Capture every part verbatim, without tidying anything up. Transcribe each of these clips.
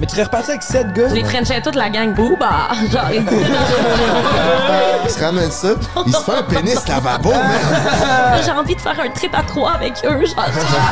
Mais tu serais reparti avec sept gars? Je les frenchais toute la gang. Booba! Genre, ils disaient Il se ramène ça, il se fait un pénis lavabo, man. j'ai envie de faire un trip à trois avec eux. Genre,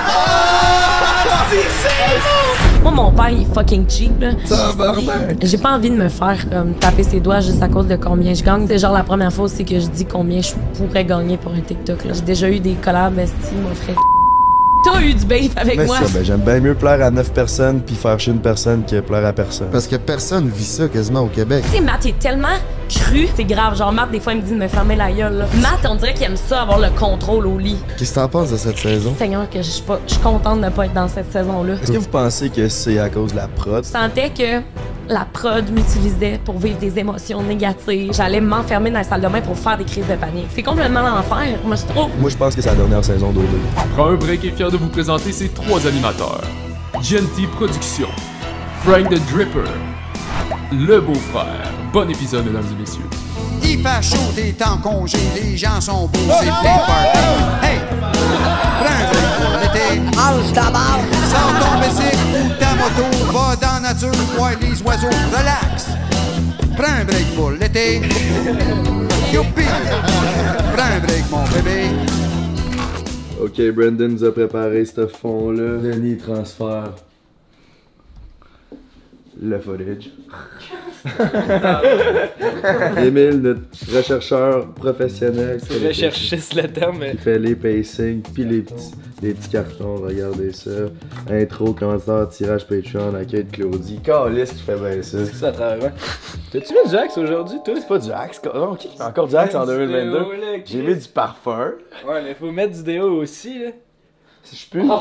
moi, mon père, il est fucking cheap, là. J'ai pas envie de me faire comme taper ses doigts juste à cause de combien je gagne. C'est genre la première fois aussi que je dis combien je pourrais gagner pour un TikTok, là. J'ai déjà eu des collabs, esti, mon frère. T'as eu du beef avec Mais moi. ça, ben, j'aime bien mieux plaire à neuf personnes puis faire chier une personne que plaire à personne. Parce que personne vit ça quasiment au Québec. Tu sais, Matt est tellement cru, c'est grave. Genre, Matt, des fois, il me dit de me fermer la gueule, là. Matt, on dirait qu'il aime ça, avoir le contrôle au lit. Qu'est-ce que t'en penses de cette saison? Seigneur, que je suis pas, je suis contente de ne pas être dans cette saison-là. Est-ce que vous pensez que c'est à cause de la prod? Je sentais que la prod m'utilisait pour vivre des émotions négatives. J'allais m'enfermer dans la salle de bain pour faire des crises de panique. C'est complètement l'enfer. Moi, je trouve. Moi, je pense que c'est la dernière saison d'O deux. Prends un break et fier de vous présenter ces trois animateurs. Genty Productions, Frank the Dripper, le beau-frère. Bon épisode, mesdames et messieurs. Il fait chaud, t'es en congé, les gens sont beaux, c'est plein de party. Hey! Prends un break pour l'été. Mange ta barre. Sors ton bicycle ou ta moto, va dans la nature, voir les oiseaux, relax. Prends un break pour l'été. Youpi! Prends un break, mon bébé. Ok, Brandon nous a préparé ce fond-là. Denis transfère le footage. Émile, notre rechercheur professionnel. qui fait les Recherchiste le terme, mais. Qui fait les pacings, puis les petits, les petits cartons, regardez ça. Intro, commentaire, tirage Patreon, accueil de Claudie. Calice qui fait bien ça. C'est ça à travers. T'as-tu mis du Axe aujourd'hui, toi? C'est pas du Axe, non, qui fait encore du Axe en deux mille vingt-deux? J'ai mis du parfum. Ouais, mais faut mettre du déo aussi, là. Si je peux.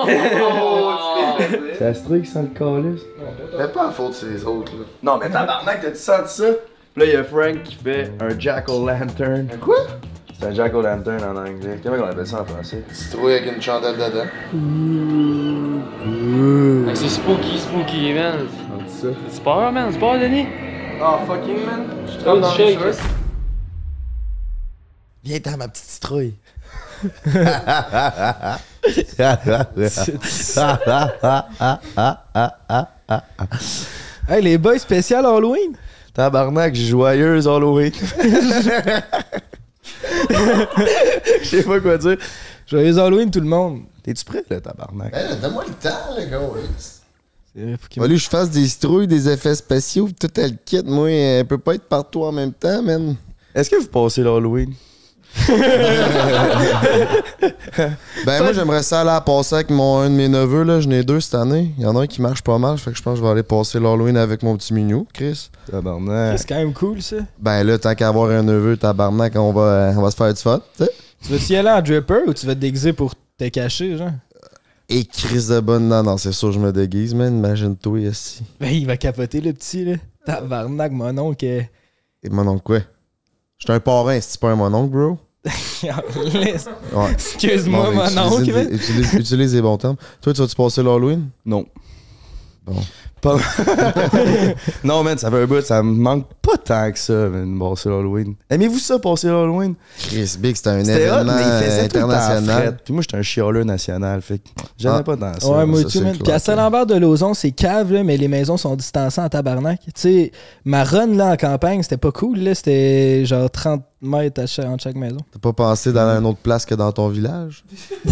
C'est Astrid qui sent le calice. Mais pas à faute sur les autres, là. Non, mais tabarnak, t'as-tu senti ça? Puis là, il y a Frank qui fait un Jack-o'-lantern. Un quoi? C'est un Jack-o'-lantern en anglais. Comment on appelle ça en français? Citrouille avec une chandelle dedans. Ah, c'est spooky, spooky, man. On dit ça. C'est peur, man. C'est peur, Denis? Oh, fucking man. Je suis trop dans le shake. Viens dans ma petite citrouille. Hey, les boys spécial Halloween? Tabarnak, joyeuse Halloween. Je sais pas quoi dire. Joyeux Halloween, tout le monde. T'es-tu prêt, là, tabarnak? Hey, donne-moi le temps, le gars. C'est vrai, faut qu'il Fallu que je fasse des citrouilles, des effets spéciaux, pis tout elle kit. Moi, elle peut pas être partout en même temps, man. Est-ce que vous passez l'Halloween? Ben moi j'aimerais ça aller à passer avec mon un de mes neveux là, j'en ai deux cette année. Il y en a un qui marche pas mal, fait que je pense que je vais aller passer l'Halloween avec mon petit minou, Chris. Tabarnak. C'est quand même cool, ça. Ben là, tant qu'à avoir un neveu, tabarnak, on va, on va se faire du fun, tu sais. Tu vas-y aller en dripper ou tu vas te déguiser pour te cacher, genre? Et Chris de bonne, non, non, c'est sûr je me déguise, man, imagine-toi ici. Ben, il va capoter, le petit, là. Tabarnak, mon oncle. Et mon oncle quoi? J'étais un parrain, c'est pas un mon oncle, bro? Laisse- Ouais. Excuse-moi, Bon, ben, mon oncle. utilise, man. utilise, utilise les bons termes. Toi, tu vas-tu passer l'Halloween? Non. Bon. Pas... non, man, ça fait un bout, ça me manque pas tant que ça, man, passer l'Halloween. Aimez-vous ça, passer l'Halloween? Chris Big, c'était un C'était hot, événement mais il faisait tout le temps international. fret. Puis moi, j'étais un chialeux national, fait que j'aimais Ah. pas dans ça. Ouais, moi ça, tout, c'est man. clair. Puis à Saint-Lambert de Lauzon, c'est cave, là, mais les maisons sont distancées en tabarnak. Tu sais, ma run, là, en campagne, c'était pas cool, là. C'était genre trente mètres à chaque, entre chaque maison. T'as pas pensé d'aller à une autre place que dans ton village?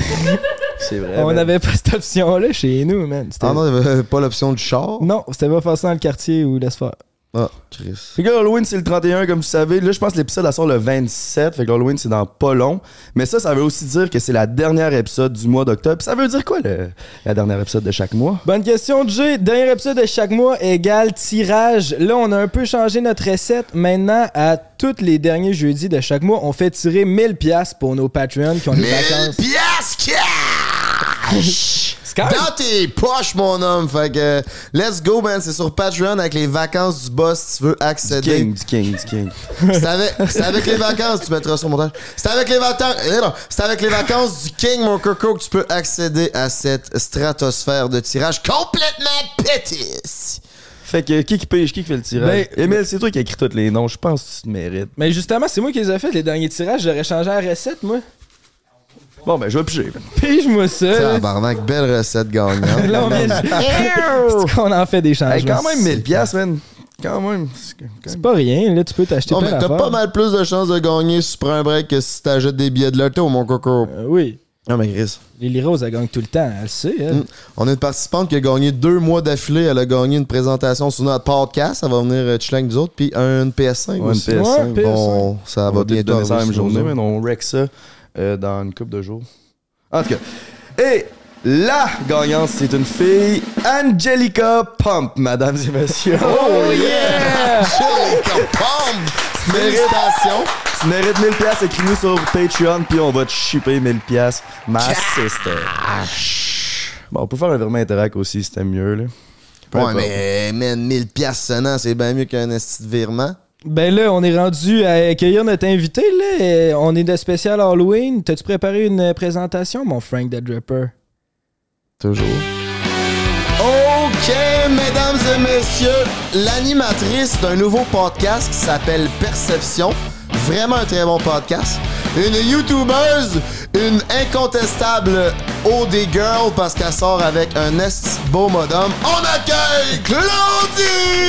C'est vrai. On man. n'avait pas cette option-là chez nous, man. C'était- Ah non, il y avait pas l'option du char? Non, c'était pas facile dans le quartier ou laisse faire. Ah, Chris. Fait que là, Halloween, c'est le trente et un, comme vous savez. Là, je pense que l'épisode elle sort le vingt-sept. Fait que Halloween, c'est dans pas long. Mais ça, ça veut aussi dire que c'est la dernière épisode du mois d'octobre. Puis ça veut dire quoi, le, la dernière épisode de chaque mois? Bonne question, Jay. Dernier épisode de chaque mois égale tirage. Là, on a un peu changé notre recette. Maintenant, à tous les derniers jeudis de chaque mois, on fait tirer mille piastres pour nos Patreons qui ont des vacances. piastres cash! C'est quand même- Dans tes poches, mon homme. Fait que, let's go, man. C'est sur Patreon avec les vacances du boss si tu veux Du accéder. king, du king, du king. C'est avec, c'est avec les vacances, tu mettras sur mon montage. C'est avec les vacances, eh non, c'est avec les vacances du King, mon coco, que tu peux accéder à cette stratosphère de tirage complètement pétisse. Fait que qui qui pêche, qui qui fait le tirage? Ben, Émile, c'est toi qui as écrit tous les noms. Je pense que tu te mérites. Mais justement, c'est moi qui les ai fait, les derniers tirages. J'aurais changé la recette, moi. Bon, ben, je vais piger. Pige-moi ça. Tabarnak, belle recette gagnante. Là, on vient de... Est-ce qu'on en fait des changements? Hey, quand même mille piastres, man. Quand même. C'est pas rien, là, tu peux t'acheter Oh, plein mais t'as d'affaires. pas mal plus de chances de gagner sur un break que si t'achètes des billets de loto, mon coco. Euh, oui. Non, mais Chris. Lily Rose, elle gagne tout le temps, elle le sait, elle. Mm. On a une participante qui a gagné deux mois d'affilée. Elle a gagné une présentation sur notre podcast. Elle va venir euh, chiller avec nous autres. Puis une P S cinq Ouais, aussi. une P S cinq. Ouais, P S cinq. Bon, ça On va va peut-être bientôt donner ça la même arriver sur journée, nous. mais on rec ça euh, dans une couple de jours. En tout cas. Et la gagnante, c'est une fille, Angelica Pump, mesdames et messieurs. Oh yeah! Angelica Pump! Félicitations! Tu mérites mille piastres, écris-nous sur Patreon, puis on va te shipper mille piastres. Ma sister. Bon, on peut faire un virement Interac aussi, c'était mieux, là. Peu Ouais, importe. mais man, mille piastres sonnant, c'est bien mieux qu'un esti de virement. Ben là, on est rendu à accueillir notre invité, là. Et on est de spécial Halloween. T'as-tu préparé une présentation, mon Frank the Dripper? Toujours. OK, mesdames et messieurs, l'animatrice d'un nouveau podcast qui s'appelle Perception. Vraiment un très bon podcast. Une YouTubeuse, une incontestable O D girl parce qu'elle sort avec un esti de beau modum. On accueille Claudie!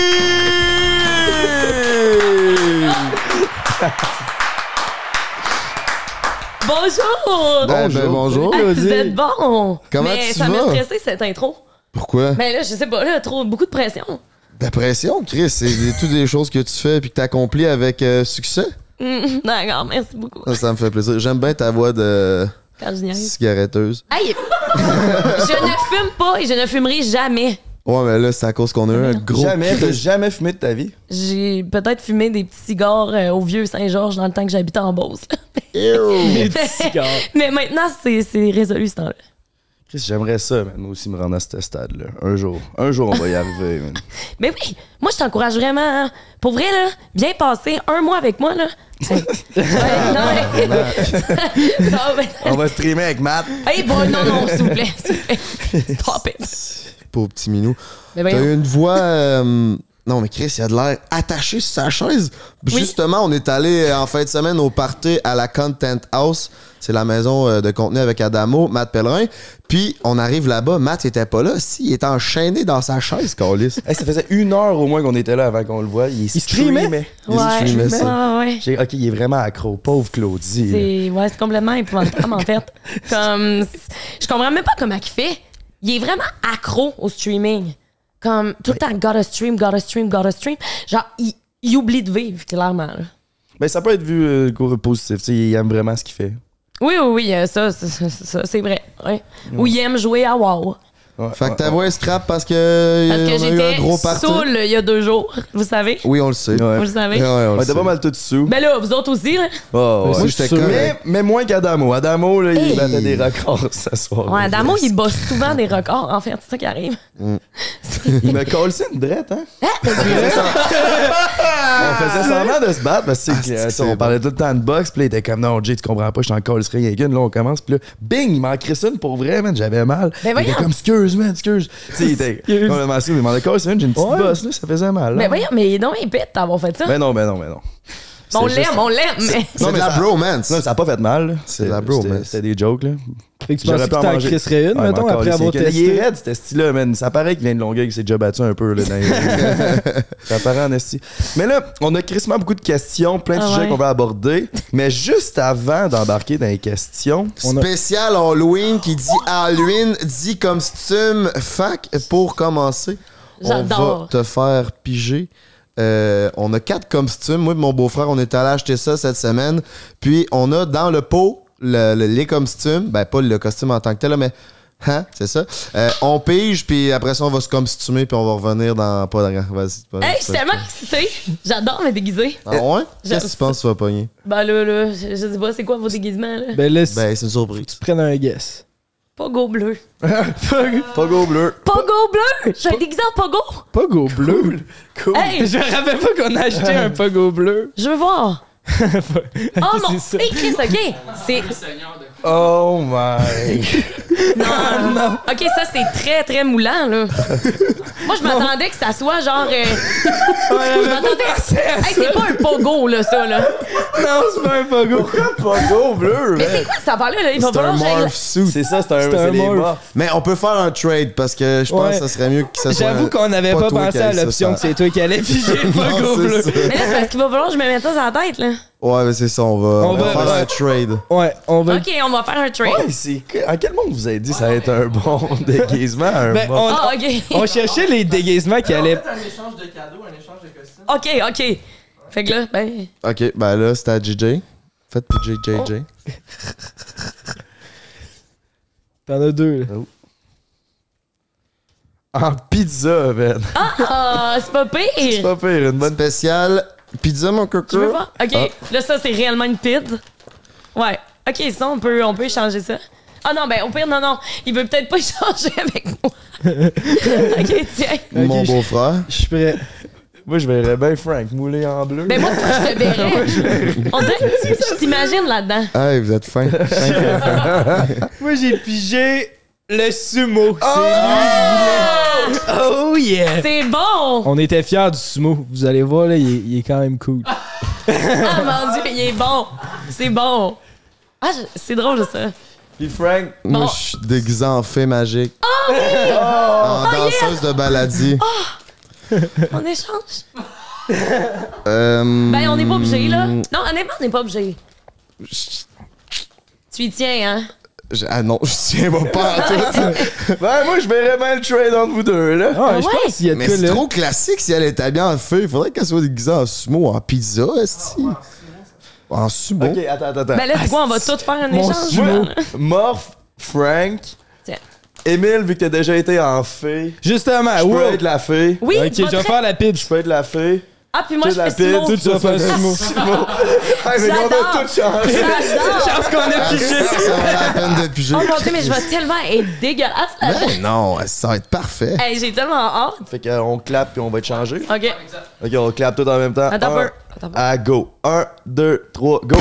Bonjour! Ben, ben, bonjour, Ah, Claudie. vous êtes bon! Comment Mais tu ça m'a vas? stressé cette intro. Pourquoi? Mais là, je sais pas, là, trop, beaucoup de pression. La pression, Chris, c'est des- toutes des choses que tu fais et que tu accomplis avec euh, succès. Hum, D'accord, merci beaucoup. Ça, ça me fait plaisir. J'aime bien ta voix de Quand je niaise. cigaretteuse. Hey! Je ne fume pas et je ne fumerai jamais. Ouais, mais là, c'est à cause qu'on a eu un gros... Jamais, t'as Chris- jamais fumé de ta vie? J'ai peut-être fumé des petits cigares euh, au vieux Saint-Georges dans le temps que j'habitais en Beauce. Les petits cigares. Mais maintenant, c'est c'est résolu ce temps-là. Chris, j'aimerais ça, man, moi aussi me rendre à ce stade-là. Un jour. Un jour, on va y arriver, man. Mais oui, moi, je t'encourage vraiment. hein. Pour vrai, là, viens passer un mois avec moi, là. Ouais, non, mais- Ça va bien. On va streamer avec Matt. Hey, boy, non, non, s'il vous plaît, s'il vous plaît. Stop it. Pauvre petit minou. Mais T'as voyons. eu une voix... euh, Non, mais Chris, il a de l'air attaché sur sa chaise. Justement, on est allé euh, en fin de semaine au party à la Content House. C'est la maison euh, de contenu avec Adamo, Matt Pellerin. Puis, on arrive là-bas. Matt était pas là. Si, il était enchaîné dans sa chaise, Carlis. Hey, ça faisait une heure au moins qu'on était là avant qu'on le voie. Il, Il streamait? Il Ouais, streamait ça. ouais, ouais. J'ai- Ok, il est vraiment accro. Pauvre Claudie. là. C'est ouais, c'est complètement épouvantable, en fait. Comme, je comprends même pas comment il fait. Il est vraiment accro au streaming. Comme, tout le temps, gotta stream, gotta stream, gotta stream. Genre, il, il oublie de vivre, clairement. là. Ben, ça peut être vu euh, côté positif. Tu sais, il aime vraiment ce qu'il fait. Oui, oui, oui, euh, ça, ça, ça, ça, c'est vrai. Ouais. Ou il aime jouer à WoW. Ouais, Fait que ouais, ta ouais. voix est scrap parce que... Parce on que a eu un j'étais gros party. saoul il y a deux jours, vous savez. Oui, on le sait. Ouais. Vous le savez. Ouais, on On le était sait. pas mal tout dessous. Ben là, vous autres aussi, là. Oh, ouais. Moi, j'étais sûr. correct. mais, mais moins qu'Adamo. Adamo, là, Hey. il battait des records ce soir. Ouais, Damo, il bat souvent des records, en fait. C'est ça qui arrive. Il me colle une drette, hein? On faisait semblant de se battre parce que, Ah, c'est que, c'est euh, que on c'est parlait tout le temps de boxe. Puis là, il était comme non, Jay, tu comprends pas, je suis encore le rien qu'une. Là, on commence. Puis là, bing, il m'en crisse une pour vrai, man. J'avais mal. Ben il était voyons. comme excuse, man, excuse. Tu sais, il était complètement sous. Il m'en a collé une, j'ai une petite Ouais. bosse, là, ça faisait mal. Mais là. voyons, mais non, il pète d'avoir fait ça. Ben non, ben non, ben non. on C'est l'aime, juste- on l'aime, mais. C'est de mais la ça- bromance. Non, ça a pas fait mal. là. C'est de la C'était- bromance. C'était des jokes, là. Fait que tu J'aurais pensais pu que en t'en manger. crisserais une, Ouais, mettons, mais après encore, avoir c'est que- testé. Il est raide, ce style-là, man. Ça paraît qu'il vient de Longueuil, qu'il s'est déjà battu un peu, là, dans les- Ça paraît en esti. Mais là, on a crissement beaucoup de questions, plein de Ah sujets ouais. qu'on va aborder. Mais juste avant d'embarquer dans les questions, on a... Spécial Halloween qui dit Halloween, dit costume. Fac, pour commencer, on J'adore. va te faire piger. Euh, on a quatre costumes. Moi et mon beau-frère, on est allé acheter ça cette semaine. Puis on a dans le pot le- le- les costumes. Ben, pas le costume en tant que tel, là, mais. Hein, c'est ça. Euh, on pige, puis après ça, on va se costumer, puis on va revenir dans. Pas dans. Vas-y. vas-y, Hey, je suis vas-y. tellement excitée. J'adore me déguiser. Ah ouais? J'aime Qu'est-ce que tu penses que tu vas pogner? Ben là, là, je, je sais pas, c'est quoi vos déguisements, là? Ben là, si Ben, c'est une surprise. tu prennes un guess. Pogo bleu. Pogo bleu. Pogo bleu! J'ai un déguisé en pogo! Pogo bleu. Cool. Hey! Je me rappelle pas qu'on a acheté un pogo bleu. Je veux voir. Oh mon... c'est ça. Hey, Chris, OK. C'est... Oh my. Non, non. OK, ça, c'est très, très moulant, là. Moi, je m'attendais que ça soit genre... Euh... je m'attendais... Hey, c'est pas un pogo, là, ça, là. Non, c'est pas un pogo. Pogo bleu, Mais c'est quoi cette affaire-là, là? Il va C'est un falloir que j'aille- morph suit. C'est ça, c'est un, C'est c'est un les morph. morphs. Mais on peut faire un trade parce que je pense Ouais. que ça serait mieux que ça soit. J'avoue qu'on n'avait pas, toi pensé qui à aille ça, l'option ça. que c'est toi qui allais piger le Non, pogo c'est bleu. ça. Mais là, c'est parce qu'il va falloir que je me mette ça sur la tête, là. Ouais, mais c'est ça, on va, On on va va- faire un trade. Ouais, on va... OK, on va faire un trade. Ouais, c'est. En quel monde vous avez dit ça va être un bon déguisement? Un Ben, bon... on, Ah, OK. on cherchait les déguisements qui allaient... un échange de cadeaux, un échange de costumes. OK, OK. Fait que là, ben... Ok, ben là, c'était à J J. Faites P J J J. T'en as deux, là. En pizza, man. Ah, c'est pas C'est pire. pas pire, une bonne. Spécial pizza, mon coco. Tu veux voir? OK, Ah. là, ça, c'est réellement une pizza. Ouais. OK, ça, on peut, on peut échanger ça. Ah non, ben au pire, non, non. Il veut peut-être pas échanger avec moi. OK, tiens. Mon Ok, je- beau-frère. Je suis prêt. Moi, je verrais bien Frank moulé en bleu. Ben moi, je te verrais. On dirait que tu- je t'imagine là-dedans. Hey, vous êtes fin. Moi, j'ai pigé le sumo. C'est lui. Oh yeah! C'est bon! On était fiers du sumo. Vous allez voir, là, il est, il est quand même cool. Ah mon Dieu, il est bon! C'est bon! Ah, je- c'est drôle ça. Puis Frank, Moi, Bon. je suis déguisé en fée magique. Oh! En danseuse de baladie. On échange? Euh, Ben, on n'est pas obligé, là. Non, honnêtement, on n'est pas obligé. Tu y tiens, hein? je- Ah non, je tiens pas, pas en tout. ben moi, je verrais bien le trade entre vous deux, là. Ah, je ouais? pense qu'il y a de Mais quoi, c'est là. trop classique si elle est habillée en fée. Faudrait qu'elle soit déguisée en sumo, en pizza, esti. En sumo. Ok, attends, attends, attends. Ben là, c'est quoi? On va tout faire un Mon échange? sumo. là? Morph, Frank, Tiens. Émile, vu que t'as déjà été en fée, Justement, je peux wow. être la fée. Oui, Ok, tu vas je vais très- faire la pitch. Je peux être la fée. Ah, puis moi, Tu je sais, la fais sumo. pide, Tu vas faire le sumo. Hey, mais on a J'adore. tout changé. J'adore! Chance qu'on a pigé. Ça, ça vaut la peine de piger. Oh mon Dieu, mais je vais tellement être dégueulasse là. Ben non, ça va être parfait. Hey, j'ai tellement hâte. Fait qu'on clappe puis on va être changé. OK. Ok, on clappe tout en même temps. Attends un Un, peu. Attends un peu. à go. Un, deux, trois, go.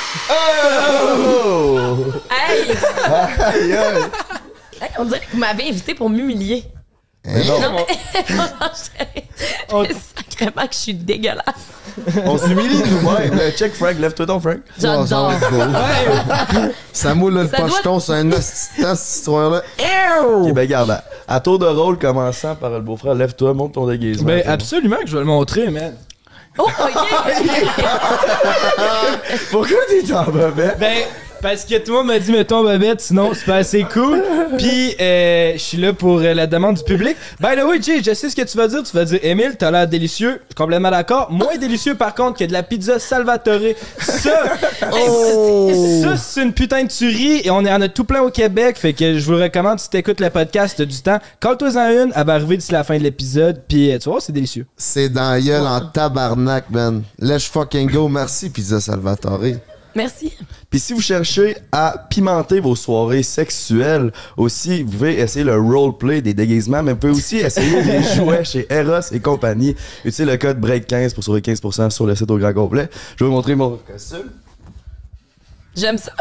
Oh! Hey! Aïe, aïe. Hey, on dirait que vous m'avez invité pour m'humilier. Mais non. Non, mais... On- Sacrément que je suis dégueulasse. On s'humilie nous-mêmes. Euh, Check Frank, lève-toi donc, Frank. Oh, ça va J'adore. être beau. Ça moule le Ça doit- pocheton, c'est un assistant, cette histoire-là. Ok, ben garde. à- À tour de rôle, commençant par le beau-frère, lève-toi, monte ton déguisement. Ben, absolument que je vais le montrer, man. Oh, OK. Pourquoi t'es en bobette? Ben, parce que tout le monde m'a dit, mettons, Bobette, sinon c'est pas assez cool. Puis, euh, je suis là pour euh, la demande du public. By the way, Jay, je sais ce que tu vas dire. Tu vas dire, Émile, t'as l'air délicieux. Je suis complètement d'accord. Moins délicieux, par contre, que de la pizza Salvatore. Ça, Oh! ça, c'est une putain de tuerie. Et on est en a tout plein au Québec. Fait que je vous le recommande, si t'écoutes le podcast, t'as du temps. Colle-toi-en une. Elle va arriver d'ici la fin de l'épisode. Puis, euh, tu vois, c'est délicieux. C'est dans la gueule en tabarnak, man. Let's fucking go. Merci, Pizza Salvatore. Merci. Puis si vous cherchez à pimenter vos soirées sexuelles, aussi, vous pouvez essayer le roleplay des déguisements, mais vous pouvez aussi essayer les jouets chez Eros et compagnie. Utilisez le code break quinze pour sauver quinze pour cent sur le site au grand complet. Je vais vous montrer mon costume. J'aime ça.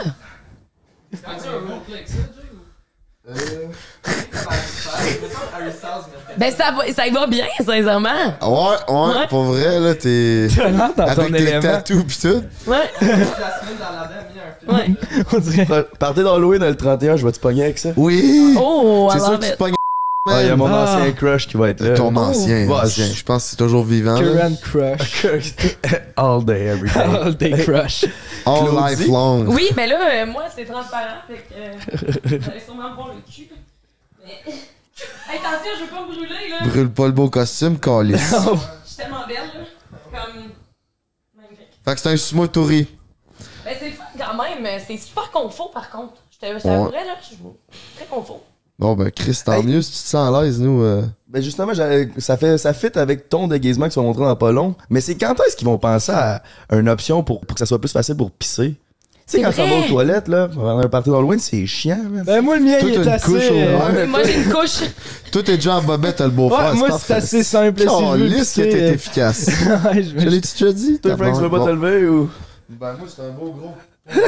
Ben, ça va, ça y va bien, sincèrement. Ouais, ouais, Ouais. pour vrai, là, t'es. T'as l'air dans ton Avec tes élément. tatous pis tout. Ouais. Ouais. On dirait. Partez d'Halloween le trente et un, je vais te pogner avec ça. Oui! Oh, C'est I sûr love que tu it. pognes. Ah, il y a mon Ah. ancien crush qui va être là. Ton ancien, Oh. ancien. Je pense que c'est toujours vivant. là. Current crush. All day, every day. All day crush. All Claudie? life long. Oui, mais là, euh, moi, c'est transparent. Fait que. Euh, vous allez sûrement me voir le cul. Mais. Hey, attention, je veux pas me brûler, là. Brûle pas le beau costume, calice. Je suis tellement belle, là. Comme. Magnifique. Fait que c'est un sumo touri. Ben, c'est fun quand même. mais C'est super confort, par contre. Je te- je Ouais. t'avouerais, là, je suis très confort. Bon, ben, Chris, tant Hey. mieux si tu te sens à l'aise, nous. euh. Ben justement, j'allais- ça fait ça fit avec ton déguisement que tu vas montrer dans pas long. Mais c'est quand est-ce qu'ils vont penser à une option pour, pour que ça soit plus facile pour pisser? Tu sais, C'est quand ça va vrai. aux toilettes, là, pendant un party d'Halloween, c'est chiant, man. Ben, moi, le mien, Toi, il t'as est une assez. couche au euh, moins. Mais moi, j'ai une couche. Toi, t'es déjà en bobette, t'as le beau-frère. Ouais, moi, parfait. c'est assez simple. Si je veux Calisse que pisser, t'es euh, efficace. Ouais, je Je l'ai-tu déjà dit? Toi, Frank, tu veux pas Bon. te lever ou. Ben, moi, c'est un beau gros.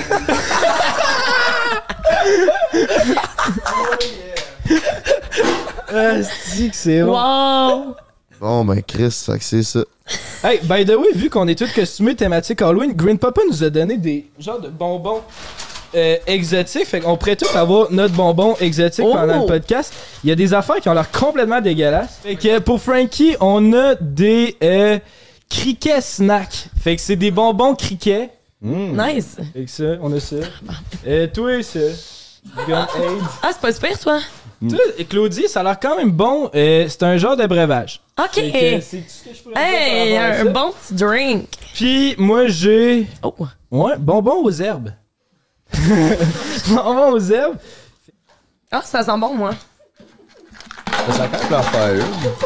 Ah, c'est que c'est bon. Wow! Bon, ben, Chris, fait que c'est ça. Hey, by the way, vu qu'on est tous costumés thématique Halloween, Green Papa nous a donné des genres de bonbons euh, exotiques. Fait qu'on pourrait tous avoir notre bonbon exotique Oh! pendant le podcast. Il y a des affaires qui ont l'air complètement dégueulasses. Fait que pour Frankie, on a des euh, criquets snack. Fait que c'est des bonbons criquets. Mm. Nice! Fait que ça, on a ça. Euh, toi, ça. Gun Aid. Ah, c'est pas super, toi? Toi, Claudie, ça a l'air quand même bon. Euh, c'est un genre de breuvage. Ok! Fait que c'est tout ce que je pourrais Hey, dire par rapport à un ça. bon petit drink! Puis moi, j'ai... Oh! Ouais, bonbons aux herbes. Bonbons aux herbes. Ah, ça sent bon, moi. Ça a quand même leur faire.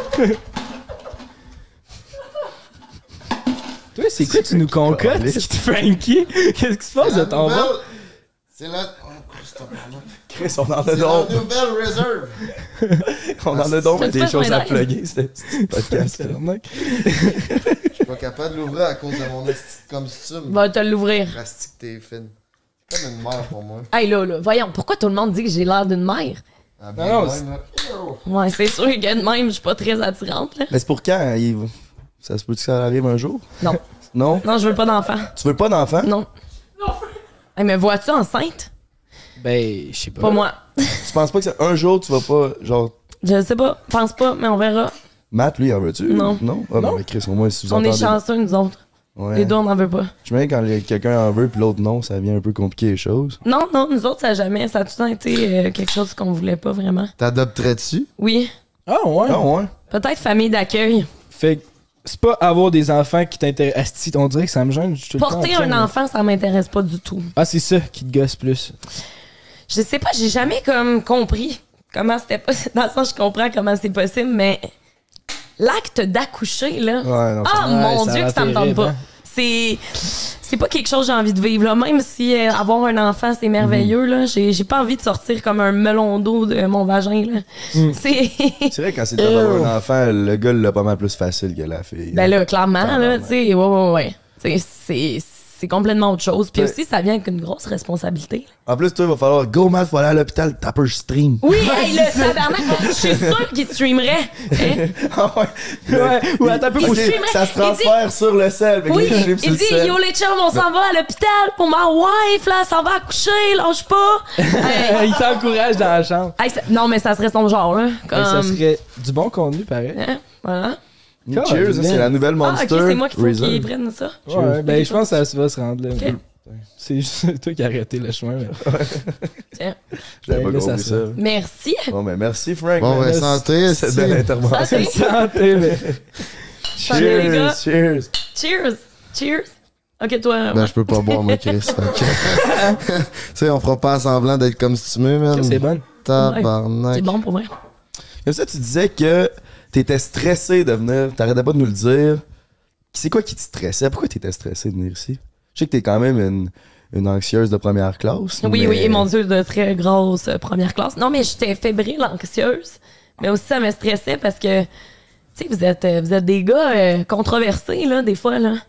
Toi, c'est quoi tu nous concotes, Frankie? Qu'est-ce qui se passe de ton bon? C'est la... Oh, c'est ton pardon. Chris, on en a C'est la donc. nouvelle réserve. On en a donc T'as-tu des pas choses besoin à d'aide? plugger, ce petit podcast. Je suis pas capable de l'ouvrir à cause de mon esti de costume. Va te l'ouvrir. Plastique, t'es fine. C'est comme une mère pour moi. Hey, là, là, voyons, pourquoi tout le monde dit que j'ai l'air d'une mère? Ah, Non, non, même, là. Ouais, c'est sûr que de même, je suis pas très attirante, là. Mais c'est pour quand, Yves? Ça se peut que ça arrive un jour? Non. Non? Non, je veux pas d'enfant. Tu veux pas d'enfant? Non. Hey, me vois-tu enceinte? Ben, je sais pas. Pas moi. Tu penses pas que c'est un jour tu vas pas, genre, Je sais pas, pense pas, mais on verra. Matt, lui, en veux-tu? Non. Non? Ah, Non. ben, Chris, au moins, si vous On est entendez. chanceux, nous autres. Ouais. Les deux, on en veut pas. Je me dis quand les- quelqu'un en veut puis l'autre non, ça vient un peu compliquer les choses. Non, non, nous autres, ça a jamais. Ça a tout le temps été euh, quelque chose qu'on voulait pas vraiment. T'adopterais-tu? Oui, Ah, ouais. Ah ouais? peut-être famille d'accueil. Fait que c'est pas avoir des enfants qui t'intéressent. Asti, on dirait que ça me gêne. je suis tout le temps Porter en train un de- enfant, ça m'intéresse pas du tout. Ah, c'est ça qui te gosse plus. Je sais pas, j'ai jamais comme compris comment c'était possible. Dans le sens, je comprends comment c'est possible, mais l'acte d'accoucher, là. Ouais, non, Ah Ouais, mon ça a Dieu, que l'air ça me tente terrible, pas. hein. C'est. C'est pas quelque chose que j'ai envie de vivre, là. Même si euh, avoir un enfant, c'est merveilleux, là. J'ai j'ai pas envie de sortir comme un melon d'eau de mon vagin, là. Mm. C'est. C'est vrai, quand c'est d'avoir un enfant, le gars l'a pas mal plus facile que la fille. Ben là, clairement, là, Tabarnak. tu sais, ouais, ouais, ouais. Tu sais, c'est. C'est complètement autre chose. Puis Ouais. aussi, ça vient avec une grosse responsabilité. En plus, toi, il va falloir go, Matt, faut aller à l'hôpital, taper stream. Oui, hey, le tabarnak, je suis sûre qu'il streamerait. Hein? Ah ouais. Ouais, ou attends un peu, Il faut- streamerait. Ça se Il transfère sur le sel. Fait que Oui, les chips sur il le dit sel. yo les chums, on s'en va à l'hôpital pour ma wife, là, ça va accoucher, lâche pas. Hey, il t'encourage dans la chambre. hey, ça- non, mais ça serait son genre, là. Mais ça Comme. serait du bon contenu, pareil. Hein, voilà. Cheers, ça, c'est la nouvelle Ah, Monster. ok, c'est moi qu'il faut Reserve. qu'ils prennent ça. Ouais, ben je pense que ça va se rendre là. Ok. C'est juste toi qui as arrêté le chemin. Mais... Tiens. J'avais pas Là, ça compris se ça. Merci. Bon, ben merci, Frank. Bon, ben, Merci. santé, Cette esti. belle intervention. Santé. Santé, mais... Salut, les gars. Cheers, cheers. Cheers. Cheers. Ok, toi. Ben, je peux pas boire, moi, Chris. fait que- Tu sais, on fera pas semblant d'être comme si tu veux, man. C'est bon. Tabarnak. C'est bon pour vrai. Comme ça, tu disais que t'étais stressé de venir. T'arrêtais pas de nous le dire. C'est quoi qui te stressait? Pourquoi t'étais stressé de venir ici? Je sais que t'es quand même une, une anxieuse de première classe. Oui, mais- oui, et mon Dieu, de très grosse euh, première classe. Non, mais j'étais fébrile, anxieuse. Mais aussi, ça me stressait parce que, tu sais, vous êtes, euh, vous êtes des gars euh, controversés, là, des fois, là.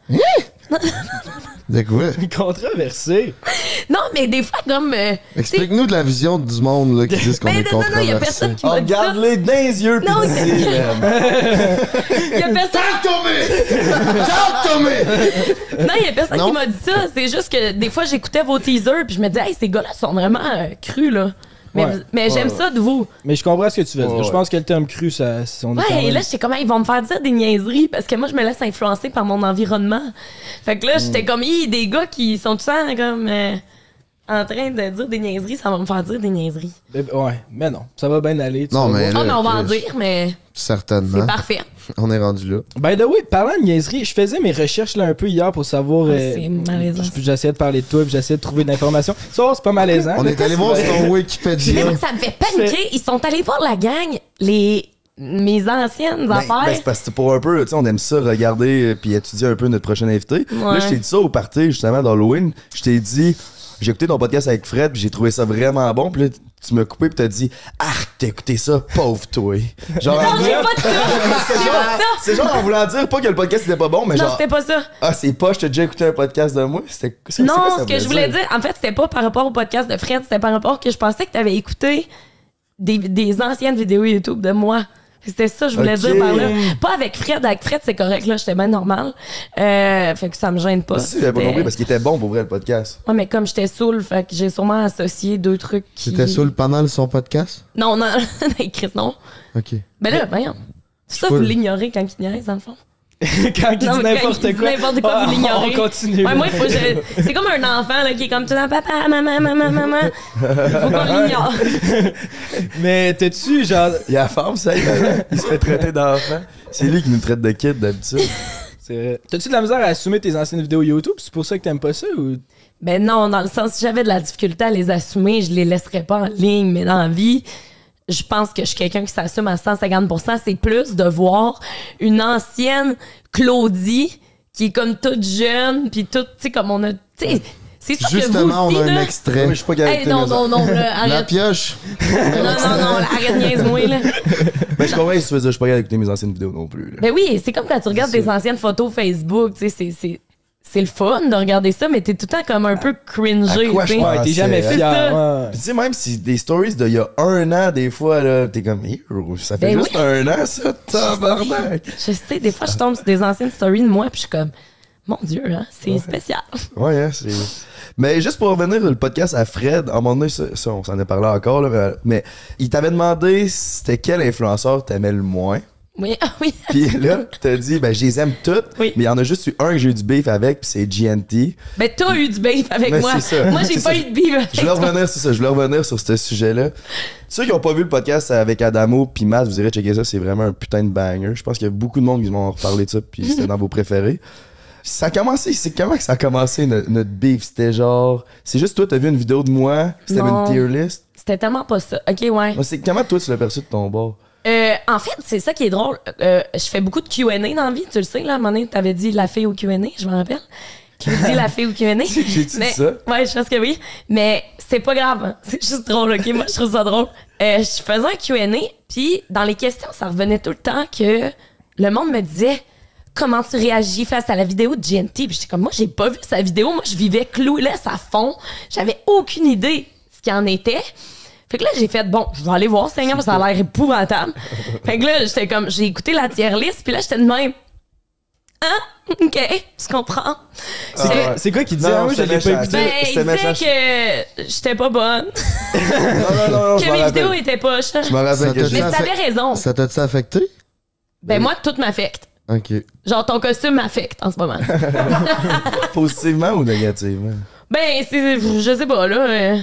De quoi? Controversé. Non, mais des fois, comme. euh, Explique-nous de la vision du monde là, qui disent qu'on Mais est non, non, non, il y a controversé. personne qui Oh, m'a dit ça. regarde-les dans les yeux, pis Non, dis, man. Il y a personne. Talk to me! Talk to me! Non, il y a personne Non. qui m'a dit ça. C'est juste que des fois, j'écoutais vos teasers puis je me disais, hey, ces gars-là sont vraiment euh, crus, là. Mais, Ouais. vous- mais j'aime Ouais, ça de vous. Mais je comprends ce que tu veux dire. Ouais, Je ouais. pense que le terme cru, ça, si on est quand Ouais, et même- là, j'étais comme, hey, ils vont me faire dire des niaiseries parce que moi, je me laisse influencer par mon environnement. Fait que là, j'étais comme, hi, des gars qui sont tout le temps comme euh, en train de dire des niaiseries, ça va me faire dire des niaiseries. Mais- Ouais, mais non, ça va bien aller. tu Non, vas mais voir. Oh, là, mais on va en Chris, dire, mais c'est Certainement. parfait. On est rendu là. By the way, parlant de niaiserie, je faisais mes recherches là un peu hier pour savoir. Ah, euh, c'est malaisant. puis J'essayais de parler de toi, puis j'essayais de trouver de l'information. Ça, c'est pas malaisant. On est allé voir sur ton Mais Wikipédia. moi, ça me fait paniquer. Ils sont allés voir la gang, les mes anciennes Ben, affaires. ben, c'est parce que pour un peu, tu sais, on aime ça regarder euh, puis étudier un peu notre prochain invité. Ouais. Là, je t'ai dit ça au party, justement, d'Halloween. Je t'ai dit, j'ai écouté ton podcast avec Fred, puis j'ai trouvé ça vraiment bon, puis là, tu m'as coupé, puis t'as dit, ah, t'as écouté ça, pauvre toi. Genre, Non, en j'ai vrai, pas de ça! c'est J'ai genre, pas ça! c'est genre en voulant dire pas que le podcast était pas bon, mais Non, genre, c'était pas ça. ah, c'est pas, je t'ai déjà écouté un podcast de moi. C'était c'est- c'est Non, quoi ça ce que je voulais dire, en fait, c'était pas par rapport au podcast de Fred, c'était par rapport que je pensais que t'avais écouté des, des anciennes vidéos YouTube de moi. C'était ça que je voulais Ok. dire par là. Pas avec Fred, avec Fred, c'est correct, là, j'étais bien normal. Euh, fait que ça me gêne pas. Si, j'avais pas C'était- compris parce qu'il était bon pour vrai le podcast. Ouais, mais comme j'étais saoul, fait que j'ai sûrement associé deux trucs qui... C'était saoul pendant son podcast? Non, non, Chris, non. Ok. Ben là, voyons. C'est ça, Cool. vous l'ignorez quand il niaise, dans le fond. Quand il Non, dit mais n'importe quand il dit quoi. n'importe quoi, Ah, vous l'ignorez. On continue. Ouais, moi, il faut que je... C'est comme un enfant là, qui est comme tout le temps, papa, maman, maman, maman. Faut qu'on l'ignore. Mais t'as-tu, genre. Il a la forme, ça, il, il se fait traiter d'enfant. C'est lui qui nous traite de kid d'habitude. C'est vrai. T'as-tu de la misère à assumer tes anciennes vidéos YouTube? C'est pour ça que t'aimes pas ça ou. Ben non, dans le sens, si j'avais de la difficulté à les assumer, je les laisserais pas en ligne, mais dans la vie, je pense que je suis quelqu'un qui s'assume à cent cinquante pour cent. C'est plus de voir une ancienne Claudie qui est comme toute jeune, puis toute, tu sais, comme on a... Tu sais, c'est sûr que vous Justement, aussi, on a un là... extrait. Moi, je suis pas capable Hey, non, non, non, là, La arrête. pioche. Non, non, non, arrête niaise-moi, là. Mais je comprends que tu veux dire, je suis pas capable d'écouter mes anciennes vidéos non plus. là. Ben oui, c'est comme quand tu regardes des anciennes photos Facebook, tu sais, c'est... c'est c'est le fun de regarder ça, mais t'es tout le temps comme un peu cringé. À quoi tu sais. je Ouais, t'es c'est- jamais c'est fier. ça. Ouais. Puis tu sais, même si des stories d'il y a un an, des fois, là, t'es comme, Ew, ça fait Ben juste un an, ça, tabarnak. Je sais, des fois, je tombe sur des anciennes stories de moi, puis je suis comme, mon Dieu, hein, c'est spécial. Ouais, hein, c'est. Mais juste pour revenir le podcast à Fred, à un moment donné, ça, ça, on s'en est parlé encore, là, mais, mais il t'avait demandé c'était quel influenceur t'aimais le moins. Oui, ah oui. Puis là, t'as dit, ben, je les aime toutes, Oui. mais il y en a juste eu un que j'ai eu du beef avec, puis c'est G N T. Ben, t'as eu du beef avec Mais moi. c'est ça. Moi, j'ai C'est pas ça. eu de beef avec Je voulais toi. revenir sur ça, je voulais revenir sur ce sujet-là. Ceux qui ont pas vu le podcast avec Adamo puis Matt, vous irez checker ça, c'est vraiment un putain de banger. Je pense qu'il y a beaucoup de monde qui m'ont reparlé de ça, puis c'était dans vos préférés. Ça a commencé, c'est comment que ça a commencé notre, notre beef? C'était genre, c'est juste toi, t'as vu une vidéo de moi, c'était Non. une tier list. C'était tellement pas ça. OK, ouais. Ouais, c'est comment toi tu l'as perçu de ton bord? Euh, en fait, c'est ça qui est drôle. Euh, je fais beaucoup de Q and A dans la vie, tu le sais, là. À un moment donné, t'avais dit la fille au Q and A, je me rappelle. Claudie, la fille au Q and A. J'ai-tu dit Mais- ça? Ouais, je pense que oui. Mais c'est pas grave. Hein. C'est juste drôle, OK? Moi, je trouve ça drôle. Euh, je faisais un Q and A, puis dans les questions, ça revenait tout le temps que le monde me disait comment tu réagis face à la vidéo de G N T. Puis j'étais comme, moi, j'ai pas vu sa vidéo. Moi, je vivais clueless à fond. J'avais aucune idée ce qu'il en était. Fait que là, j'ai fait, bon, je vais aller voir Seigneur, ça a l'air épouvantable. Fait que là, j'étais comme, j'ai écouté la tier list, puis là, j'étais de même. Hein? OK, je comprends. C'est J'étais- quoi, c'est quoi qu'il dit? Non, Ah, moi, je c'était l'ai pas méchant. écouté. Ben, C'était il disait méchant. que j'étais pas bonne, Non, non, non, non, je que m'en mes vidéos rappelle. étaient poches. Je me rappelle Ça que te j'ai. Mais Ça t'avais fait- raison. Ça t'a-tu affecté? Ben moi, tout m'affecte. Ok. Genre, ton costume m'affecte en ce moment. Positivement ou négativement? Ben, c'est... Je sais pas, là. euh,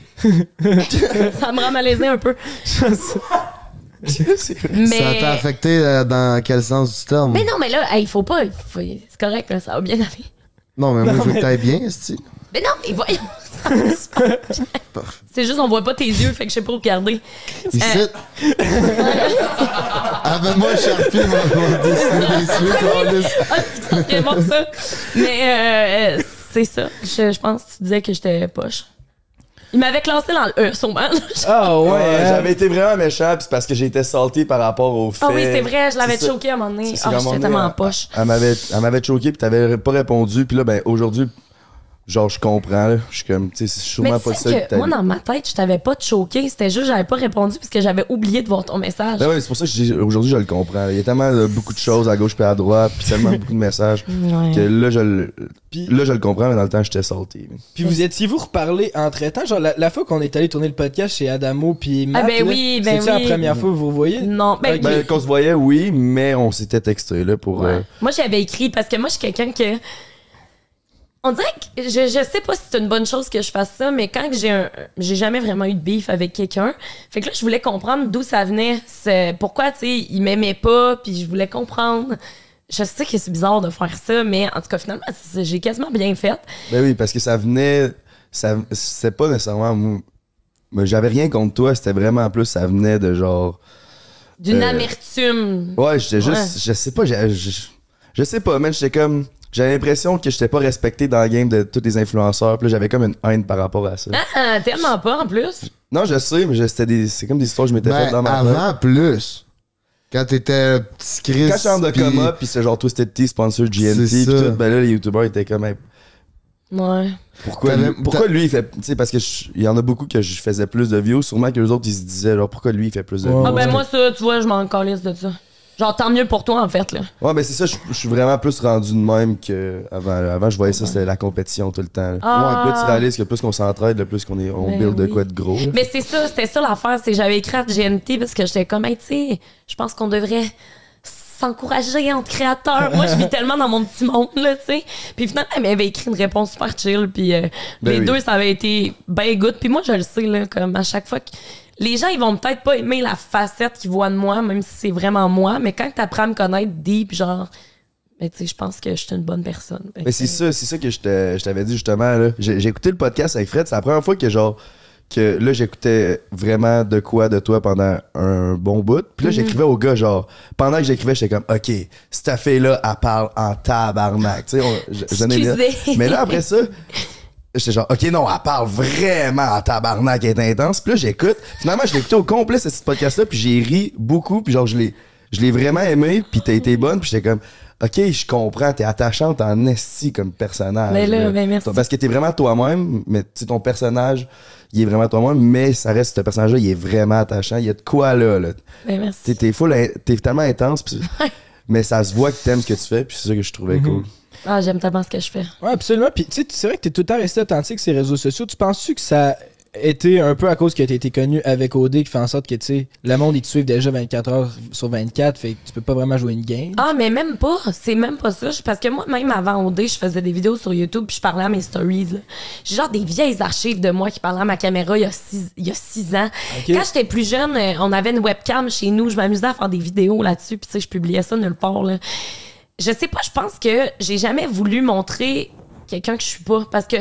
ça me rend malaisé un peu. C'est- Mais... Ça t'a affecté euh, dans quel sens du terme? Mais non, mais là, il faut pas... il faut- C'est correct, là, ça va bien aller. Non, mais moi, je veux que t'ailles bien, esti. Mais non, mais voyons, ça va super bien. C'est juste, on voit pas tes yeux, fait que je sais pas où regarder. Ici. Euh. Amène-moi un Sharpie, on va dessiner des yeux, câlisse. Ah, c'est que c'est bon, ça. Mais euh, c'est ça. Je, je pense que tu disais que j'étais poche. Il m'avait classé dans le E, sûrement. Ah ouais. Ouais, hein. j'avais été vraiment méchant, puis c'est parce que j'ai été salté par rapport au fait. Ah oui, c'est vrai, je l'avais C'est ça. choqué à un moment donné. C'est Ah, qu'à un j'étais moment tellement donné, en poche. Elle m'avait, elle m'avait choqué, puis t'avais pas répondu, puis là, ben, aujourd'hui, genre, je comprends, là. Je suis comme, tu sais, c'est sûrement Mais pas tu ça sais que que t'as moi, dans ma tête, je t'avais pas choqué. C'était juste, j'avais pas répondu parce que j'avais oublié de voir ton message. Ben ouais, c'est pour ça que je dis- aujourd'hui, je le comprends. Il y a tellement de, beaucoup de choses à gauche puis à droite, puis tellement beaucoup de messages, Ouais. que là, je le, Puis- là, je le comprends, mais dans le temps, j'étais salté. Puis vous étiez-vous reparlé entre temps? Genre, la, la fois qu'on est allé tourner le podcast chez Adamo puis Matt, Ah ben là, oui, ben c'est-tu oui. la première fois que vous vous voyez? Non, ben, Ok. Ben, qu'on se voyait, oui, mais on s'était texté, là, pour... ouais. euh, Moi, j'avais écrit parce que moi, je suis quelqu'un que. On dirait que je, je sais pas si c'est une bonne chose que je fasse ça, mais quand que j'ai un. J'ai jamais vraiment eu de beef avec quelqu'un. Fait que là, je voulais comprendre d'où ça venait. C'est pourquoi, tu sais, il m'aimait pas, puis je voulais comprendre. Je sais que c'est bizarre de faire ça, mais en tout cas, finalement, c'est- j'ai quasiment bien fait. Ben oui, parce que ça venait... Ça, c'était pas nécessairement... moi- moi, j'avais rien contre toi, c'était vraiment plus... Ça venait de genre... D'une Euh, amertume. Ouais, j'étais juste... Ouais. Je sais pas, j'ai- je, je sais pas, man, j'étais comme... j'avais l'impression que j'étais pas respecté dans le game de tous les influenceurs. Puis là, j'avais comme une haine par rapport à ça. Ah, tellement pas en plus. Non, je sais, mais je- c'était des, c'est comme des histoires que je m'étais Ben, faites dans ma avant, plus. Quand t'étais petit Chris. Quand j'étais en de pis- coma, puis c'est genre Twisted Tea, sponsor G N T, C'est puis ça. tout, ben là, les youtubeurs étaient comme, hey, Ouais. pourquoi, T'avais- lui, pourquoi lui, il fait. Tu sais, parce que je- il y en a beaucoup que je faisais plus de views, sûrement que les autres, ils se disaient, genre, pourquoi lui, il fait plus de Ouais, views. Ah ben moi ça, tu vois, je m'en calisse de ça. Genre tant mieux pour toi en fait là. Ouais, ben c'est ça, je je suis vraiment plus rendu de même qu'avant. Avant, je voyais ça, c'était la compétition tout le temps. là. Ah. Ouais, puis là, tu réalises que plus qu'on s'entraide, le plus qu'on est, on Ben build de oui. quoi de gros. là. Mais c'est ça, c'était ça l'affaire, c'est que j'avais écrit à G N T parce que j'étais comme, hey, tu sais, je pense qu'on devrait s'encourager entre créateurs. Moi, je vis tellement dans mon petit monde, là, tu sais. Puis finalement, elle m'avait écrit une réponse super chill, puis euh, Ben les oui. deux, ça avait été ben good. Puis moi, je le sais, là, comme à chaque fois que... Les gens, ils vont peut-être pas aimer la facette qu'ils voient de moi, même si c'est vraiment moi, mais quand t'apprends à me connaître deep, genre... Ben, tu sais, je pense que je suis une bonne personne. Fait Mais que- c'est ça, c'est ça que je te- je t'avais dit justement. Là. J'ai, j'ai écouté le podcast avec Fred, c'est la première fois que genre que là j'écoutais vraiment de quoi de toi pendant un bon bout. Puis là j'écrivais au gars genre pendant que j'écrivais j'étais comme ok cette fille là elle parle en tabarnak. Tu sais, on- je- je n'ai bien- Excusez. Mais là après ça j'étais genre ok non elle parle vraiment en tabarnak, elle est intense. Puis là j'écoute. Finalement je l'ai écouté au complet ce petit podcast là puis j'ai ri beaucoup puis genre je l'ai je l'ai vraiment aimé puis t'as été bonne puis j'étais comme ok, je comprends, t'es attachante en esti comme personnage. Mais là, ben merci. Parce que t'es vraiment toi-même, mais tu sais, ton personnage, il est vraiment toi-même, mais ça reste, ce personnage-là, il est vraiment attachant. Il y a de quoi là, là. Ben, merci. T'es, t'es full, in- t'es tellement intense, pis- mais ça se voit que t'aimes ce que tu fais, puis c'est ça que je trouvais cool. Ah, j'aime tellement ce que je fais. Ouais, absolument. Puis, tu sais, c'est vrai que t'es tout le temps resté authentique sur les réseaux sociaux. Tu penses-tu que ça a été un peu à cause que t'as été connu avec O D qui fait en sorte que, tu sais, le monde, il te suit déjà vingt-quatre heures sur vingt-quatre, fait que tu peux pas vraiment jouer une game? Ah, mais même pas. C'est même pas ça. Je- Parce que moi, même avant O D, je faisais des vidéos sur YouTube puis je parlais à mes stories. là. J'ai genre des vieilles archives de moi qui parlaient à ma caméra il y a six, il y a six ans. Ok. Quand j'étais plus jeune, euh, on avait une webcam chez nous. Je m'amusais à faire des vidéos là-dessus. Puis tu sais, je publiais ça nulle part. Là. Je sais pas, je pense que j'ai jamais voulu montrer quelqu'un que je suis pas. Parce que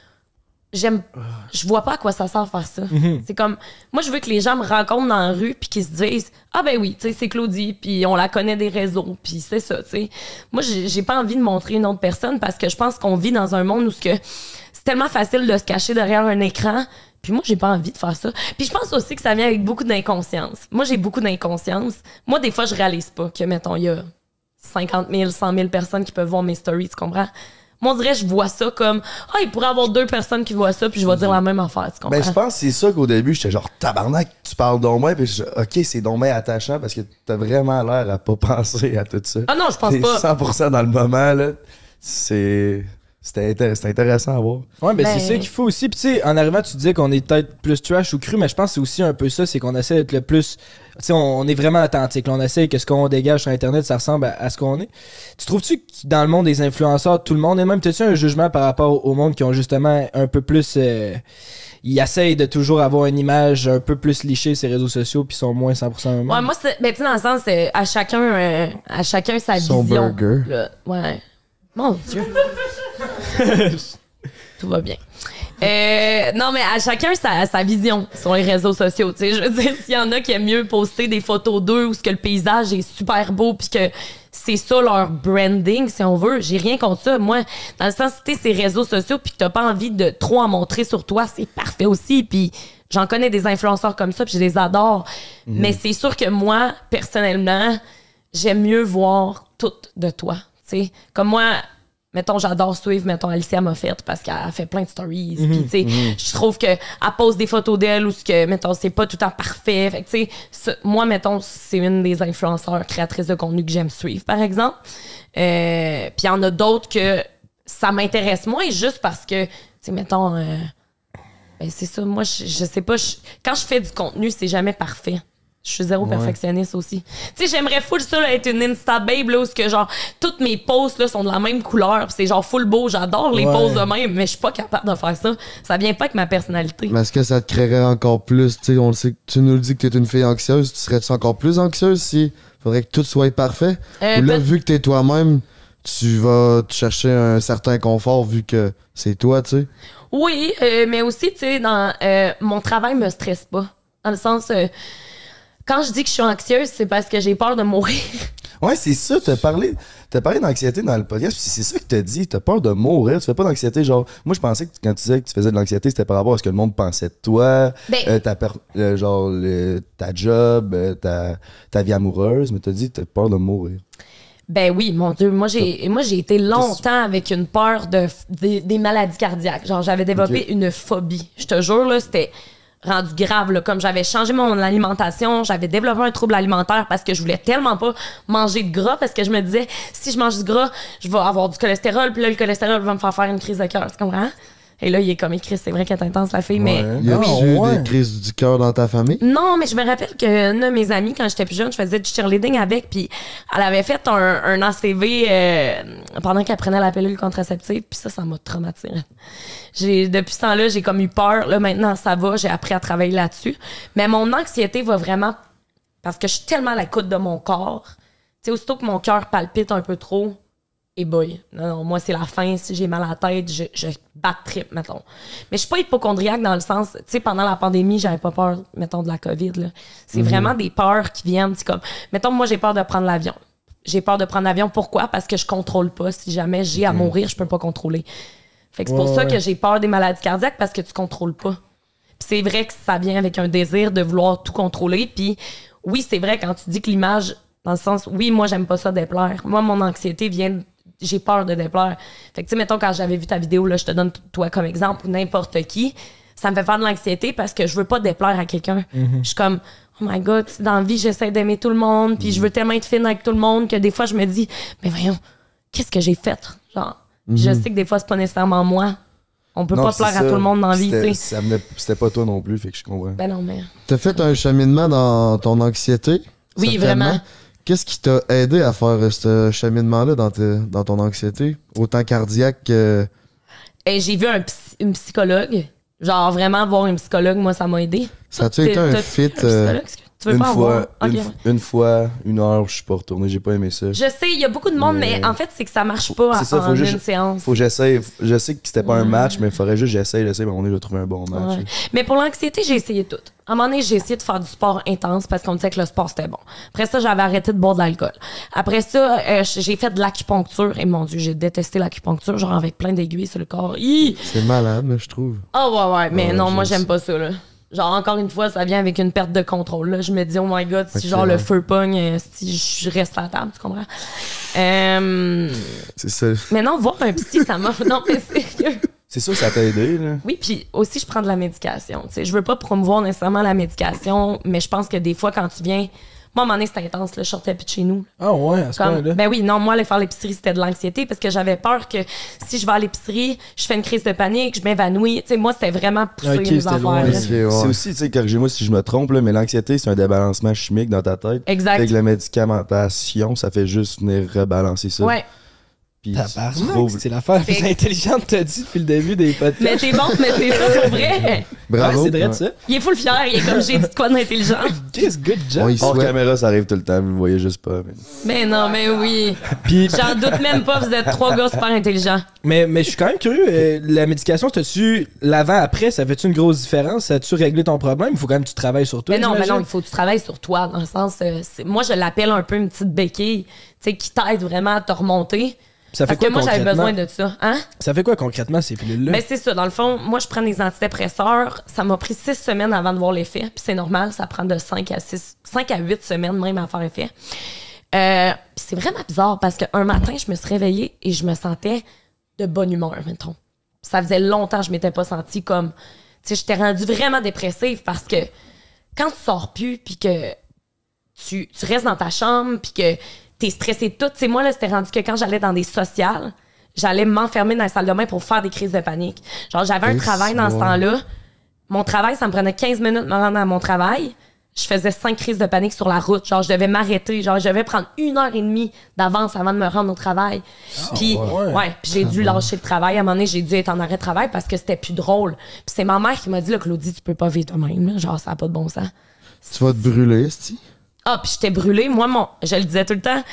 j'aime je vois pas à quoi ça sert faire ça. C'est comme moi je veux que les gens me rencontrent dans la rue puis qu'ils se disent ah ben oui, tu sais c'est Claudie puis on la connaît des réseaux puis c'est ça, tu sais. Moi j'ai j'ai pas envie de montrer une autre personne parce que je pense qu'on vit dans un monde où ce que c'est tellement facile de se cacher derrière un écran. Puis moi, j'ai pas envie de faire ça. Puis je pense aussi que ça vient avec beaucoup d'inconscience. Moi, j'ai beaucoup d'inconscience. Moi, des fois, je réalise pas que, mettons, il y a cinquante mille, cent mille personnes qui peuvent voir mes stories, tu comprends? Moi, on dirait je vois ça comme ah, il pourrait y avoir deux personnes qui voient ça, puis je vais dire la même affaire, tu comprends? Ben, je pense que c'est ça qu'au début, j'étais genre tabarnak, tu parles donc bien, puis je ok, c'est donc bien attachant parce que t'as vraiment l'air à pas penser à tout ça. Ah non, je pense T'es pas. cent pour cent dans le moment, là. C'est. C'était intér- c'était intéressant à voir. Ouais, ben, Ben- c'est ça qu'il faut aussi. Puis tu sais, en arrivant, tu disais qu'on est peut-être plus trash ou cru, mais je pense que c'est aussi un peu ça, c'est qu'on essaie d'être le plus. Tu sais, on, on est vraiment authentique. Là. On essaie que ce qu'on dégage sur Internet, ça ressemble à, à ce qu'on est. Tu trouves-tu que dans le monde des influenceurs, tout le monde est même, t'as-tu un jugement par rapport au, au monde qui ont justement un peu plus. Euh, ils essayent de toujours avoir une image un peu plus lichée sur les réseaux sociaux, puis sont moins cent pour cent eux-mêmes? Ouais, moi, c'est, ben, tu sais, dans le sens, c'est à chacun, euh, à chacun sa Son vision. burger. Là. Ouais. Mon Dieu. Tout va bien. Euh, non, mais à chacun sa, sa vision sur les réseaux sociaux. Tu sais, je veux dire, s'il y en a qui aiment mieux poster des photos d'eux où ce que le paysage est super beau puis que c'est ça leur branding, si on veut, j'ai rien contre ça. Moi, dans le sens, si t'es ces réseaux sociaux puis que t'as pas envie de trop en montrer sur toi, c'est parfait aussi. Puis j'en connais des influenceurs comme ça puis je les adore. Mais c'est sûr que moi, personnellement, j'aime mieux voir tout de toi. Tu sais, comme moi, mettons, j'adore suivre, mettons, Alicia Moffett parce qu'elle fait plein de stories. Puis, tu sais, je trouve qu'elle pose des photos d'elle où, ce que, mettons, c'est pas tout le temps parfait. Fait que, tu sais, ça- moi, mettons, c'est une des influenceurs créatrices de contenu que j'aime suivre, par exemple. Euh, Puis, il y en a d'autres que ça m'intéresse moins juste parce que, tu sais, mettons, euh, ben, c'est ça. Moi, je, je sais pas, je- quand je fais du contenu, c'est jamais parfait. Je suis zéro perfectionniste aussi. Tu sais, j'aimerais full ça, là, être une Insta babe, là, où ce que, genre, toutes mes posts, là, sont de la même couleur, pis c'est genre full beau, j'adore les Ouais. posts de même, mais je suis pas capable de faire ça. Ça vient pas avec ma personnalité. Mais est-ce que ça te créerait encore plus? Tu sais, on le sait, tu nous le dis que t'es une fille anxieuse, tu serais-tu encore plus anxieuse si faudrait que tout soit parfait? Euh, Ou là, peut- vu que t'es toi-même, tu vas te chercher un certain confort vu que c'est toi, tu sais? Oui, euh, mais aussi, tu sais, dans euh, mon travail me stresse pas. Dans le sens, euh, quand je dis que je suis anxieuse, c'est parce que j'ai peur de mourir. Ouais, c'est ça, t'as parlé, t'as parlé d'anxiété dans le podcast, puis c'est ça que t'as dit, t'as peur de mourir, tu fais pas d'anxiété, genre, moi je pensais que quand tu disais que tu faisais de l'anxiété, c'était par rapport à ce que le monde pensait de toi, Ben- euh, ta per- euh, genre, le- ta job, euh, ta, ta vie amoureuse, mais t'as dit t'as peur de mourir. Ben oui, mon Dieu. Moi, j'ai, moi, j'ai été longtemps avec une peur de, des, des maladies cardiaques. Genre, j'avais développé Ok. une phobie. Je te jure, là, c'était rendu grave, là. Comme j'avais changé mon alimentation, j'avais développé un trouble alimentaire parce que je voulais tellement pas manger de gras parce que je me disais, si je mange du gras, je vais avoir du cholestérol, puis là, le cholestérol va me faire faire une crise de cœur. Tu comprends? Et là, il est comme écrit, c'est vrai qu'elle est intense, la fille, mais... Ouais. Y a Ah, eu ouais. des crises du cœur dans ta famille? Non, mais je me rappelle que une de mes amies, quand j'étais plus jeune, je faisais du cheerleading avec, puis elle avait fait un, un A C V euh, pendant qu'elle prenait la pilule contraceptive, puis ça, ça m'a traumatisé. J'ai, depuis ce temps-là, j'ai comme eu peur. Là, maintenant, ça va, j'ai appris à travailler là-dessus. Mais mon anxiété va vraiment... Parce que je suis tellement à l'écoute de mon corps. Tu sais, aussitôt que mon cœur palpite un peu trop... Et boy, non, non, moi, c'est la fin. Si j'ai mal à la tête, je, je batte trip, mettons. Mais je suis pas hypochondriaque dans le sens, tu sais, pendant la pandémie, j'avais pas peur, mettons, de la COVID, là. C'est vraiment des peurs qui viennent, c'est comme, mettons, moi, j'ai peur de prendre l'avion. J'ai peur de prendre l'avion. Pourquoi? Parce que je contrôle pas. Si jamais j'ai à mourir, je peux pas contrôler. Fait que c'est pour Ouais, ça ouais. que j'ai peur des maladies cardiaques parce que tu contrôles pas. Puis c'est vrai que ça vient avec un désir de vouloir tout contrôler. Puis oui, c'est vrai quand tu dis que l'image, dans le sens, oui, moi, j'aime pas ça déplaire. Moi, mon anxiété vient de j'ai peur de déplaire. Fait que, tu sais, mettons, quand j'avais vu ta vidéo, là, je te donne t- toi comme exemple, ou n'importe qui, ça me fait faire de l'anxiété parce que je veux pas déplaire à quelqu'un. Je suis comme, oh my God, dans la vie, j'essaie d'aimer tout le monde, puis je veux tellement être fine avec tout le monde que des fois, je me dis, mais voyons, qu'est-ce que j'ai fait? Genre, Puis je sais que des fois, c'est pas nécessairement moi. On peut Non, pas c'est plaire à ça. tout le monde dans la vie, C'était- tu sais. ça venait- C'était pas toi non plus, fait que je comprends. Ben non, mais. T'as fait un cheminement dans ton anxiété? Oui, certainement. vraiment. Qu'est-ce qui t'a aidé à faire euh, ce cheminement-là dans, te- dans ton anxiété? Autant cardiaque que... Et j'ai vu un psy- une psychologue. Genre, vraiment, voir une psychologue, moi, ça m'a aidé. Ça a-tu T'es- été un t'as- fit, un euh, psychologue, est-ce que tu veux Une pas fois, avoir? Ok, une, ouais. une fois, une heure, je suis pas retourné, j'ai pas aimé ça. Je sais, il y a beaucoup de monde, mais, Mais- en fait, c'est que ça marche pas C'est ça, en faut juste- une séance. Faut que j'essaye. Je sais que c'était pas un match, mais il faudrait juste que j'essaye, j'essaye, mais on est de trouver un bon match. Ouais. Mais pour l'anxiété, j'ai essayé tout. À un moment donné, j'ai essayé de faire du sport intense parce qu'on me disait que le sport, c'était bon. Après ça, j'avais arrêté de boire de l'alcool. Après ça, euh, j'ai fait de l'acupuncture. Et mon Dieu, j'ai détesté l'acupuncture, genre avec plein d'aiguilles sur le corps. Hi! C'est malade, là, je trouve. Ah ouais, ouais, mais Ouais, non, moi, je j'aime sais. pas ça, là. Genre, encore une fois, ça vient avec une perte de contrôle, là. Je me dis, oh my God, si Ok, genre le ouais. feu pogne, euh, si je reste à la table, tu comprends? Euh, C'est ça. mais non, voir un psy, ça m'a... Non, mais sérieux. C'est sûr que ça t'a aidé, là. Oui, puis aussi, je prends de la médication. Tu sais, je veux pas promouvoir nécessairement la médication, mais je pense que des fois, quand tu viens... Moi, à un moment donné, c'était intense, là, je sortais plus de chez nous. Ah ouais, à ce Comme, point-là. ben oui, non, moi, aller faire l'épicerie, c'était de l'anxiété parce que j'avais peur que si je vais à l'épicerie, je fais une crise de panique, je m'évanouis. Tu sais, moi, c'était vraiment poussé Ok, mes c'était affaires. loin. là. Ok, ouais. C'est aussi, tu sais, corrigez-moi si je me trompe, là, mais l'anxiété, c'est un débalancement chimique dans ta tête. Exact. Avec la médicamentation, ça fait juste venir rebalancer ça. Ouais. Puis tu Tabarnak, trouves- c'est l'affaire la plus C'est- intelligente que t'as dit depuis le début des podcasts. Mais t'es bon, mais c'est ça pour vrai. Bravo. Ouais, c'est vrai de ça. Il est full fier, il est comme j'ai dit de quoi d'intelligent. Qu'est-ce good On job. y Hors souhaite. caméra, ça arrive tout le temps, vous le voyez juste pas. Mais... Mais non, mais oui. Puis, J'en doute même pas, vous êtes trois gars super intelligents. mais, mais je suis quand même curieux. euh, la médication, t'as-tu l'avant-après, ça fait-tu une grosse différence? Ça a-tu réglé ton problème? Il faut quand même que tu travailles sur toi. Mais non, mais j'imagine? non, il faut que tu travailles sur toi, dans le sens. euh, c'est- moi, je l'appelle un peu une petite béquille, tu sais, qui t'aide vraiment à te remonter. Ça fait Parce quoi que moi, j'avais concrètement? besoin de ça. Hein? Ça fait quoi concrètement ces pilules-là? Ben, c'est ça. Dans le fond, moi, je prends des antidépresseurs. Ça m'a pris six semaines avant de voir l'effet. Puis c'est normal, ça prend de cinq à six, cinq à huit semaines même à faire effet. Euh, puis c'est vraiment bizarre parce qu'un matin, je me suis réveillée et je me sentais de bonne humeur, mettons. Ça faisait longtemps que je m'étais pas sentie comme... Tu sais, j'étais rendue vraiment dépressive parce que quand tu sors plus puis que tu, tu restes dans ta chambre puis que t'es stressé de tout. Tu sais, moi, là, c'était rendu que quand j'allais dans des sociales, j'allais m'enfermer dans la salle de bain pour faire des crises de panique. Genre, j'avais un Et travail dans ce c'est temps-là. Mon travail, ça me prenait quinze minutes de me rendre à mon travail. Je faisais cinq crises de panique sur la route. Genre, je devais m'arrêter. Genre, je devais prendre une heure et demie d'avance avant de me rendre au travail. Puis, ouais. ouais, puis j'ai dû lâcher le travail. À un moment donné, j'ai dû être en arrêt de travail parce que c'était plus drôle. Puis c'est ma mère qui m'a dit, là, Claudie, tu peux pas vivre toi-même. là. Genre, ça n'a pas de bon sens. Tu vas te brûler, c'ti? Ah, puis j'étais brûlée. Moi, mon, je le disais tout le temps,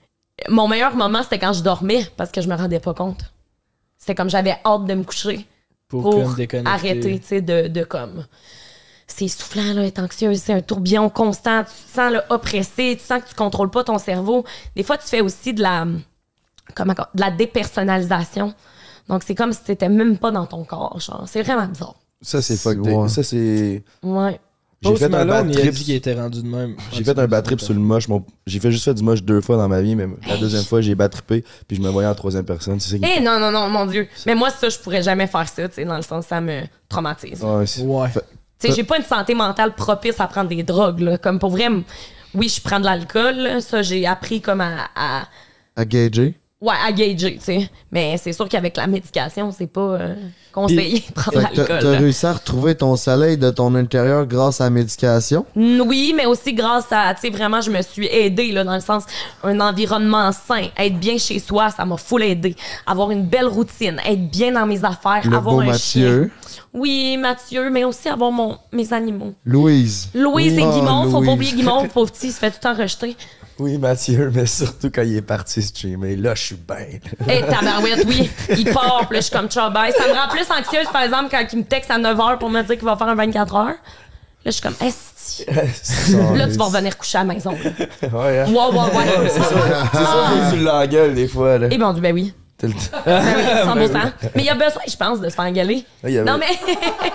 mon meilleur moment, c'était quand je dormais parce que je me rendais pas compte. C'était comme j'avais hâte de me coucher pour, pour comme déconnecter. arrêter, tu sais, de, de comme... c'est soufflant, là, être anxieux, c'est un tourbillon constant, tu te sens là, oppressé, tu sens que tu contrôles pas ton cerveau. Des fois, tu fais aussi de la, comment, de la dépersonnalisation. Donc, c'est comme si t'étais même pas dans ton corps, genre. C'est vraiment bizarre. Ça, c'est fuck. Ouais. Ça, c'est. Ouais. J'ai Post fait un Malone, bad il a trip. dit qu'il était rendu de même. J'ai fait un bad trip sur le moche. Mon... J'ai fait juste fait du moche deux fois dans ma vie, mais la deuxième fois, j'ai bad trippé, puis je me voyais en troisième personne. C'est ça qui. Eh non, non, non, mon Dieu. Mais moi, ça, je pourrais jamais faire ça, tu sais, dans le sens, ça me traumatise. Ouais, c'est- Ouais. Tu sais, j'ai pas une santé mentale propice à prendre des drogues, là. Comme pour vrai, m- oui, je prends de l'alcool, là. Ça, j'ai appris comme à, à À gager. ouais, à gager, tu sais. Mais c'est sûr qu'avec la médication, c'est pas euh, conseillé de prendre Fait que t'as- l'alcool. t'as là. réussi à retrouver ton soleil de ton intérieur grâce à la médication. Mm, Oui, mais aussi grâce à, tu sais, vraiment, je me suis aidée, là, dans le sens, un environnement sain, être bien chez soi, ça m'a full aidé. Avoir une belle routine, être bien dans mes affaires, Le avoir beau un Mathieu. chien. Oui, Mathieu, mais aussi avoir mon, mes animaux. Louise. Louise et Oh, Guimond, faut Louise. pas oublier Guimond, pauvre petit, il se fait tout le temps rejeter. Oui, Mathieu, mais surtout quand il est parti streamer. Là, je suis bien. Hé, tabarouette, oui, il part, puis là, je suis comme ciao, bye. Ça me rend plus anxieuse, par exemple, quand il me texte à neuf heures pour me dire qu'il va faire un vingt-quatre heures. Là, je suis comme, esti. Là, tu vas revenir coucher à la maison. Là. Ouais, hein? Ouais, ouais, ouais. C'est ça, faut que tu l'engueules des fois, là. Eh bon, ben oui. T'as le- Ben oui, cent pour cent. Mais il y a besoin, je pense, de se faire engueuler. Ah, il y avait- Non, mais.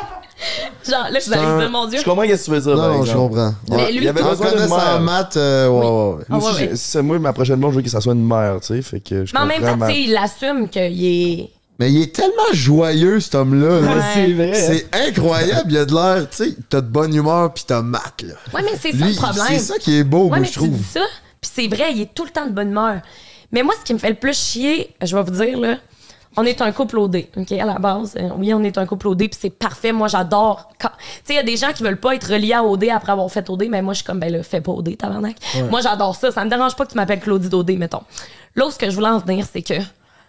Genre, là, vous allez un- me dire, mon Dieu. Je comprends ce que tu veux dire, Non, par non, je exemple. comprends. Mais Ouais. lui, il y avait En besoin d'une connaissant mère. Matt, euh, ouais, Oui. ouais, ouais. Ah, Moi, ouais, aussi, ouais. j'ai- c'est moi, ma prochaine blonde, je veux que ça soit une mère, tu sais. Fait que je Mais en même comprends temps, ma- tu sais, il assume qu'il est. Mais il est tellement joyeux, cet homme-là. là. Ouais. C'est vrai. C'est incroyable, il a de l'air, tu sais, t'as de bonne humeur pis t'as Matt, là. Ouais, mais c'est ça Lui, le problème. c'est ça qui est beau, Ouais, moi, mais je tu trouve. dis ça, puis c'est vrai, il est tout le temps de bonne humeur. Mais moi, ce qui me fait le plus chier, je vais vous dire, là, on est un couple O D, OK, à la base. Euh, Oui, on est un couple O D, puis c'est parfait. Moi, j'adore. quand- Tu sais, il y a des gens qui veulent pas être reliés à O D après avoir fait O D, mais moi, je suis comme, ben là, fais pas O D, tabarnak. Moi, j'adore ça. Ça me dérange pas que tu m'appelles Claudie d'O D, mettons. Là, ce que je voulais en venir, c'est que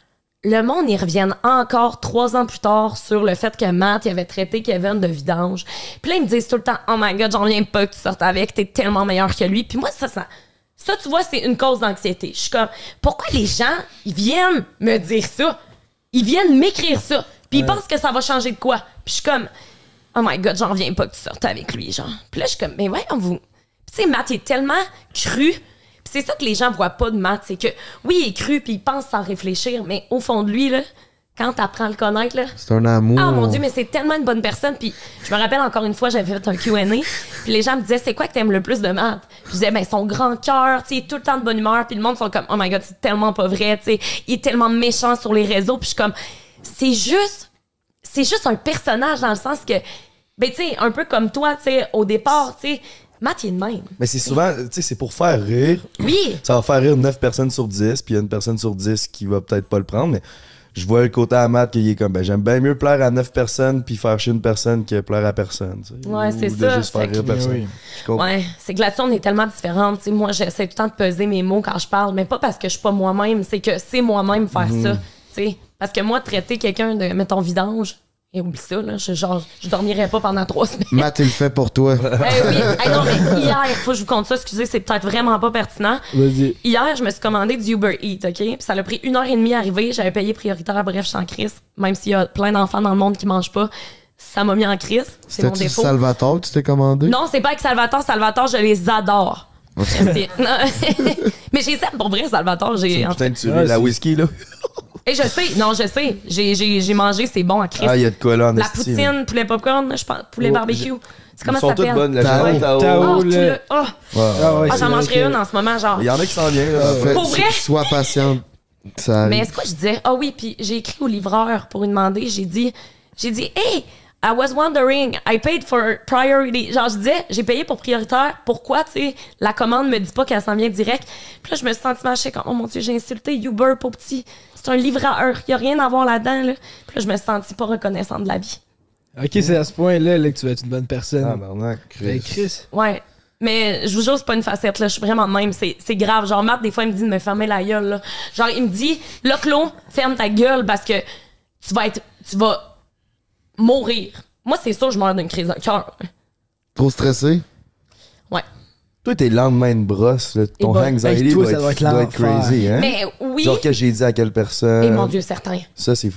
le monde y revienne encore trois ans plus tard sur le fait que Matt il avait traité Kevin de vidange. Puis là, ils me disent tout le temps, oh my god, j'en viens pas que tu sortes avec, t'es tellement meilleur que lui. Puis moi, ça, ça, ça, tu vois, c'est une cause d'anxiété. Je suis comme, pourquoi les gens, ils viennent me dire ça? Ils viennent m'écrire ça. Puis ils pensent que ça va changer de quoi? Puis je suis comme, oh my god, j'en reviens pas que tu sortes avec lui, genre. Puis là, je suis comme, mais voyons vous. Puis tu sais, Matt il est tellement cru. Puis c'est ça que les gens voient pas de Matt, c'est que oui, il est cru puis il pense sans réfléchir, mais au fond de lui là, quand t'apprends à le connaître là, C'est un amour. ah mon Dieu, mais c'est tellement une bonne personne. Puis je me rappelle encore une fois, j'avais fait un Q and A, puis les gens me disaient c'est quoi que t'aimes le plus de Matt? Puis je disais ben son grand cœur, tu sais, il est tout le temps de bonne humeur, puis le monde sont comme oh my god, c'est tellement pas vrai, tu sais, il est tellement méchant sur les réseaux, puis je suis comme c'est juste c'est juste un personnage dans le sens que ben tu sais, un peu comme toi, tu sais, au départ, tu sais, Matt il est de même. Mais c'est souvent, tu sais, c'est pour faire rire. Oui. Ça va faire rire neuf personnes sur dix, puis il y a une personne sur dix qui va peut-être pas le prendre, mais je vois le côté à Matt qu'il est comme, ben j'aime bien mieux plaire à neuf personnes puis faire chier une personne que plaire à personne, tu sais. Ouais, c'est Ou de ça. juste faire Fait rire que- personne. Oui. Je comprends. Ouais, c'est que là-dessus, on est tellement différentes. Tu sais, moi, j'essaie tout le temps de peser mes mots quand je parle, mais pas parce que je suis pas moi-même, c'est que c'est moi-même faire ça. Tu sais, parce que moi, traiter quelqu'un de, mettons, vidange, et oublie ça, là, je, genre, je dormirais pas pendant trois semaines. Matt, il le fait pour toi. Eh oui, hey, non, mais hier, faut que je vous conte ça, excusez, c'est peut-être vraiment pas pertinent. Vas-y. Hier, je me suis commandé du Uber Eats, OK? Puis ça a pris une heure et demie à arriver. J'avais payé prioritaire, bref, je suis en crise. Même s'il y a plein d'enfants dans le monde qui mangent pas, ça m'a mis en crise. C'est mon C'était-tu du défaut. Salvatore que tu t'es commandé? Non, c'est pas avec Salvatore. Salvatore, je les adore. C'est- non. Mais j'ai ça pour vrai, Salvatore. J'ai... Putain, tu Ah, la c'est- whisky, là. Et je sais, non, je sais. J'ai, j'ai, j'ai mangé, c'est bon à Christ. Ah, il y a de quoi là en La esti, là. poutine, poulet popcorn, je pense, poulet Oh, barbecue. C'est comment Ils ça sont toutes s'appelle? bonnes, la Tao. journée Tao. Tao. Oh, le- tu l'as- oh. Ouais. Ah ouais, Ah, c'est j'en vrai mangerai que- une en ce moment, genre. Il y en a qui s'en viennent, là. Fait- Pour vrai? Sois patiente. Ça Mais arrive. est-ce que je disais, ah oui, puis j'ai écrit au livreur pour lui demander, j'ai dit, j'ai dit, hey, I was wondering, I paid for priority. Genre, je disais, j'ai payé pour prioritaire. Pourquoi, tu sais, la commande me dit pas qu'elle s'en vient direct? Puis là, je me suis sentie mâchée comme, oh mon Dieu, j'ai insulté Uber, pauvre petit. C'est un livreur. Il y a rien à voir là-dedans, là. Puis là, je me suis sentie pas reconnaissante de la vie. Ok, c'est à ce point-là là, que tu vas être une bonne personne. Ah, barnac, Ben, Chris. Chris. Ouais. Mais je vous jure, c'est pas une facette, là. Je suis vraiment de même. C'est, c'est grave. Genre, Matt, des fois, il me dit de me fermer la gueule, là. Genre, il me dit, là, Claude, ferme ta gueule parce que tu vas être, tu vas mourir. Moi, c'est sûr, je meurs d'une crise de cœur. Trop stressé? Ouais. Toi, tes lendemains de brosse, là, ton ben, anxiety hey, toi, doit, ça être, doit être doit être l'enfer. crazy, hein? Mais oui. Genre que j'ai dit à quelle personne. Et mon Dieu, certain. Ça, c'est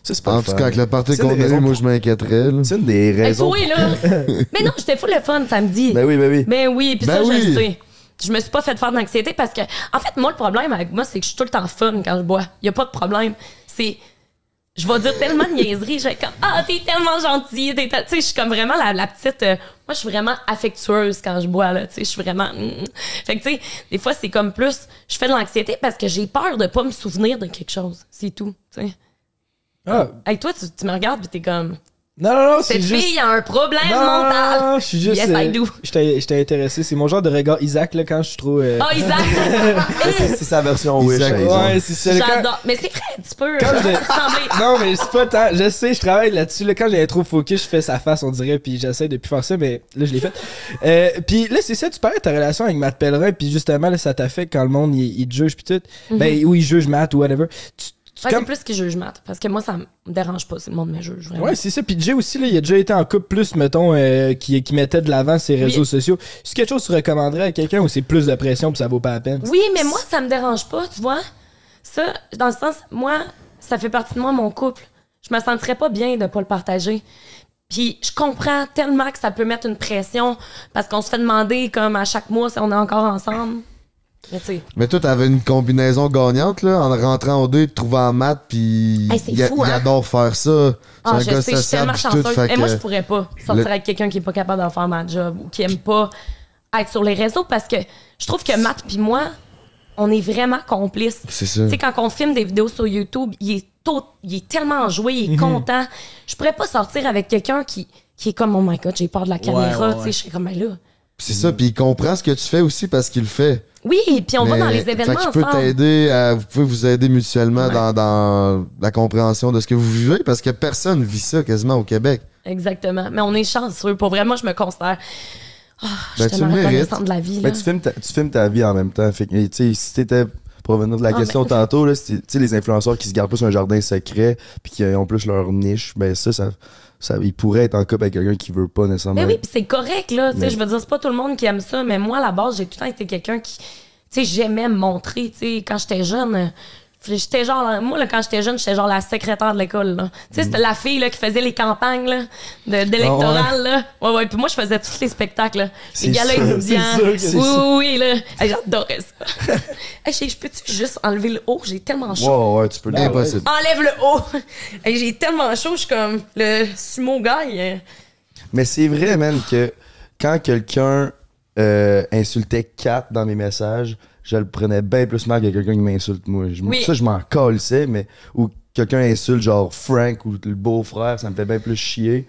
Ça, c'est pas En le tout fun. cas, avec le party C'est qu'on une a raison eu, moi, pour- je m'inquiéterais. là. C'est une des Hey, raisons. toi, là. Mais non, j'étais full le fun samedi. Ben oui, ben oui. Ben oui, puis Ben ça, je oui. le sais. Je me suis pas fait faire d'anxiété parce que, en fait, moi, le problème avec moi, c'est que je suis tout le temps fun quand je bois. Y a pas de problème. C'est. Je vais dire tellement de niaiseries. Je vais être comme, ah, t'es tellement gentille. Tu sais, je suis comme vraiment la, la petite. euh, moi, je suis vraiment affectueuse quand je bois, là. Tu sais, je suis vraiment. mm. Fait que, tu sais, des fois, c'est comme plus. Je fais de l'anxiété parce que j'ai peur de pas me souvenir de quelque chose. C'est tout, tu sais. Ah. Hey, toi, tu, tu me regardes pis t'es comme. Non, non, non, c'est Cette juste... fille a un problème Non, non, mental. non, non, je suis juste... Yes, I do. J'étais j'étais intéressé. C'est mon genre de regard Isaac, là, quand je suis trop... euh, Oh, Isaac! C'est c'est sa version Wish, Isaac. par exemple. Ouais, c'est ça. Quand- J'adore. Mais c'est vrai, tu peux Quand je- ressembler. Non, mais c'est pas tant. Je sais, je travaille là-dessus. Là. Quand j'ai trop focus, je fais sa face, on dirait, puis j'essaie de plus faire ça, mais là, je l'ai fait. Euh, puis là, c'est ça, tu parlais de ta relation avec Matt Pellerin, puis justement, là, ça t'affecte quand le monde, il, il te juge, puis tout. Ben, ou il juge Matt, ou whatever. Tu, tu Ouais, comme- c'est plus qu'il juge Matt. Parce que moi, ça me dérange pas si le monde me juge, vraiment. Ouais, c'est ça. Puis Jay aussi, là, il a déjà été en couple plus, mettons, euh, qui, qui mettait de l'avant ses réseaux Oui. sociaux. C'est quelque chose que tu recommanderais à quelqu'un ou c'est plus de pression puis ça vaut pas la peine? Oui, mais moi, ça me dérange pas, tu vois. Ça, dans le sens, moi, ça fait partie de moi, mon couple. Je me sentirais pas bien de pas le partager. Puis je comprends tellement que ça peut mettre une pression parce qu'on se fait demander, comme à chaque mois, si on est encore ensemble. Mais tu sais, Mais toi, t'avais une combinaison gagnante, là, en rentrant au deux, te trouvant en maths, pis Hey, c'est il, a- fou, il hein? adore faire ça. ah, C'est je un gars sais, je suis sociable tellement pis tout, chanceuse. fait Et moi, que- je pourrais pas sortir le- avec quelqu'un qui est pas capable de faire ma job ou qui aime pas être sur les réseaux parce que je trouve que Matt puis moi, on est vraiment complices. C'est ça. Tu sais, quand on filme des vidéos sur YouTube, il est, tout, il est tellement enjoué, il est content. Je pourrais pas sortir avec quelqu'un qui, qui est comme, oh my god, j'ai peur de la caméra. ouais, Tu sais, ouais. je serais comme, ben là. C'est ça, puis il comprend ce que tu fais aussi parce qu'il le fait. Oui, puis on va Mais- dans les fait événements qu'il peut ensemble. t'aider, à- vous pouvez vous aider mutuellement Ouais. dans, dans la compréhension de ce que vous vivez parce que personne vit ça quasiment au Québec. Exactement. Mais on est chanceux. Pour vrai, moi, je me considère. Ah, je Ben, suis tu tellement le mérites. reconnaissante de la vie. Mais Là. tu filmes, ta, tu filmes ta vie en même temps. Fait que, tu sais, si t'étais. Pour revenir de la Ah, question mais- tantôt, là, c'est- tu sais, les influenceurs qui se gardent plus un jardin secret puis qui ont plus leur niche, ben ça, ça, ça ils pourraient être en couple avec quelqu'un qui veut pas nécessairement. Mais oui, puis c'est correct, là. Tu sais, Mais- je veux dire, c'est pas tout le monde qui aime ça, mais moi, à la base, j'ai tout le temps été quelqu'un qui. Tu sais, j'aimais me montrer. Tu sais, quand j'étais jeune, euh, j'étais genre. Moi, là, quand j'étais jeune, j'étais genre la secrétaire de l'école, là. Tu sais, c'était la fille, là, qui faisait les campagnes, là, de- d'électorales, là. Ouais, ouais. Puis moi, je faisais tous les spectacles, là. C'est Les galas sûr, étudiants. c'est sûr que c'est Oui, ça. oui, oui, là. Hey, j'adorais ça. Hey, je je peux-tu juste enlever le haut? J'ai tellement chaud. Ouais, ouais, tu peux le Impossible. Enlève le haut! Hey, j'ai tellement chaud, je suis comme le sumo guy. euh. Mais c'est vrai, man, que quand quelqu'un euh, insultait Kat dans mes messages, je le prenais bien plus mal que quelqu'un qui m'insulte moi. Je- Oui. Ça, je m'en calissais, mais ou quelqu'un insulte genre Frank ou le beau-frère, ça me fait bien plus chier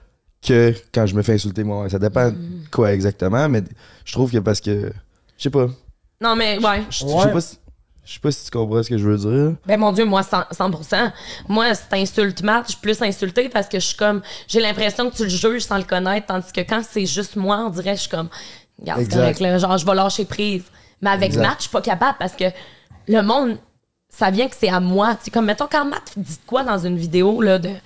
que quand je me fais insulter moi. Ça dépend de quoi exactement, mais je trouve que parce que. Je sais pas. Non, mais ouais. Je je Ouais. sais pas si. Je sais pas si tu comprends ce que je veux dire. Ben mon Dieu, moi, cent cent pour cent. Moi, si t'insultes Matt, je suis plus insultée parce que je suis comme. J'ai l'impression que tu le juges sans le connaître, tandis que quand c'est juste moi, on dirait que je suis comme. Regarde, c'est Exact. correct, là. Genre, je vais lâcher prise. Mais avec Exact. Matt, je suis pas capable parce que le monde, ça vient que c'est à moi. C'est comme, mettons, quand Matt dit quoi dans une vidéo, là, de,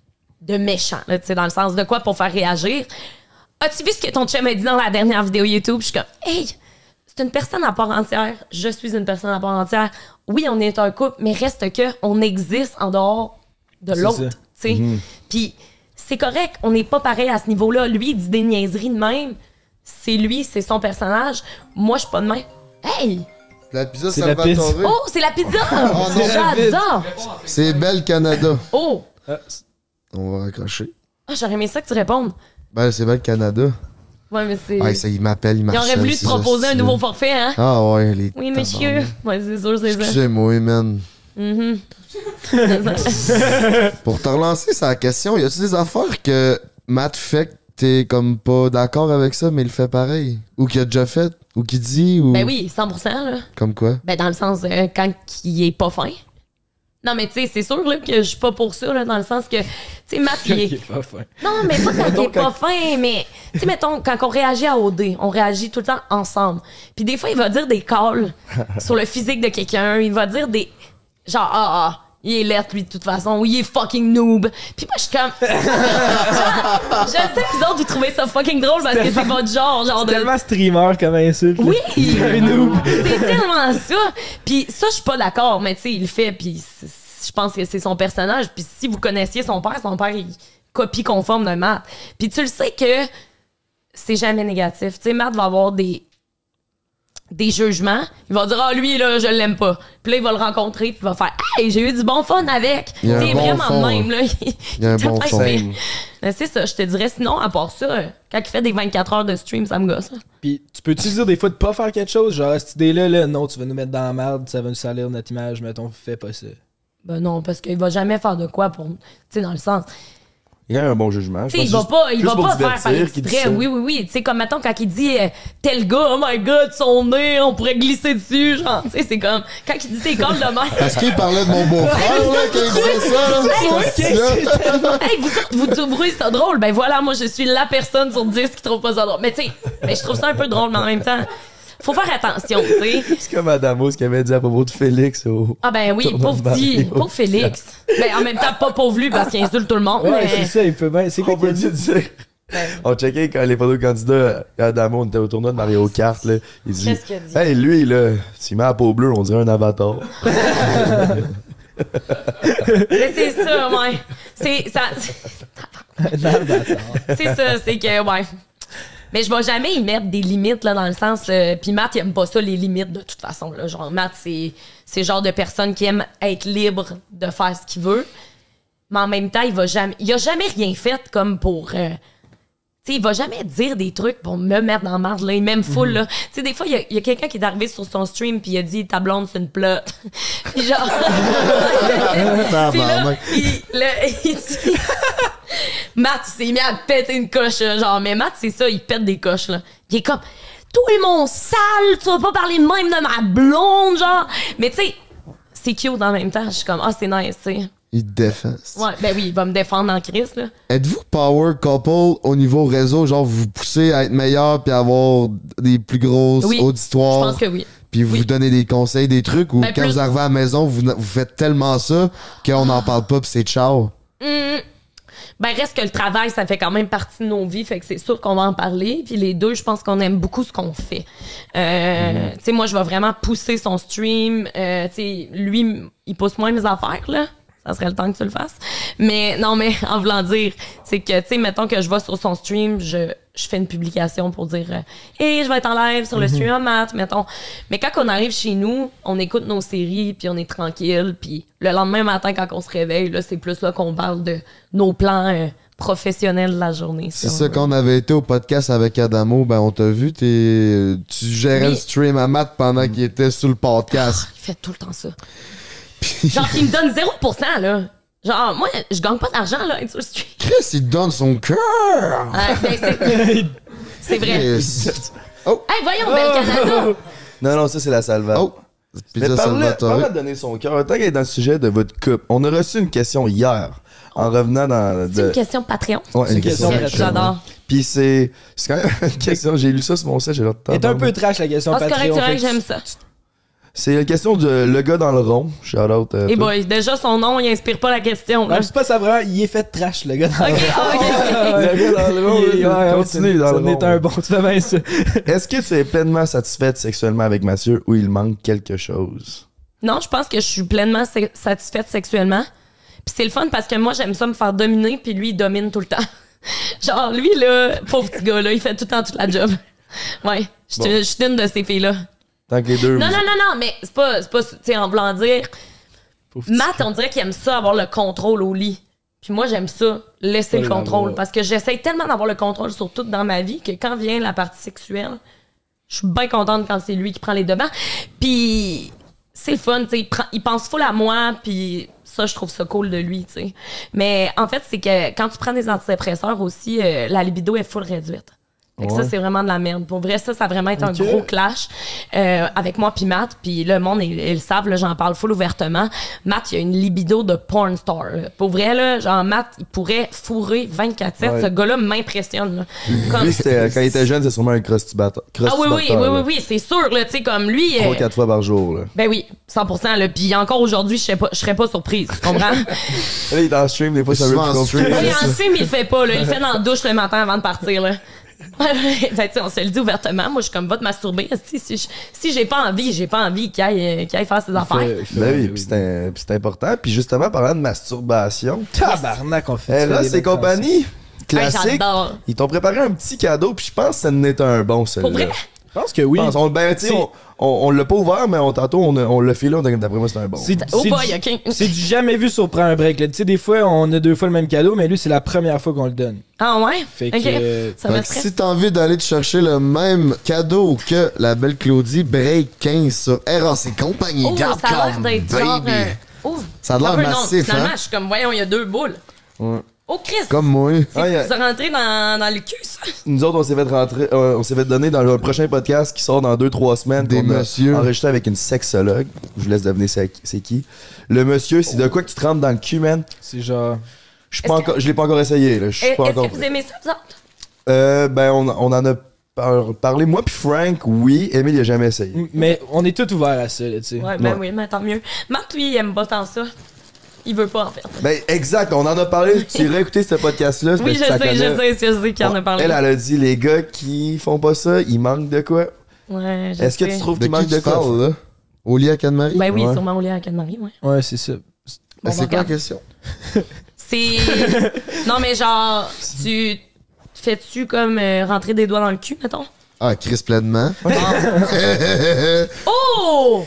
de méchant, là, tu sais, dans le sens de quoi pour faire réagir. As-tu vu ce que ton chum a dit dans la dernière vidéo YouTube? Je suis comme, hey! C'est une personne à part entière. Je suis une personne à part entière. Oui, on est un couple, mais reste que on existe en dehors de C'est l'autre. ça. Tu sais. Puis c'est correct, on n'est pas pareil à ce niveau-là. Lui, il dit des niaiseries de même. C'est lui, c'est son personnage. Moi, je suis pas de même. Hey! La pizza C'est la Salvatore. Oh, c'est la pizza! non. J'adore! C'est Belle Canada. Oh! On va raccrocher. Ah, j'aurais aimé ça que tu répondes. Ben, c'est Belle Canada. Ouais, mais c'est. Ouais, ça, il m'appelle, il Ils m'harcèle. auraient voulu te ces proposer un hosties-là. nouveau forfait, hein? Ah ouais, les Oui, monsieur. Ouais, c'est sûr, c'est ça. Excusez-moi, man. Mhm. Pour te relancer sur la question, y a-tu des affaires que Matt fait que t'es comme pas d'accord avec ça, mais il fait pareil? Ou qu'il a déjà fait? Ou qu'il dit? Ou... Ben oui, cent pour cent, là. Comme quoi? Ben, dans le sens, euh, quand il est pas fin. Non, mais tu sais, c'est sûr là, que je suis pas pour ça, là, dans le sens que, tu sais, Matt, il est... pas fin. Non, mais pas quand il est pas fin, mais, tu sais, mettons, quand on réagit à O D, on réagit tout le temps ensemble. Puis des fois, il va dire des calls sur le physique de quelqu'un, il va dire des... Genre, ah, ah, il est lettre, lui, de toute façon, ou il est fucking noob. Puis moi, je suis comme... je sais que les autres, vous trouvez ça fucking drôle parce que c'est votre genre, genre de... Tellement streamer comme insulte. là. Oui! Un noob. C'est tellement ça. Puis ça, je suis pas d'accord, mais tu sais, il le fait, puis c'est- je pense que c'est son personnage. Puis si vous connaissiez son père, son père, il copie conforme de Matt. Puis tu le sais que c'est jamais négatif. Tu sais, Matt va avoir des des jugements. Il va dire « Ah, lui, là, je l'aime pas. » Puis là, il va le rencontrer, puis il va faire « Hey, j'ai eu du bon fun avec. » Tu sais, bon vraiment fond, de même, là. Il y a un bon fond. Ben, c'est ça, je te dirais. Sinon, à part ça, quand il fait des vingt-quatre heures de stream, ça me gosse. Puis tu peux-tu dire des fois de pas faire quelque chose? Genre, cette idée-là, là, non, tu vas nous mettre dans la merde, ça va nous salir notre image, mettons, fais pas ça. Ben non, parce qu'il va jamais faire de quoi pour... Tu sais, dans le sens... Il y a un bon jugement. Tu sais, il va pas, il va pas faire par exprès. Oui, oui, oui. Tu sais, comme mettons, quand il dit euh, tel gars, oh my god, son nez, on pourrait glisser dessus. Genre, tu sais, c'est comme. Quand il dit tes cordes de mer. Parce qu'il parlait de mon beau-frère, là, quand il disait ça, là. Hey, vous, vous trouvez ça drôle? Ben voilà, moi, je suis la personne sur dix qui trouve pas ça drôle. Mais tu sais, ben, je trouve ça un peu drôle, mais en même temps. Faut faire attention, tu sais. C'est comme Adamo, ce qu'il avait dit à propos de Félix. Au... Ah ben oui, pauvre petit, pauvre Félix. Ben en même temps, pas pauvre lui parce qu'il insulte tout le monde. Ouais, mais... c'est ça, il peut bien. C'est quoi qu'on peut dire? On checkait quand les photos candidats à Adamo, on était au tournoi de Mario Kart, là. Il dit, Qu'est-ce qu'il a dit? Hey, lui, là, s'il met la peau bleue, on dirait un avatar. Mais c'est ça, ouais. C'est ça. Un avatar. C'est ça, c'est que, ouais. Mais je vais jamais y mettre des limites, là, dans le sens... Euh, puis Matt, il aime pas ça, les limites, de toute façon. Là. Genre, Matt, c'est, c'est le genre de personne qui aime être libre de faire ce qu'il veut. Mais en même temps, il va jamais... Il a jamais rien fait comme pour... Euh, tu sais, il va jamais dire des trucs pour me mettre dans la marde, là. Il m'aime full, là. Tu sais, des fois, il y a, il y a quelqu'un qui est arrivé sur son stream puis il a dit « Ta blonde, c'est une plotte. » Puis genre... puis là, il, là, il dit... Matt, il s'est mis à péter une coche, là, genre, mais Matt, c'est ça, il pète des coches, là. Il est comme, toi et mon sale, tu vas pas parler de même de ma blonde, genre. Mais tu sais, c'est cute en même temps. Je suis comme, ah, c'est nice, tu sais. Il te défend. Ouais, ben oui, il va me défendre en crise, là. Êtes-vous power couple au niveau réseau, genre vous vous poussez à être meilleur puis avoir des plus grosses oui, auditoires? Je pense que oui. Puis vous oui. vous donnez des conseils, des trucs, ou ben, quand plus... vous arrivez à la maison, vous, vous faites tellement ça qu'on n'en parle pas puis c'est ciao? Mmh. Ben, reste que le travail, ça fait quand même partie de nos vies, fait que c'est sûr qu'on va en parler. Puis les deux, je pense qu'on aime beaucoup ce qu'on fait. Euh, mmh. Tu sais, moi, je vais vraiment pousser son stream. Euh, tu sais, lui, il pousse moins mes affaires, là. Ça serait le temps que tu le fasses. Mais non, mais en voulant dire, c'est que, tu sais, mettons que je vais sur son stream, je, je fais une publication pour dire euh, « Hey, je vais être en live sur le mm-hmm. stream à Matt, mettons. » Mais quand on arrive chez nous, on écoute nos séries, puis on est tranquille. Puis le lendemain matin, quand on se réveille, là, c'est plus là qu'on parle de nos plans euh, professionnels de la journée. C'est ça, quand on avait été au podcast avec Adamo, ben on t'a vu, t'es, tu gérais oui. le stream à Matt pendant mm. qu'il était sur le podcast. Oh, il fait tout le temps ça. Genre, il me donne zéro pour cent, là. Genre, moi, je gagne pas d'argent, là, être sur le stream. Chris, il donne son cœur! Ah, ben, c'est... c'est vrai. Yes. Oh! Hey, voyons, Bel Canada! Non, non, ça, c'est la Salva. Oh! Mais parlez, parlez de donner son cœur. Tant qu'elle est dans le sujet de votre couple, on a reçu une question hier, en revenant dans... C'est de... une question Patreon? Ouais, c'est une question Patreon. J'adore. Puis c'est... C'est quand même une question... J'ai lu ça sur mon site, j'ai l'air de temps. C'est un peu trash, la question oh, Patreon. C'est correct, c'est vrai que j'aime ça. C'est la question de le gars dans le rond. Shout out. Et hey boy, déjà son nom, il inspire pas la question. Non, c'est pas ça vraiment, il est fait trash, le gars dans okay, le rond. Okay, okay. Le gars dans le rond, il, ouais, continue dans le rond. Ça un bon, tu fais bien ça. Est-ce que tu es pleinement satisfaite sexuellement avec Mathieu ou il manque quelque chose? Non, je pense que je suis pleinement se- satisfaite sexuellement. Puis c'est le fun parce que moi, j'aime ça me faire dominer, puis lui, il domine tout le temps. Genre, lui, là, pauvre petit gars, là, il fait tout le temps toute la job. Ouais, je bon. suis une de ces filles-là. Tant que les deux. Non, non, non, non, mais c'est pas, c'est pas, tu sais, en voulant dire. Matt, on dirait qu'il aime ça, avoir le contrôle au lit. Puis moi, j'aime ça, laisser oh, le contrôle. Parce que j'essaye tellement d'avoir le contrôle sur tout dans ma vie que quand vient la partie sexuelle, je suis bien contente quand c'est lui qui prend les devants. Puis c'est le fun, tu sais, il, prend, il pense full à moi, puis ça, je trouve ça cool de lui, tu sais. Mais en fait, c'est que quand tu prends des antidépresseurs aussi, euh, la libido est full réduite. Fait que ouais. Ça, c'est vraiment de la merde. Pour vrai, ça, ça a vraiment été okay. un gros clash euh, avec moi puis Matt. Puis le monde, ils, ils le savent, là, j'en parle full ouvertement. Matt, il a une libido de porn star. Là. Pour vrai, là, genre Matt, il pourrait fourrer vingt-quatre sept. Ouais. Ce gars-là m'impressionne. Là. Comme... Lui, c'était, quand il était jeune, c'est sûrement un crusty-batteur. Ah oui, oui, oui, oui, oui, c'est sûr. Tu sais, comme lui... Trois, quatre euh... fois par jour. Là. Ben oui, cent pour cent. Là. Puis encore aujourd'hui, je serais pas, je serais pas surprise. Tu comprends? Là, il est en stream, des fois, ça veut plus stream. Oui, en stream, il le fait pas. Là. Il le fait dans la douche le matin avant de partir. Là. Ben, tu sais, on se le dit ouvertement. Moi, je suis comme, va te masturber. Si, si, si, si j'ai pas envie, j'ai pas envie qu'il aille, qu'il aille faire ses affaires. Fait- fait- Ben oui, oui, puis c'est un- puis c'est important. Puis justement, parlant de masturbation, Tabarnak, on fait Eros et compagnie, Hey, classique, j'adore. ils t'ont préparé un petit cadeau, puis je pense que ça en est un bon, celui-là. Pour vrai? Je pense que oui. Je pense. On, ben, tu sais, C'est- on, on, on l'a pas ouvert, mais on, tantôt, on, a- on l'a fait là, on a- d'après moi, c'est un bon. C'est Oh c'est boy, du- ok. c'est du jamais vu sur Prends un break. là. Tu sais, des fois, on a deux fois le même cadeau, mais lui, c'est la première fois qu'on le donne. Ah ouais? Fait Ok. que. euh, Ça Fait me que stresse. si t'as envie d'aller te chercher le même cadeau que la belle Claudie, break quinze sur Eros et compagnie. Oh, ça a l'air d'être genre. baby. euh, oh, Ça a l'air un peu, non, massif, finalement, hein? je suis comme, voyons, il y a deux boules. Ouais. Oh, Chris! Comme moi. C'est Ah, y a- vous rentrez dans, dans le cul, ça? Nous autres, on s'est fait rentrer, euh, on s'est fait donner dans le prochain podcast qui sort dans deux trois semaines. Des qu'on a messieurs. enregistré avec une sexologue. Je vous laisse deviner c'est c'est qui. Le monsieur, c'est de quoi que tu te rentres dans le cul, man? C'est genre. Je suis pas Est-ce encore, je l'ai pas encore essayé, là. Je suis Est- pas Est-ce encore. que vous aimez ça, vous autres? Euh, ben, on, on en a par- parlé, moi puis Frank, oui. Emile, il a jamais essayé. Mais on est tous ouverts à ça, là, tu sais. Ouais, ben Ouais. oui, mais tant mieux. Marc, lui, il aime pas tant ça. Il veut pas, en fait. Ben, exact, on en a parlé. Tu irais écouter ce podcast-là. c'est Oui, parce je que ça sais, je connaît. sais, je sais qu'il en a parlé. Elle, elle a dit, les gars qui font pas ça, ils manquent de quoi? Ouais, je Est-ce que sais. tu trouves De qu'il qui manque de tu quoi? parles, là? Au lit à Cannes-Marie? Ben oui, Ouais. sûrement au lit à Canne-Marie, ouais. Ouais, c'est ça. Ben, Bon, c'est quoi la regarde. question? C'est. Non, mais genre, tu. Fais-tu comme euh, rentrer des doigts dans le cul, mettons? Ah, Chris pleinement. Oh!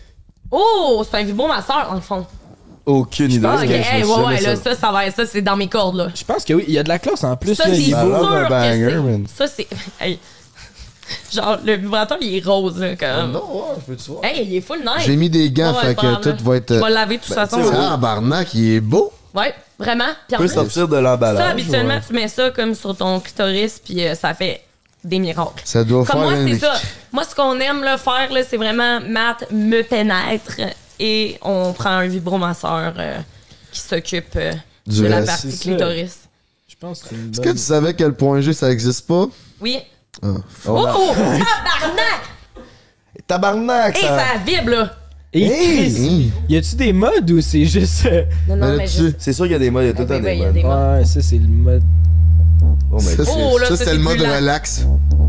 Oh! C'est un vibromasseur, dans le fond. Aucune idée. Ah, ok, Je me hey, suis ouais, jamais ouais, là, ça. ça, ça va, ça, c'est dans mes cordes, là. Je pense que oui, il y a de la classe en plus. Ça, là, c'est il est sûr beau. malade, un que banger, c'est. man. Ça, c'est. Hey. Genre, le vibrateur, il est rose, là, comme. Non, ouais, je peux-tu voir? Hey, il est full nice. J'ai mis des gants, Ouais, fait pas que grave, là. tout va être. Je vais le laver de toute façon. tu sais, Ah, barnac, il est beau. Ouais, vraiment. Puis en peut plus, sortir de l'emballage. ça, habituellement, ouais. tu mets ça comme sur ton clitoris, puis euh, ça fait des miracles. Ça doit Comme faire moi, une- c'est ça. Moi, ce qu'on aime là, faire, là, c'est vraiment Matt me pénètre et on prend un vibromasseur euh, qui s'occupe euh, Du de la reste, partie c'est ça. clitoris. Je pense que c'est une Est-ce que bonne. tu savais que le point G, ça existe pas? Oui. Ah. Oh, oh, tabarnak! Tabarnak, Et ça. ça vibre, là. Et Hey! Chris, Hum. y a-tu des modes ou c'est juste. euh, Non, non, Mais mais là-dessus, juste... C'est sûr qu'il y a des modes, il y a tout le Ah, temps oui, oui, des il y a modes. des modes. Ouais, ça, c'est le mode. Oh, mais ça, c'est Oh, là, ça, ça, c'est c'est le mode plus lent. relax.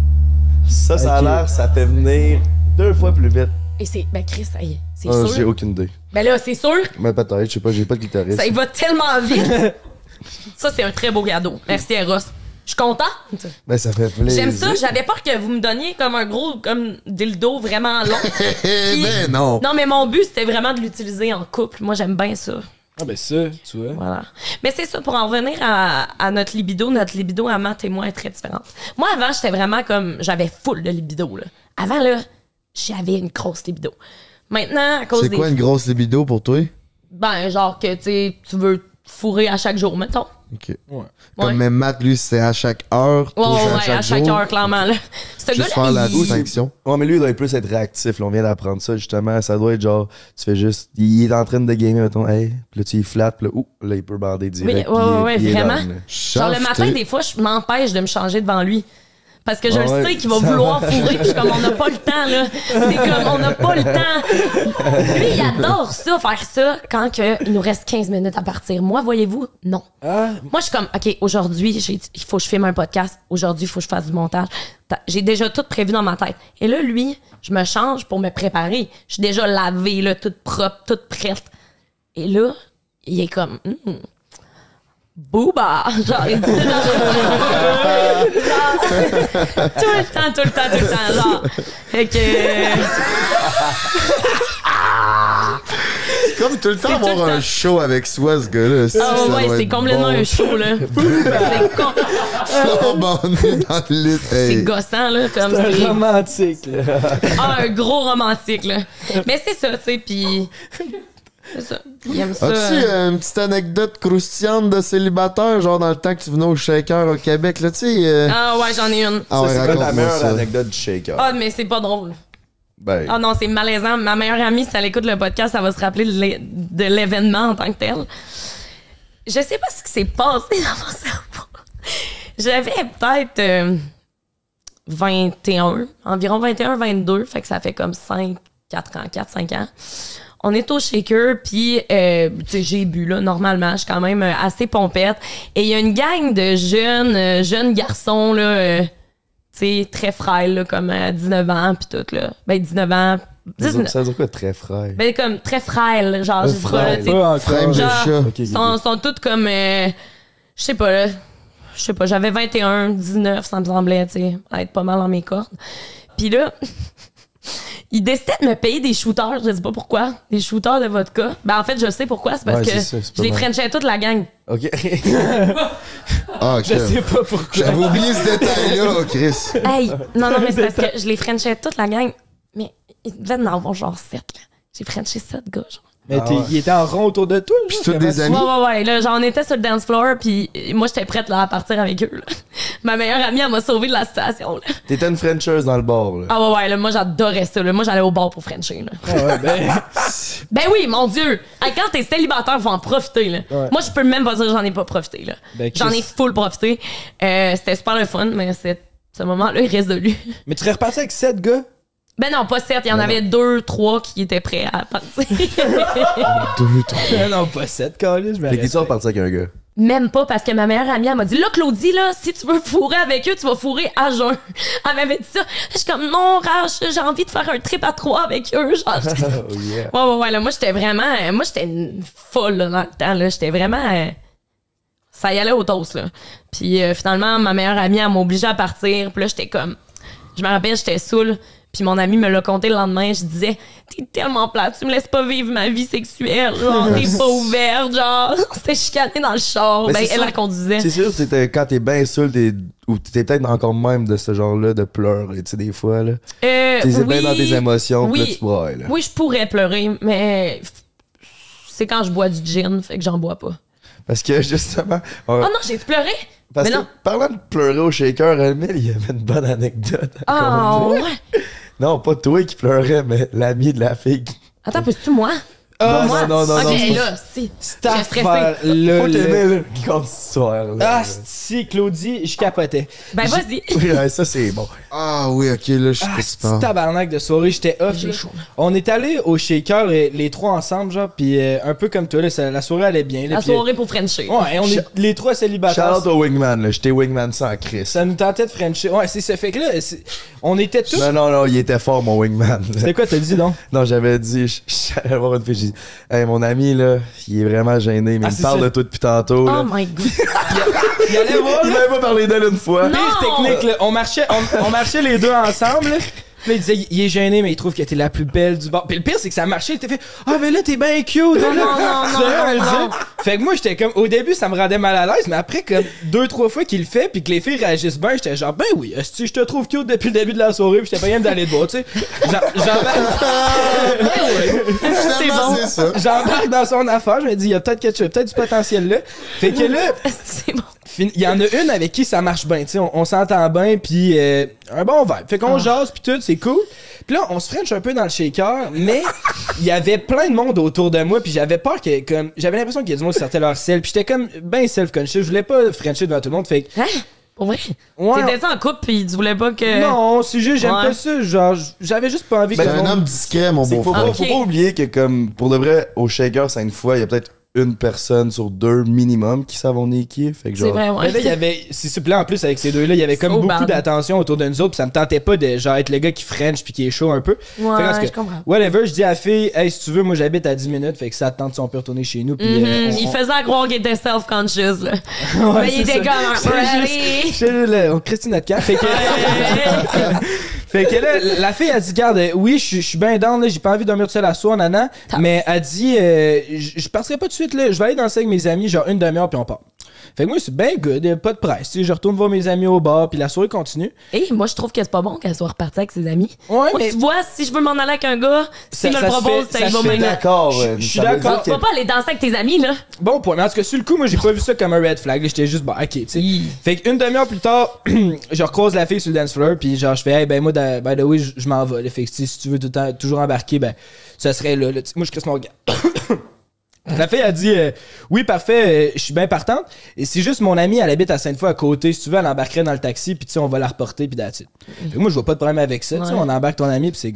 Ça, ça a Ok. l'air, ça fait venir deux fois plus vite. Et c'est... Ben, Chris, ça y est, c'est Ah, j'ai sûr. aucune idée. Ben là, c'est sûr. Mais peut-être, je sais pas, j'ai pas de clitoris. Ça y va tellement vite. Ça, c'est un très beau cadeau. Merci, Eros. Je suis contente. Mais ça fait plaisir. J'aime ça. J'avais peur que vous me donniez comme un gros comme dildo vraiment long. Puis- ben non. Non, mais mon but, c'était vraiment de l'utiliser en couple. Moi, j'aime bien ça. Ah, ben ça, tu vois. Voilà. Mais c'est ça, pour en revenir à, à notre libido, notre libido à Matt et moi est très différente. Moi, avant, j'étais vraiment comme... J'avais full de libido, là. Avant, là, j'avais une grosse libido. Maintenant, à cause C'est des... quoi une grosse libido pour toi? Ben, genre que, tu sais, tu veux fourrer à chaque jour, mettons. Ok. Ouais. Comme Ouais. même Matt, lui, c'est à chaque heure. Ouais, toi, c'est ouais, à chaque jour. heure, clairement, là. Ce Juste faire gars-là, la il- distinction. Ouais, mais lui, il doit plus être réactif. Là, on vient d'apprendre ça, justement. Ça doit être genre, tu fais juste. Il est en train de gamer, mettons, hey. Puis là, tu y flattes, puis là, ouh, là, il peut bander direct. Oui, ouais, puis il est- ouais, puis il est vraiment. down, là. Genre, le Shafté. matin, des fois, je m'empêche de me changer devant lui. Parce que je Ah le ouais, sais qu'il va ça vouloir va. fourrer, puis comme on n'a pas le temps, là. C'est comme on n'a pas le temps. Lui, il adore ça, faire ça, quand que il nous reste quinze minutes à partir. Moi, voyez-vous, non. Ah, Moi, je suis comme, OK, aujourd'hui, j'ai- il faut que je filme un podcast. Aujourd'hui, il faut que je fasse du montage. Ta- J'ai déjà tout prévu dans ma tête. Et là, lui, je me change pour me préparer. Je suis déjà lavée, là, toute propre, toute prête. Et là, il est comme, hmm, Booba! Genre, il dit ça, genre, genre, tout le temps, tout le temps, tout le temps, genre. Fait que. C'est comme tout le temps C'est tout avoir le un temps. show avec soi, ce gars-là. Ça, Ah ça ouais, doit c'est être complètement bon. un show, là. C'est con- Abandonné dans le lit. c'est Hey. gossant, là, comme c'est c'est. romantique, là. Ah, un gros romantique, là. Mais c'est ça, tu sais, pis. C'est ça. Il aime ça. As-tu euh, euh, une petite anecdote croustillante de célibataire, genre dans le temps que tu venais au Shaker au Québec, là, tu sais? euh, Ah ouais, j'en ai une. Ah Ça, ouais, c'est quoi la raconte-moi meilleure ça. anecdote du shaker? Ah, mais c'est pas drôle. Ben, Ah non, c'est malaisant. Ma meilleure amie, si elle écoute le podcast, elle va se rappeler de l'é- de l'événement en tant que tel. Je sais pas ce qui s'est passé dans mon cerveau. J'avais peut-être euh, vingt et un, environ vingt et un, vingt-deux, fait que ça fait comme cinq, quatre ans, quatre, cinq ans. On est au shaker, puis euh, tu sais, j'ai bu, là, normalement. Je suis quand même euh, assez pompette. Et il y a une gang de jeunes, euh, jeunes garçons, là, euh, tu sais, très frêle, là, comme à dix-neuf ans, pis tout, là. Ben, dix-neuf ans. dix-neuf Ça veut dire quoi, très frêle? Ben, comme très frêle, genre, je sais pas, là, tu sais. Pas Frame encore. de Genre, chat. Ok, Ils sont, sont toutes comme, euh, je sais pas, là. Je sais pas, j'avais vingt et un, dix-neuf, ça me semblait, tu sais, être pas mal dans mes cordes. Puis là, ils décidaient de me payer des shooters, je sais pas pourquoi, des shooters de vodka. Ben en fait, je sais pourquoi, c'est parce Ouais, que c'est ça, c'est pas je les mal. frenchais toute la gang. Ok. Ah, ok. Je sais pas pourquoi. J'avais oublié ce détail-là, oh, Chris. Hey, non, non, mais c'est parce que je les frenchais toute la gang. Mais ils devaient en avoir genre sept, là. J'ai frenché sept gars, genre. Mais Ah t'es- ouais. il était en rond autour de toi. Puis genre, tous des comment- amis. Ouais, ouais, ouais. Là, genre, on était sur le dance floor, puis moi, j'étais prête là, à partir avec eux. Là. Ma meilleure amie, elle m'a sauvée de la situation. Là. T'étais une Frencheuse dans le bar, là. Ah ouais, ouais, là, moi, j'adorais ça. Là. Moi, j'allais au bar pour Frencher. Là. Ah ouais, ben, Ben oui, mon Dieu! Hey, quand t'es célibataire, faut en profiter, là. Ouais. Moi, je peux même pas dire que j'en ai pas profité, là. Ben, J'en ai Chris. full profité. Euh, c'était super le fun, mais c'est- ce moment-là, il reste de lui. mais tu serais reparti avec sept gars? Ben non, pas sept. Il y en Ben avait deux, trois qui étaient prêts à partir. Deux, trois. non, pas sept, Carlis, je me Fait que t'es respecte. reparti avec un gars. Même pas, parce que ma meilleure amie, elle m'a dit, là, Claudie, là, si tu veux fourrer avec eux, tu vas fourrer à jeun. Elle m'avait dit ça. Je suis comme, non, Rach, j'ai envie de faire un trip à trois avec eux. Genre, j'étais- Oh yeah. ouais, ouais, ouais, là, moi, j'étais vraiment, euh, moi, j'étais une folle, là, dans le temps, là. J'étais vraiment, euh, ça y allait au toast, là. Puis, euh, finalement, ma meilleure amie, elle m'a obligée à partir. Puis là, j'étais comme, je me rappelle, j'étais saoule. Puis mon ami me l'a conté le lendemain. Je disais, t'es tellement plate, tu me laisses pas vivre ma vie sexuelle. Genre, t'es pas ouverte. Genre, c'était chicané dans le char. Mais Ben, c'est elle, sûr- elle conduisait. C'est sûr, t'étais, quand t'es bien seul, t'es, ou t'es peut-être encore même de ce genre-là de pleurs, tu sais, des fois, là. Euh, T'es oui, bien dans tes émotions, pis là, oui. tu brailles, là. Oui, je pourrais pleurer, mais c'est quand je bois du gin, fait que j'en bois pas. Parce que, justement, on- Oh non, j'ai pleuré. parce mais que, non. parlant de pleurer au shaker, Emile, il y avait une bonne anecdote. à Ah, conter. ouais. Non, pas toi qui pleurais, mais l'ami de la fille. qui- Attends, peux-tu moi? Ah, moi? non, non, non, Ok, non, c'est pas- là, si. Cette J'étais stressée. affaire-là, Faut là. qu'Emile qui compte cette histoire, là. Ah, si, Claudie, je capotais. Ben, vas-y. Oui, ouais, ça, c'est bon. Ah oui, ok, là, je Ah, sais c'est pas. tabarnak de soirée, j'étais off. J'ai là. chaud. On est allé au shaker, et les trois ensemble, genre, pis euh, un peu comme toi, là, ça- la soirée allait bien. Là, La pis, soirée pour Frencher. Ouais, on est les trois célibataires. Shout out au Wingman, là. J'étais Wingman sans Chris. Ça nous tentait de Frencher. Ouais, c'est ça. Fait que là, c'est- on était tous. Non, non, non, il était fort, mon Wingman. C'était quoi, t'as dit, donc? Non, j'avais dit, je- j'allais voir une fille, j'ai dit, hey, mon ami, là, il est vraiment gêné, mais Ah, il c'est me parle ça. de toi depuis tantôt, là. Oh my god. Il allait voir, Il là, m'avait pas parlé d'elle une fois. Non! pire technique, là. On marchait, on, on marchait les deux ensemble, là. Puis là, il disait, il est gêné, mais il trouve que t'es la plus belle du bar. Puis le pire, c'est que ça marchait. Il était fait, ah, mais là, t'es bien cute. Non, non, non, Sérieux, non, elle non, dit. non. Fait que moi, j'étais comme, au début, ça me rendait mal à l'aise, mais après, comme deux, trois fois qu'il le fait, puis que les filles réagissent bien, j'étais genre, ben oui, esti, je te trouve cute depuis le début de la soirée, puis j'étais pas game d'aller te voir, tu sais. J'en- j'en- Finalement, bon. c'est ça. J'embarque dans son affaire, je me dis, il y a peut-être quelque chose, peut-être du potentiel là. Fait que là, C'est bon. fin- il y en a une avec qui ça marche bien, tu sais, on, on s'entend bien, puis euh, un bon vibe. Fait qu'on jase, puis tout, c'est cool. Puis là, on se french un peu dans le shaker, mais il y avait plein de monde autour de moi, puis j'avais peur que, comme, j'avais l'impression qu'il y a du monde qui sortait leur sel, puis j'étais comme ben self-conscious, je voulais pas frencher devant tout le monde, fait que, Hein? Pour vrai? ouais, T'étais en couple pis tu voulais pas que. non, c'est juste, j'aime Ouais. pas ça, genre, j'avais juste pas envie C'est que le un monde- homme discret, mon C'est beau qu'il faut, frère. pas, Ok. faut pas oublier que, comme, pour de vrai, au shaker, c'est une fois, il y a peut-être une personne sur deux minimum qui savent on est qui. Fait que C'est genre. vrai, Mais ouais. là, il y avait, c'est ça, puis là, en plus, avec ces deux-là, il y avait comme So beaucoup bad. d'attention autour de nous autres, pis ça me tentait pas de, genre, être le gars qui French puis qui est chaud un peu. Ouais, Fait qu'en tout cas, je comprends. whatever, je dis à la fille, hey, si tu veux, moi, j'habite à dix minutes, fait que ça te tente si on peut retourner chez nous, pis Mhm, euh, on- il on- faisait à croire qu'il était self-conscious, là. Ouais, Mais il c'est était ça. comme un C'est peu juste- allé. c'est juste le- on Christine notre camp. Fait que, fait que là, la fille a dit, garde, euh, oui, je suis- je suis bien down, là, j'ai pas envie de dormir tout seul à soir, nana, mais elle dit, euh, je je partirai pas tout de suite, là, je vais aller danser avec mes amis, genre une demi-heure, puis on part. Fait que moi, c'est bien good, y a pas de presse, tu sais, je retourne voir mes amis au bar, puis la soirée continue. Et moi, je trouve que c'est pas bon qu'elle soit repartie avec ses amis. Ouais, Moi, mais- tu vois, si je veux m'en aller avec un gars, Ça- s'il me ça le se propose, fait- ça, ça il se va fait me D'accord, Je- ouais, je suis ça veut d'accord. dire Tu vas pas aller danser avec tes amis, là. Bon point, mais en tout cas, sur le coup, moi, j'ai pas vu ça comme un red flag. là, J'étais juste, bah, ok, tu sais. Hi. Fait qu'une demi-heure plus tard, je recroise la fille sur le dance floor, puis genre, je fais, hey, ben, moi, da- by the way, je je m'en vais. là. Fait que, tu sais, si tu veux tout le temps- toujours embarquer, ben, ça serait là. là. Tu sais, moi, je crisse mon gars. La fille a dit euh, oui parfait, euh, je suis bien partante et c'est juste mon amie, elle habite à Sainte-Foy à côté, si tu veux elle embarquerait dans le taxi puis tu sais on va la reporter puis that's it. Fait que moi je vois pas de problème avec ça, tu sais Ouais. on embarque ton ami puis c'est good.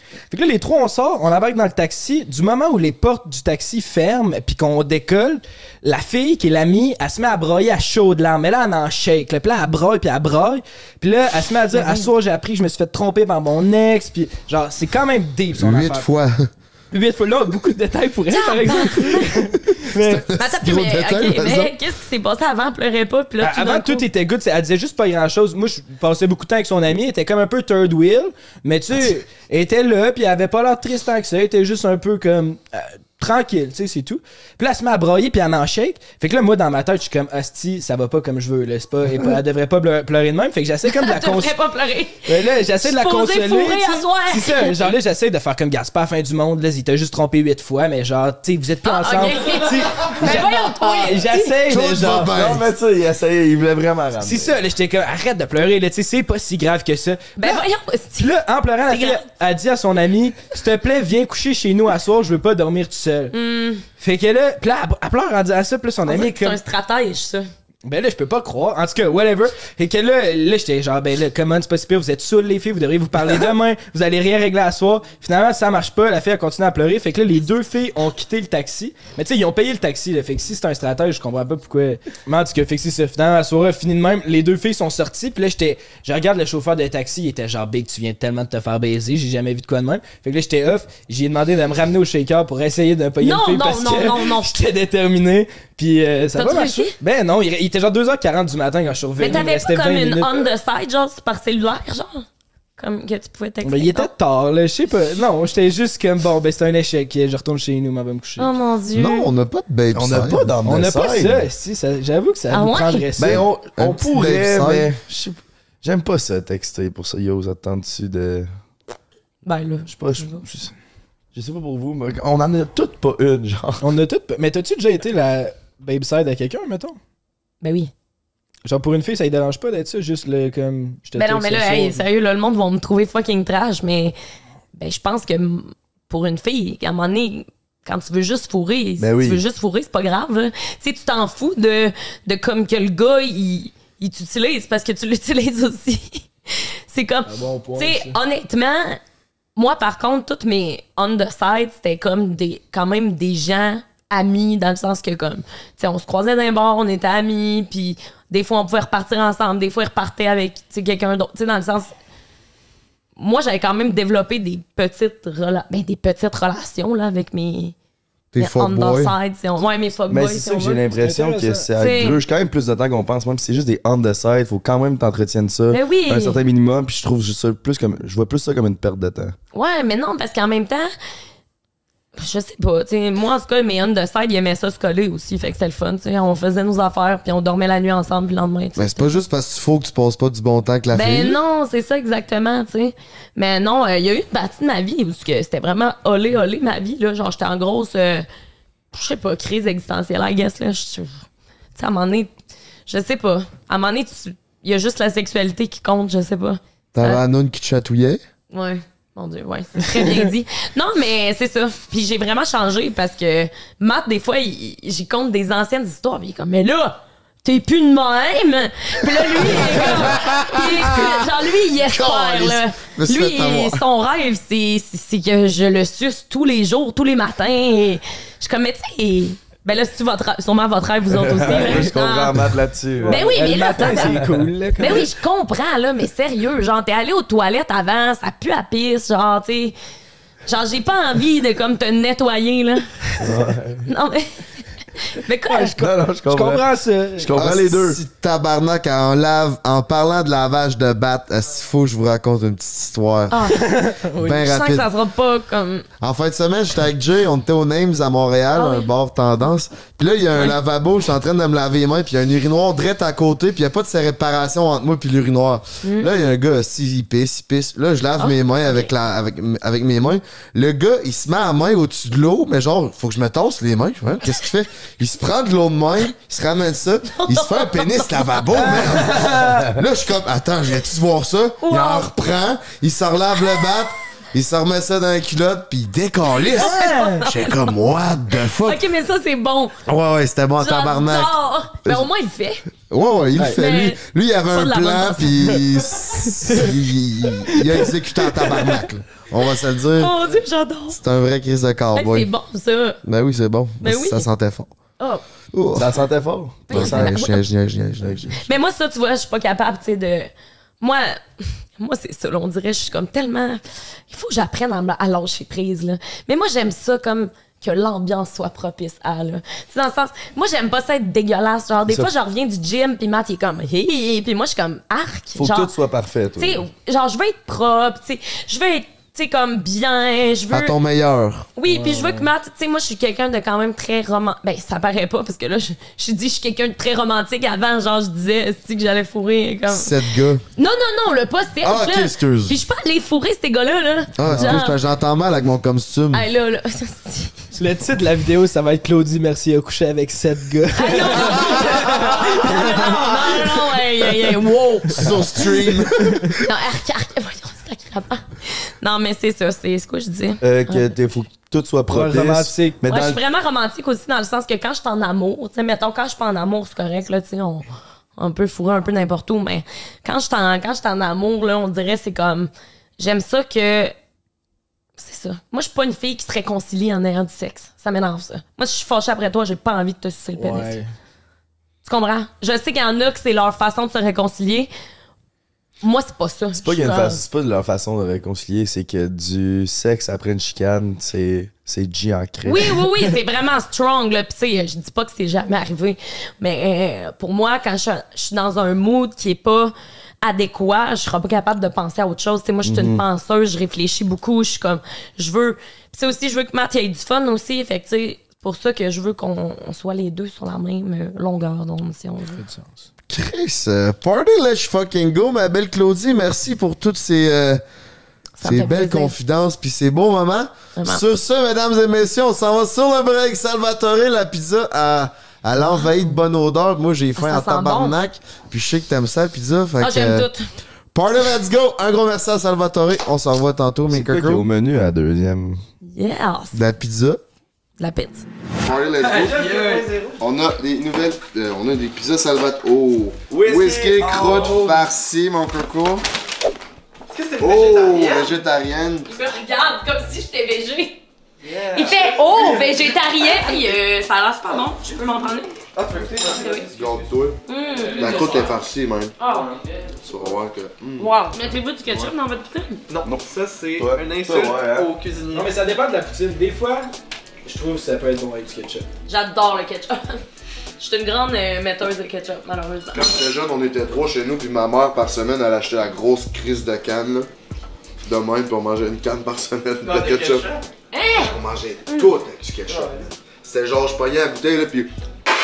Fait que là, les trois, on sort, on embarque dans le taxi. Du moment où les portes du taxi ferment, puis qu'on décolle, la fille qui est l'amie, elle se met à broyer à chaudes larmes. Mais là, elle en shake. Là. Puis là, elle broye, puis elle broye. Puis là, elle se met à dire, à soir, j'ai appris que je me suis fait tromper par mon ex. Puis genre, c'est quand même deep, son Huit affaire. fois. Huit fois. Là, beaucoup de détails pour elle, par exemple. mais, Attends, gros mais, détail, ok, par mais exemple. qu'est-ce qui s'est passé avant? Elle pleurait pas, puis là, tout avant d'un que tout coup- était good, c'est- elle disait juste pas grand chose. Moi, je passais beaucoup de temps avec son ami, elle était comme un peu third wheel, mais tu sais, elle était là, puis elle avait pas l'air triste tant que ça, elle était juste un peu comme euh, tranquille, tu sais, c'est tout. Puis là, elle se met à brailler, puis elle en shake. Fait que là, moi, dans ma tête, je suis comme, hostie, ça va pas comme je veux, là, c'est pas, elle, elle devrait pas pleu- pleurer de même. Fait que j'essaie comme de la Elle devrait consoler. pas pleurer. Là, j'essaie de la Supposé consoler. fourrer tu sais. à soir. C'est ça, genre là, j'essaie de faire comme Gaspard, fin du monde, là, il t'a juste trompé huit fois, mais genre, tu sais, vous êtes plus Ah, ensemble. ok. Tu sais, Ben j'a- voyons, toi, Ah, J'essaie, Tout mais genre. va bien. Non, mais tu sais, il essayait, il voulait vraiment ramener. C'est ça, là, j'étais comme, arrête de pleurer, là, tu sais, c'est pas si grave que ça. Ben Là, voyons, Puis là, en pleurant, la C'est fille grave. a dit à son ami, s'il te plaît, viens coucher chez nous à soir, je veux pas dormir tout seul. Hmm, Fait que là, pis là, elle- elle pleure en disant ça, puis là, son on ami dirait est que c'est comme, un stratège, ça. ben là, je peux pas croire. En tout cas, whatever. Fait que là, là, j'étais genre, ben là, comment c'est pas si pire, vous êtes saouls, les filles, vous devriez vous parler demain, vous allez rien régler à soir. Finalement, ça marche pas, la fille a continué à pleurer. Fait que là, les deux filles ont quitté le taxi. Mais tu sais, ils ont payé le taxi, là. Fait que si c'est un stratège, je comprends pas pourquoi. Mais en tout cas, fait que c'est ça. Finalement, la soirée a fini de même. Les deux filles sont sorties, puis là, j'étais, je regarde le chauffeur de taxi, il était genre, big, tu viens tellement de te faire baiser, j'ai jamais vu de quoi de même. Fait que là, j'étais off, j'ai demandé de me ramener au shaker pour essayer de payer Non, une fille non, parce non, que non, non. j'étais déterminé. Puis euh, ça T'as-tu va marcher. réussi? Ben non, il, il était genre deux heures quarante du matin quand je suis revenu. Mais il me t'avais restait pas comme vingt une minutes. on the side, genre, par cellulaire, genre? Comme que tu pouvais texter. Ben, il était tard, là, je sais pas. Non, j'étais juste comme, bon, ben c'est un échec, je retourne chez nous, m'en va me coucher. Oh mon dieu. Non, on n'a pas de babe On n'a side. pas dans On n'a pas ça, si, ça, j'avoue que ça Ah nous ouais? prendrait ça. Ben, on, Un on petit pourrait, babe mais side. je sais pas. J'aime pas ça texter pour ça. Yo, vous attends-tu de. Ben là. Je sais pas, je, je, je sais pas pour vous, mais on en a toutes pas une, genre. On a tout. Mais t'as-tu déjà été la babe side à quelqu'un, mettons? Ben oui. Genre pour une fille, ça lui dérange pas d'être ça, juste le comme. Je te Ben non, texte mais là, ce hey, soir. sérieux, là, le monde va me trouver fucking trash, mais ben je pense que m- pour une fille, à un moment donné, quand tu veux juste fourrer, si Ben oui. tu veux juste fourrer, c'est pas grave. là. Tu sais, tu t'en fous de, de comme que le gars, il, il t'utilise parce que tu l'utilises aussi. C'est comme, Un bon point, tu sais, ça. honnêtement, moi, par contre, toutes mes on the side, c'était comme des, quand même des gens amis, dans le sens que, comme, tu sais, on se croisait dans les bars, on était amis, puis des fois, on pouvait repartir ensemble, des fois, ils repartaient avec, tu sais, quelqu'un d'autre, tu sais, dans le sens... Moi, j'avais quand même développé des petites, rela- ben, des petites relations, là, avec mes... Tes mes on fuckboys. the side, si on... Ouais, mes fuckboys, Mais c'est si ça on que j'ai veut. l'impression C'est que intéressant. ça C'est- gruge quand même plus de temps qu'on pense. Même si c'est juste des on the side, faut quand même t'entretiennes ça. Ben oui. Un certain minimum, puis je trouve juste ça plus comme. Je vois plus ça comme une perte de temps. Ouais, mais non, parce qu'en même temps, je sais pas, tu sais, moi, en tout cas, mes on the side, ils aimaient ça se coller aussi, fait que c'était le fun, tu sais, on faisait nos affaires, puis on dormait la nuit ensemble, puis le lendemain, tu sais. Mais c'est pas juste parce qu'il faut que tu passes pas du bon temps avec la Ben fille. non, c'est ça exactement, tu sais. Mais non, euh, il y a eu une partie de ma vie où que c'était vraiment olé, olé ma vie, là. Genre, j'étais en grosse, euh, je sais pas, crise existentielle, I guess, là. Je- Tu sais, à un moment donné, je sais pas. À un moment donné, il y a juste la sexualité qui compte, je sais pas. T'avais Euh, Anoun qui te chatouillait. Ouais. Mon Dieu, ouais, c'est très bien dit. Non, mais c'est ça. Puis j'ai vraiment changé parce que Matt, des fois, il- il- j'y compte des anciennes histoires. Puis il est comme, mais là, t'es plus de même. Puis là, lui, il est comme, il est- genre, lui, il espère, là. Je me suis Lui, fait avoir. son rêve, c'est, c'est, c'est que je le suce tous les jours, tous les matins. Et je suis comme, mais tu sais, ben là, c'est votre, sûrement votre rêve, vous autres aussi. là. je comprends Ah. Matt là-dessus. Ben oui, mais Le là, matin, t'as- c'est cool, là. ben oui, je comprends, là, mais sérieux, genre, t'es allé aux toilettes avant, ça pue à pisse, genre, tu sais. Genre, j'ai pas envie de, comme, te nettoyer, là. Non, mais. Mais quoi? Non, non, je Je comprends. comprends ça. Je comprends Ah, les deux. Si tabarnak, en, lave, en parlant de lavage de batte, est-ce qu'il faut que je vous raconte une petite histoire? Ah, Ben je sens que rapide. ça sera pas comme. En fin de semaine, j'étais avec Jay, on était au Names à Montréal, Ah un oui. bar tendance. Puis là, il y a un lavabo, je suis en train de me laver les mains, puis il y a un urinoir direct à côté, puis il y a pas de séparation entre moi puis l'urinoir. Mm. Là, il y a un gars, si il pisse, il pisse. Là, je lave Ah, mes mains avec la avec, avec mes mains. Le gars, il se met la main au-dessus de l'eau, mais genre, faut que je me tasse les mains. Ouais, qu'est-ce qu'il fait? Il se prend de l'eau de main, il se ramène ça, il se fait un pénis lavabo, merde. Là, je suis comme, attends, je viens-tu voir ça? Il en reprend, il se relave le bat. il se remet ça dans la culotte, pis il décalisse. J'étais comme, what the fuck? Ok, mais ça, c'est bon. Ouais, ouais, c'était bon en tabarnak. J'adore. Mais au moins, il le fait. Ouais, ouais, il le Ouais. fait. Lui, Mais lui, il avait pas un de la plan, bonne façon. pis il, il, il a exécuté en tabarnak, là. On va se le dire. Oh mon Dieu, j'adore. C'est un vrai Chris de Hey, cowboy. c'est bon, ça. Ben oui, c'est bon. Ben oui. Ça sentait fort. Oh. Oh. Ça sentait fort. Ben, Ouais, ben, je viens, je viens, je viens, je viens, je viens. Mais moi, ça, tu vois, je suis pas capable, tu sais, de. Moi, moi c'est ça, là, on dirait, je suis comme tellement. Il faut que j'apprenne à, à lâcher prise, là. Mais moi, j'aime ça comme que l'ambiance soit propice à, là. Tu sais, dans le sens. Moi, j'aime pas ça être dégueulasse. Genre, des Ça- fois, je reviens du gym, puis Matt, il est comme, hey, puis moi, je suis comme, arc. Faut genre, que tout soit parfait, toi. tu sais, genre, je veux être propre, tu sais, je veux être, tu sais, comme bien, je veux. À ton meilleur. Oui, puis je veux que Matt, tu sais, moi, je suis quelqu'un de quand même très romantique. Ben, ça paraît pas, parce que là, je, je dis, je suis quelqu'un de très romantique. Avant, genre, je disais, c'est que j'allais fourrer, comme. Sept gars. Non, non, non, le pas sèche, Ah, ok, là. excuse. Puis je suis pas allée fourrer ces gars-là, là. Ah, excuse, parce que j'entends mal avec mon costume. Ah, là, là. Le titre de la vidéo, ça va être Claudie Mercier a couché avec sept gars. Ah, non, non, non, non, non, hey, hey, hey, wow. Sur stream. Non, arc, arc, voyons, c'est sacrément. Non, mais c'est ça, c'est ce que je dis. Euh, que t'es- faut que tout soit propice. romantique. Mais Moi, dans je suis le- vraiment romantique aussi dans le sens que quand je suis en amour, tu sais, mettons, quand je suis pas en amour, c'est correct, là, tu sais, on, on peut fourrer un peu n'importe où, mais quand je suis en, quand je suis en amour, là, on dirait, c'est comme, j'aime ça que, c'est ça. Moi, je suis pas une fille qui se réconcilie en ayant du sexe. Ça m'énerve, ça. Moi, si je suis fâchée après toi, j'ai pas envie de te sucer le pénis. Ouais. Tu comprends? Je sais qu'il y en a que c'est leur façon de se réconcilier. Moi, c'est pas ça. C'est pas, qu'il y a une fa- c'est pas de leur façon de réconcilier, c'est que du sexe après une chicane, c'est c'est G ancré. Oui, oui, oui, c'est vraiment strong, là. Puis, tu sais, je dis pas que c'est jamais arrivé. Mais euh, pour moi, quand je, je suis dans un mood qui est pas adéquat, je serai pas capable de penser à autre chose. Tu sais, moi, je suis une penseuse, je réfléchis beaucoup, je suis comme, je veux. Puis, tu sais, aussi, je veux que Matt ait du fun aussi. Fait que, tu sais, c'est pour ça que je veux qu'on on soit les deux sur la même euh, longueur d'onde, si on veut. Chris, euh, party let's fucking go, ma belle Claudie. Merci pour toutes ces, euh, Ça me ces fait belles plaisir. confidences puis ces beaux moments. Vraiment. Sur ce, mesdames et messieurs, on s'en va sur le break. Salvatore, la pizza à, à l'envahie de bonne odeur. Moi, j'ai faim ça en sent tabarnak. Puis je sais que t'aimes ça, la pizza. Fait Ah, que, j'aime euh, tout. Party let's go. Un gros merci à Salvatore. On s'en revoit tantôt, mes C'est quoi qui est au cocos. menu à la deuxième? Yes! De la pizza. De la pizza. Party let's go. On a des nouvelles. euh, on a des pizzas Salvatore. Oh! Whisky, croûte, farci, mon coco. Est-ce que c'est Oh! végétarien? Végétarienne. Il me regarde comme si j'étais végé. Il fait « Oh, végétarien! » Puis, euh, ça a l'air super bon. Je peux m'en prendre une? Ah, tu peux écouter ça? Garde-toi. Mmh. La croûte est farcie, même. Oh, Tu vas voir que. mm. wow. Mettez-vous du ketchup dans votre poutine? Non, non, ça c'est Ouais. une Ouais, insulte ouais, hein. au cuisinier. Non, mais ça dépend de la poutine. Des fois, je trouve que ça peut être bon avec du ketchup. J'adore le ketchup. Je suis une grande euh, metteuse de ketchup, malheureusement. Quand j'étais jeune, on était trois chez nous, puis ma mère, par semaine, elle achetait la grosse crise de canne, là. De même, puis on mangeait une canne par semaine Dans de le ketchup. Hein? On mangeait tout avec du ketchup. C'était genre, je pognais la bouteille, là, puis.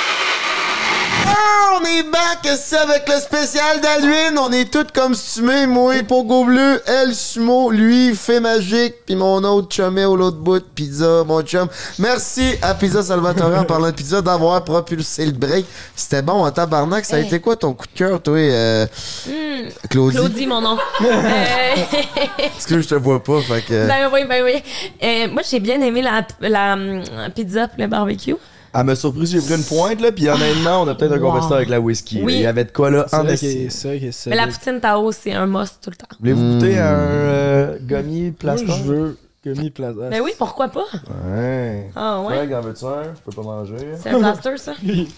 Ah, on est back c'est avec le spécial d'Halloween. On est tous comme stumés. Moi, Pogo Bleu, elle, Sumo, lui, Fée Magique, puis mon autre chumé au l'autre bout, Pizza, mon chum. Merci à Pizza Salvatore, en parlant de pizza, d'avoir propulsé le break. C'était bon en tabarnak. Ça a Hey. été quoi ton coup de cœur, toi, euh, Claudie? Claudie, mon nom. Euh, Parce que je te vois pas, fait que. ben oui, ben oui. Euh, moi, j'ai bien aimé la, la, hum, pizza pour le barbecue. Elle m'a surpris, j'ai pris une pointe, là, puis honnêtement, on a peut-être un Wow. compétiteur avec la whisky. Oui. Il y avait de quoi, là, C'est en vrai esti. que c'est vrai que c'est Mais la poutine Tao, c'est un must tout le temps. Voulez-vous goûter un euh, gommier Moi, plastique? je veux gummy plaza. Ben oui, pourquoi pas? Ouais. Ah ouais? Ouais, en veux-tu un? Je peux pas manger. C'est un plaster, ça?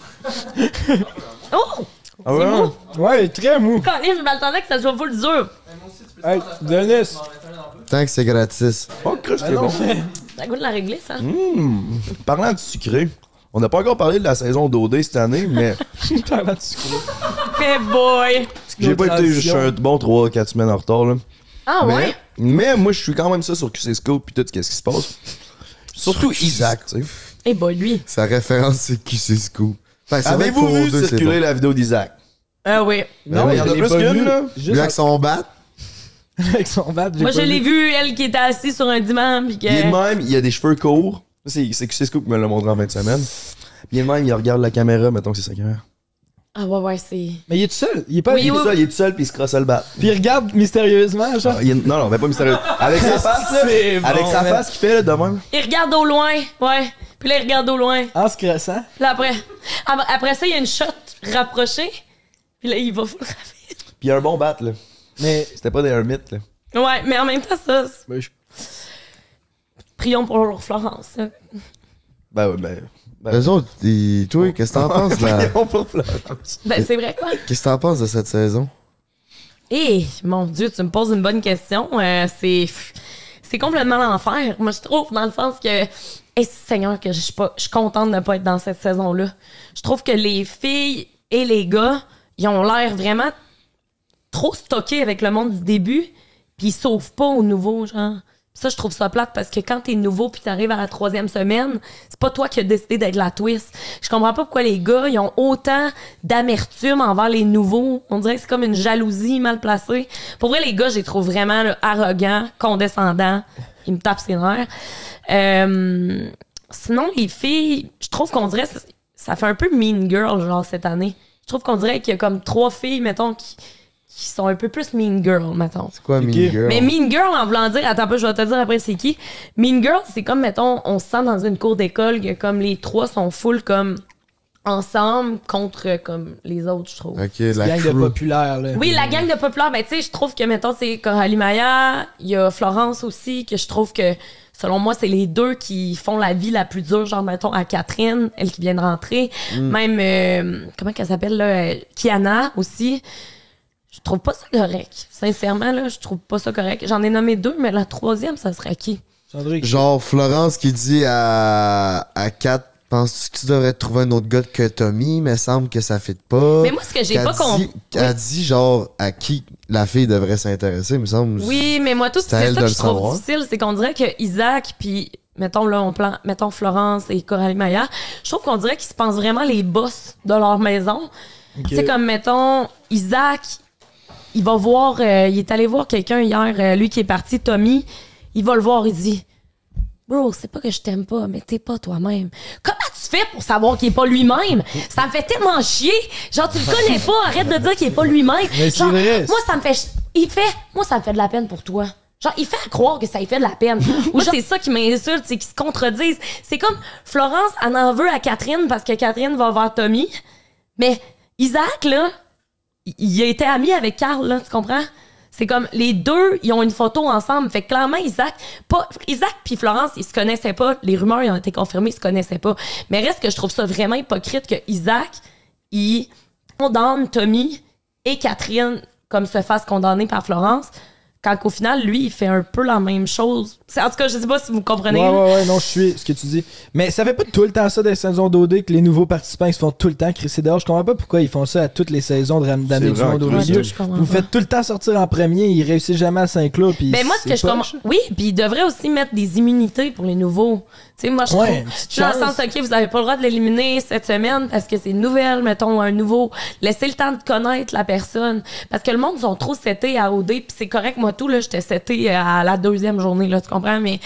Oh! Ah C'est ouais? mou! Ouais, très mou. Colin, je m'attendais que ça soit full dur. Hey, Denis. Tant que c'est gratis. Oh, Christ, Ah c'est non, bon. Ça goûte la réglisse, hein? Mmh. Parlant de sucré, on n'a pas encore parlé de la saison d'O D cette année, mais parlant de sucré. Hey boy! j'ai pas été, je suis un bon trois quatre semaines en retard, là. Ah Mais, ouais? mais moi, je suis quand même ça sur Q C Scope puis tout ce qui se passe. Surtout Isaac, tu sais. Eh boy, lui. Sa référence, c'est Q C Scoop. Fait que c'est vrai que Avez-vous pour vu deux, c'est circuler bon. la vidéo d'Isaac? Ah oui. Non, il y en a je l'ai plus pas qu'une, vu. là. Juste Lui avec son bat. avec son bat. j'ai Moi, pas je l'ai vu. vu, elle qui était assise sur un divan, pis que... Il est de même, il a des cheveux courts. Ça, C'est c'est Q C Scoop qui me l'a montré en fin de semaine. Puis il est de même, il regarde la caméra, mettons que c'est sa caméra. Ah ouais, ouais, c'est... Mais il est tout seul. Il est pas Oui, Il est oui. tout seul, il est tout seul, puis il se crosse le bat. Puis il regarde mystérieusement, genre. Ah, il est- Non, non, mais pas mystérieux. Avec sa face, là. C'est bon, Avec sa mais- face qu'il fait, là, de même. Il regarde au loin, ouais. Puis là, il regarde au loin. En se crossant. Puis là, après... Après après ça, il y a une shot rapprochée. Puis là, il va full rapide. Puis il y a un bon bat, là. Mais. C'était pas des hermites, là. Ouais, mais en même temps, ça... c'est- Ben, je- Prions pour Florence. Là. Ben, ouais, ben. ben Eux autres, ils- toi, qu'est-ce que t'en penses de la- Prions pour Florence. Ben, c'est vrai, quoi. Qu'est-ce que t'en penses de cette saison? Eh, mon Dieu, tu me poses une bonne question. Euh, c'est... C'est complètement l'enfer. Moi, je trouve, dans le sens que... Eh, Seigneur, que je suis pas... Je suis contente de ne pas être dans cette saison-là. Je trouve que les filles et les gars, ils ont l'air vraiment trop stockés avec le monde du début, puis ils sauvent pas au nouveau, genre. Ça, je trouve ça plate parce que quand t'es nouveau puis t'arrives à la troisième semaine, c'est pas toi qui as décidé d'être la twist. Je comprends pas pourquoi les gars, ils ont autant d'amertume envers les nouveaux. On dirait que c'est comme une jalousie mal placée. Pour vrai, les gars, je les trouve vraiment là, arrogants, condescendants. Ils me tapent ses nerfs. Euh, sinon, les filles, je trouve qu'on dirait... Ça, ça fait un peu mean girl, genre, cette année. Je trouve qu'on dirait qu'il y a comme trois filles, mettons, qui... qui sont un peu plus mean girl, mettons. C'est quoi, Mean Girl? Mais mean girl, en voulant dire, attends un peu, je vais te dire après c'est qui. Mean girl, c'est comme, mettons, on se sent dans une cour d'école que comme les trois sont full comme ensemble contre euh, comme les autres, je trouve. Ok, la Gang de crew. populaires, là. Oui, la gang de populaires, ben tu sais, je trouve que, mettons, c'est Coralie Maya, il y a Florence aussi, que je trouve que, selon moi, c'est les deux qui font la vie la plus dure, genre, mettons, à Catherine, elle qui vient de rentrer. Même, euh, comment qu'elle s'appelle, là, euh, Kiana aussi. Je trouve pas ça correct. Sincèrement, là, je trouve pas ça correct. J'en ai nommé deux, mais la troisième, ça serait qui? Cendrick. Genre, Florence qui dit à, à Kat, penses-tu que tu devrais trouver un autre gars que Tommy? Mais semble que ça fit pas. Mais moi, ce que j'ai Qu'elle pas compris. dit- Elle dit, genre, à qui la fille devrait s'intéresser, me semble. Oui, mais moi, tout C'est à c'est elle ça de que le je trouve savoir. difficile, c'est qu'on dirait que Isaac, puis mettons là, on plan, mettons Florence et Coralie Maya, je trouve qu'on dirait qu'ils se pensent vraiment les boss de leur maison. Ok. Tu sais, comme mettons Isaac, il va voir, euh, il est allé voir quelqu'un hier, euh, lui qui est parti, Tommy, il va le voir, il dit, bro, c'est pas que je t'aime pas, mais t'es pas toi-même. Comment tu fais pour savoir qu'il est pas lui-même? Ça me fait tellement chier. Genre, tu le connais pas, arrête de dire qu'il est pas lui-même. Mais c'est Genre, vrai. moi, ça me fait. ch- Il fait. Moi, ça me fait de la peine pour toi. Genre, il fait à croire que ça lui fait de la peine. Ou genre, c'est ça qui m'insulte, c'est qu'ils se contredisent. C'est comme Florence, elle en veut à Catherine parce que Catherine va voir Tommy. Mais Isaac, là, il- il a été ami avec Carl, là, tu comprends? C'est comme les deux, ils ont une photo ensemble. Fait que clairement, Isaac, pas, Isaac puis Florence, ils se connaissaient pas. Les rumeurs, ils ont été confirmées, ils se connaissaient pas. Mais reste que je trouve ça vraiment hypocrite que Isaac, il condamne Tommy et Catherine comme se fasse condamner par Florence. Quand qu'au final, lui, il fait un peu la même chose. C'est- En tout cas, je sais pas si vous comprenez. Ouais, là. ouais, ouais, non, je suis ce que tu dis. Mais ça fait pas tout le temps ça des saisons d'O D que les nouveaux participants ils se font tout le temps crisser dehors. Je comprends pas pourquoi ils font ça à toutes les saisons de ram- d'amener C'est du vrai, monde au Ouais, milieu. je comprends Vous pas. faites tout le temps sortir en premier, ils réussissent jamais à Saint-Claude. Puis Ben moi, ce que c'est je comprends. poche. Oui, puis il devrait aussi mettre des immunités pour les nouveaux. Tu sais, moi, je Ouais, trouve. une petite Dans le chance. sens, OK, vous avez pas le droit de l'éliminer cette semaine parce que c'est une nouvelle, mettons, un nouveau. Laissez le temps de connaître la personne. Parce que le monde, ils ont trop seté à O D, puis c'est correct, moi, tout, là, j'étais seté à la deuxième journée, là, tu comprends? Mais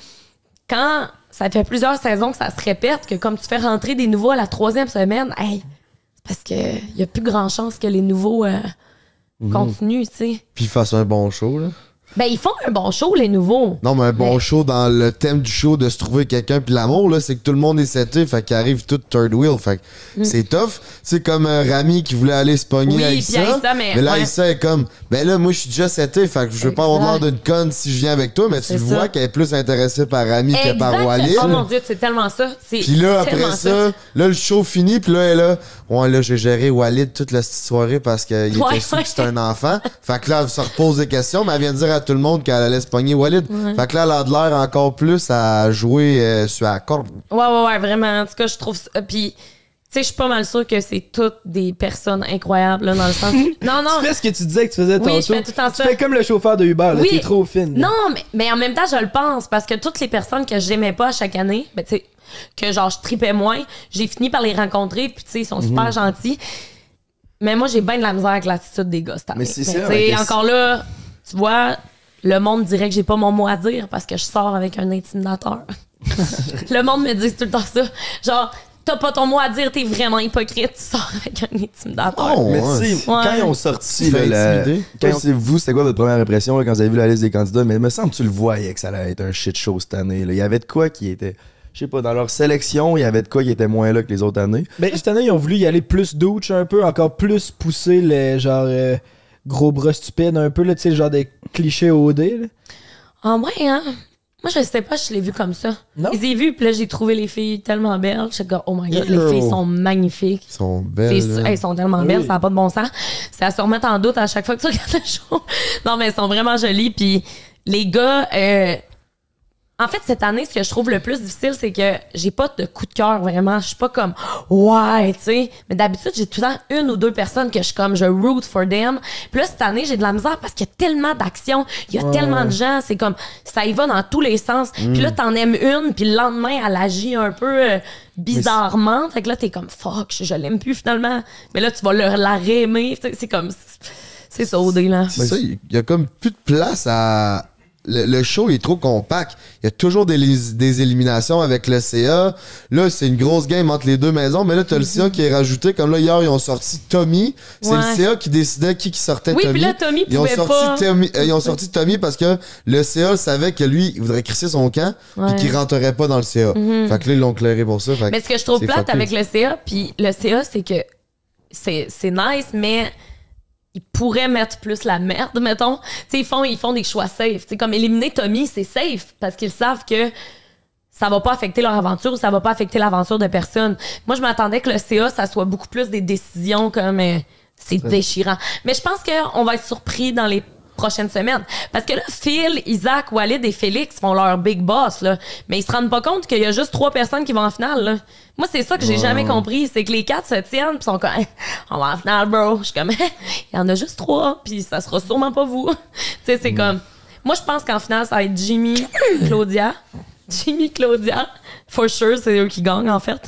quand ça fait plusieurs saisons que ça se répète, que comme tu fais rentrer des nouveaux à la troisième semaine, hey, c'est parce que y a plus grand chance que les nouveaux euh, continuent, tu sais. Puis fasse un bon show, là. Ben, ils font un bon show, les nouveaux. Non, mais un bon Mais- show dans le thème du show de se trouver quelqu'un. Puis l'amour, là, c'est que tout le monde est seté. Fait qu'il arrive tout third wheel. Fait que c'est tough. C'est comme euh, Rami qui voulait aller se pogner Mm. Oui, à puis Aïssa. Aïssa, mais- là, ouais. Aïssa est comme, ben là, moi, je suis déjà seté. Fait que je veux pas avoir l'air Exact. d'une conne si je viens avec toi. Mais tu C'est vois ça. qu'elle est plus intéressée par Rami que Exact. par Walid. Oh mon Dieu, c'est tellement ça. C'est Puis là, après tellement ça, là, le show finit, puis là, elle est là, ouais, là, j'ai géré Walid toute la petite soirée parce qu'il était Ouais, sûr ouais. que c'était un enfant. Fait que là, elle se repose des questions, mais elle vient de dire à tout le monde qu'elle allait se pogner Walid. Fait que là, elle a de l'air encore plus à jouer euh, sur la corde. Ouais, ouais, ouais, vraiment. En tout cas, je trouve ça. Puis, tu sais, je suis pas mal sûre que c'est toutes des personnes incroyables, là, dans le sens. Non, non. Tu fais ce que tu disais que tu faisais Oui, tantôt. je fais tout le temps Tu ça. fais comme le chauffeur de Uber, là, Oui. t'es trop fine. là. Non, mais, mais en même temps, je le pense parce que toutes les personnes que j'aimais pas à chaque année, ben, tu sais, que genre, je tripais moins, j'ai fini par les rencontrer, puis tu sais, ils sont super gentils. Mais moi, j'ai bien de la misère avec l'attitude des gars cette année. Mais c'est Ben, ça, tu sais, ouais, encore là, tu vois, le monde dirait que j'ai pas mon mot à dire parce que je sors avec un intimidateur. Le monde me dit tout le temps ça. Genre, t'as pas ton mot à dire, t'es vraiment hypocrite, tu sors avec un intimidateur. Oh, Mais ouais. tu sais, Ouais. quand ils ont sorti, Tu là, fais la- intimider? quand c'est vous, c'était quoi votre première impression là, quand vous avez vu la liste des candidats? Mais il me semble que tu le voyais que ça allait être un shit show cette année. Là. Il y avait de quoi qui était, je sais pas, dans leur sélection, il y avait de quoi qui était moins là que les autres années. Ben, cette année, ils ont voulu y aller plus douche un peu, encore plus pousser les genre euh, gros bras stupides un peu, là, tu sais, le genre des clichés O D. Là. Ah ouais, hein? Moi, je sais pas, je l'ai vu comme ça. Non? Je les ai vus, puis là, j'ai trouvé les filles tellement belles. Je suis comme, oh my god, Yo. les filles sont magnifiques. Ils sont C'est belles. sûr- là. elles sont tellement Oui. belles, ça n'a pas de bon sens. C'est à se remettre en doute à chaque fois que tu regardes le show. Non, mais elles sont vraiment jolies. Puis les gars, euh, en fait, cette année, ce que je trouve le plus difficile, c'est que j'ai pas de coup de cœur, vraiment. Je suis pas comme, ouais, tu sais. Mais d'habitude, j'ai tout le temps une ou deux personnes que je suis comme, je root for them. Puis là, cette année, j'ai de la misère parce qu'il y a tellement d'actions, il y a tellement de gens, c'est comme, ça y va dans tous les sens. Puis là, t'en aimes une, puis le lendemain, elle agit un peu euh, bizarrement. Fait que là, t'es comme, fuck, je, je l'aime plus finalement. Mais là, tu vas le, la réaimer. C'est c'est comme, c'est ça, O D, là. C'est ça, il y a comme plus de place à. Le, le show il est trop compact. Il y a toujours des, des éliminations avec le C A. Là, c'est une grosse game entre les deux maisons, mais là, t'as le C A qui est rajouté. Comme là, hier, ils ont sorti Tommy. C'est Ouais. le C A qui décidait qui, qui sortait Oui, Tommy. puis là, Tommy ils ont pouvait sorti pas. Tommy, euh, ils ont sorti Tommy parce que le C A savait que lui, il voudrait crisser son camp Ouais. puis qu'il rentrerait pas dans le C A. Fait que là, ils l'ont clairé pour ça. Fait que Mais ce que je trouve c'est plate fucké. avec le C A, puis le C A, c'est que c'est c'est nice, mais ils pourraient mettre plus la merde, mettons. Tu sais, ils font, ils font des choix safe. Tu sais, comme éliminer Tommy, c'est safe parce qu'ils savent que ça va pas affecter leur aventure ou ça va pas affecter l'aventure de personne. Moi, je m'attendais que le C A, ça soit beaucoup plus des décisions comme euh, c'est déchirant. Mais je pense qu'on va être surpris dans les prochaines semaines. Parce que là, Phil, Isaac, Walid et Félix font leur big boss, là. Mais ils se rendent pas compte qu'il y a juste trois personnes qui vont en finale, là. Moi, c'est ça que j'ai jamais compris. C'est que les quatre se tiennent pis sont comme, hey, on va en finale, bro. Je suis comme, il y en a juste trois puis ça sera sûrement pas vous. Tu sais, c'est comme, moi, je pense qu'en finale, ça va être Jimmy, Claudia. Jimmy, Claudia. For sure, c'est eux qui gagnent, en fait.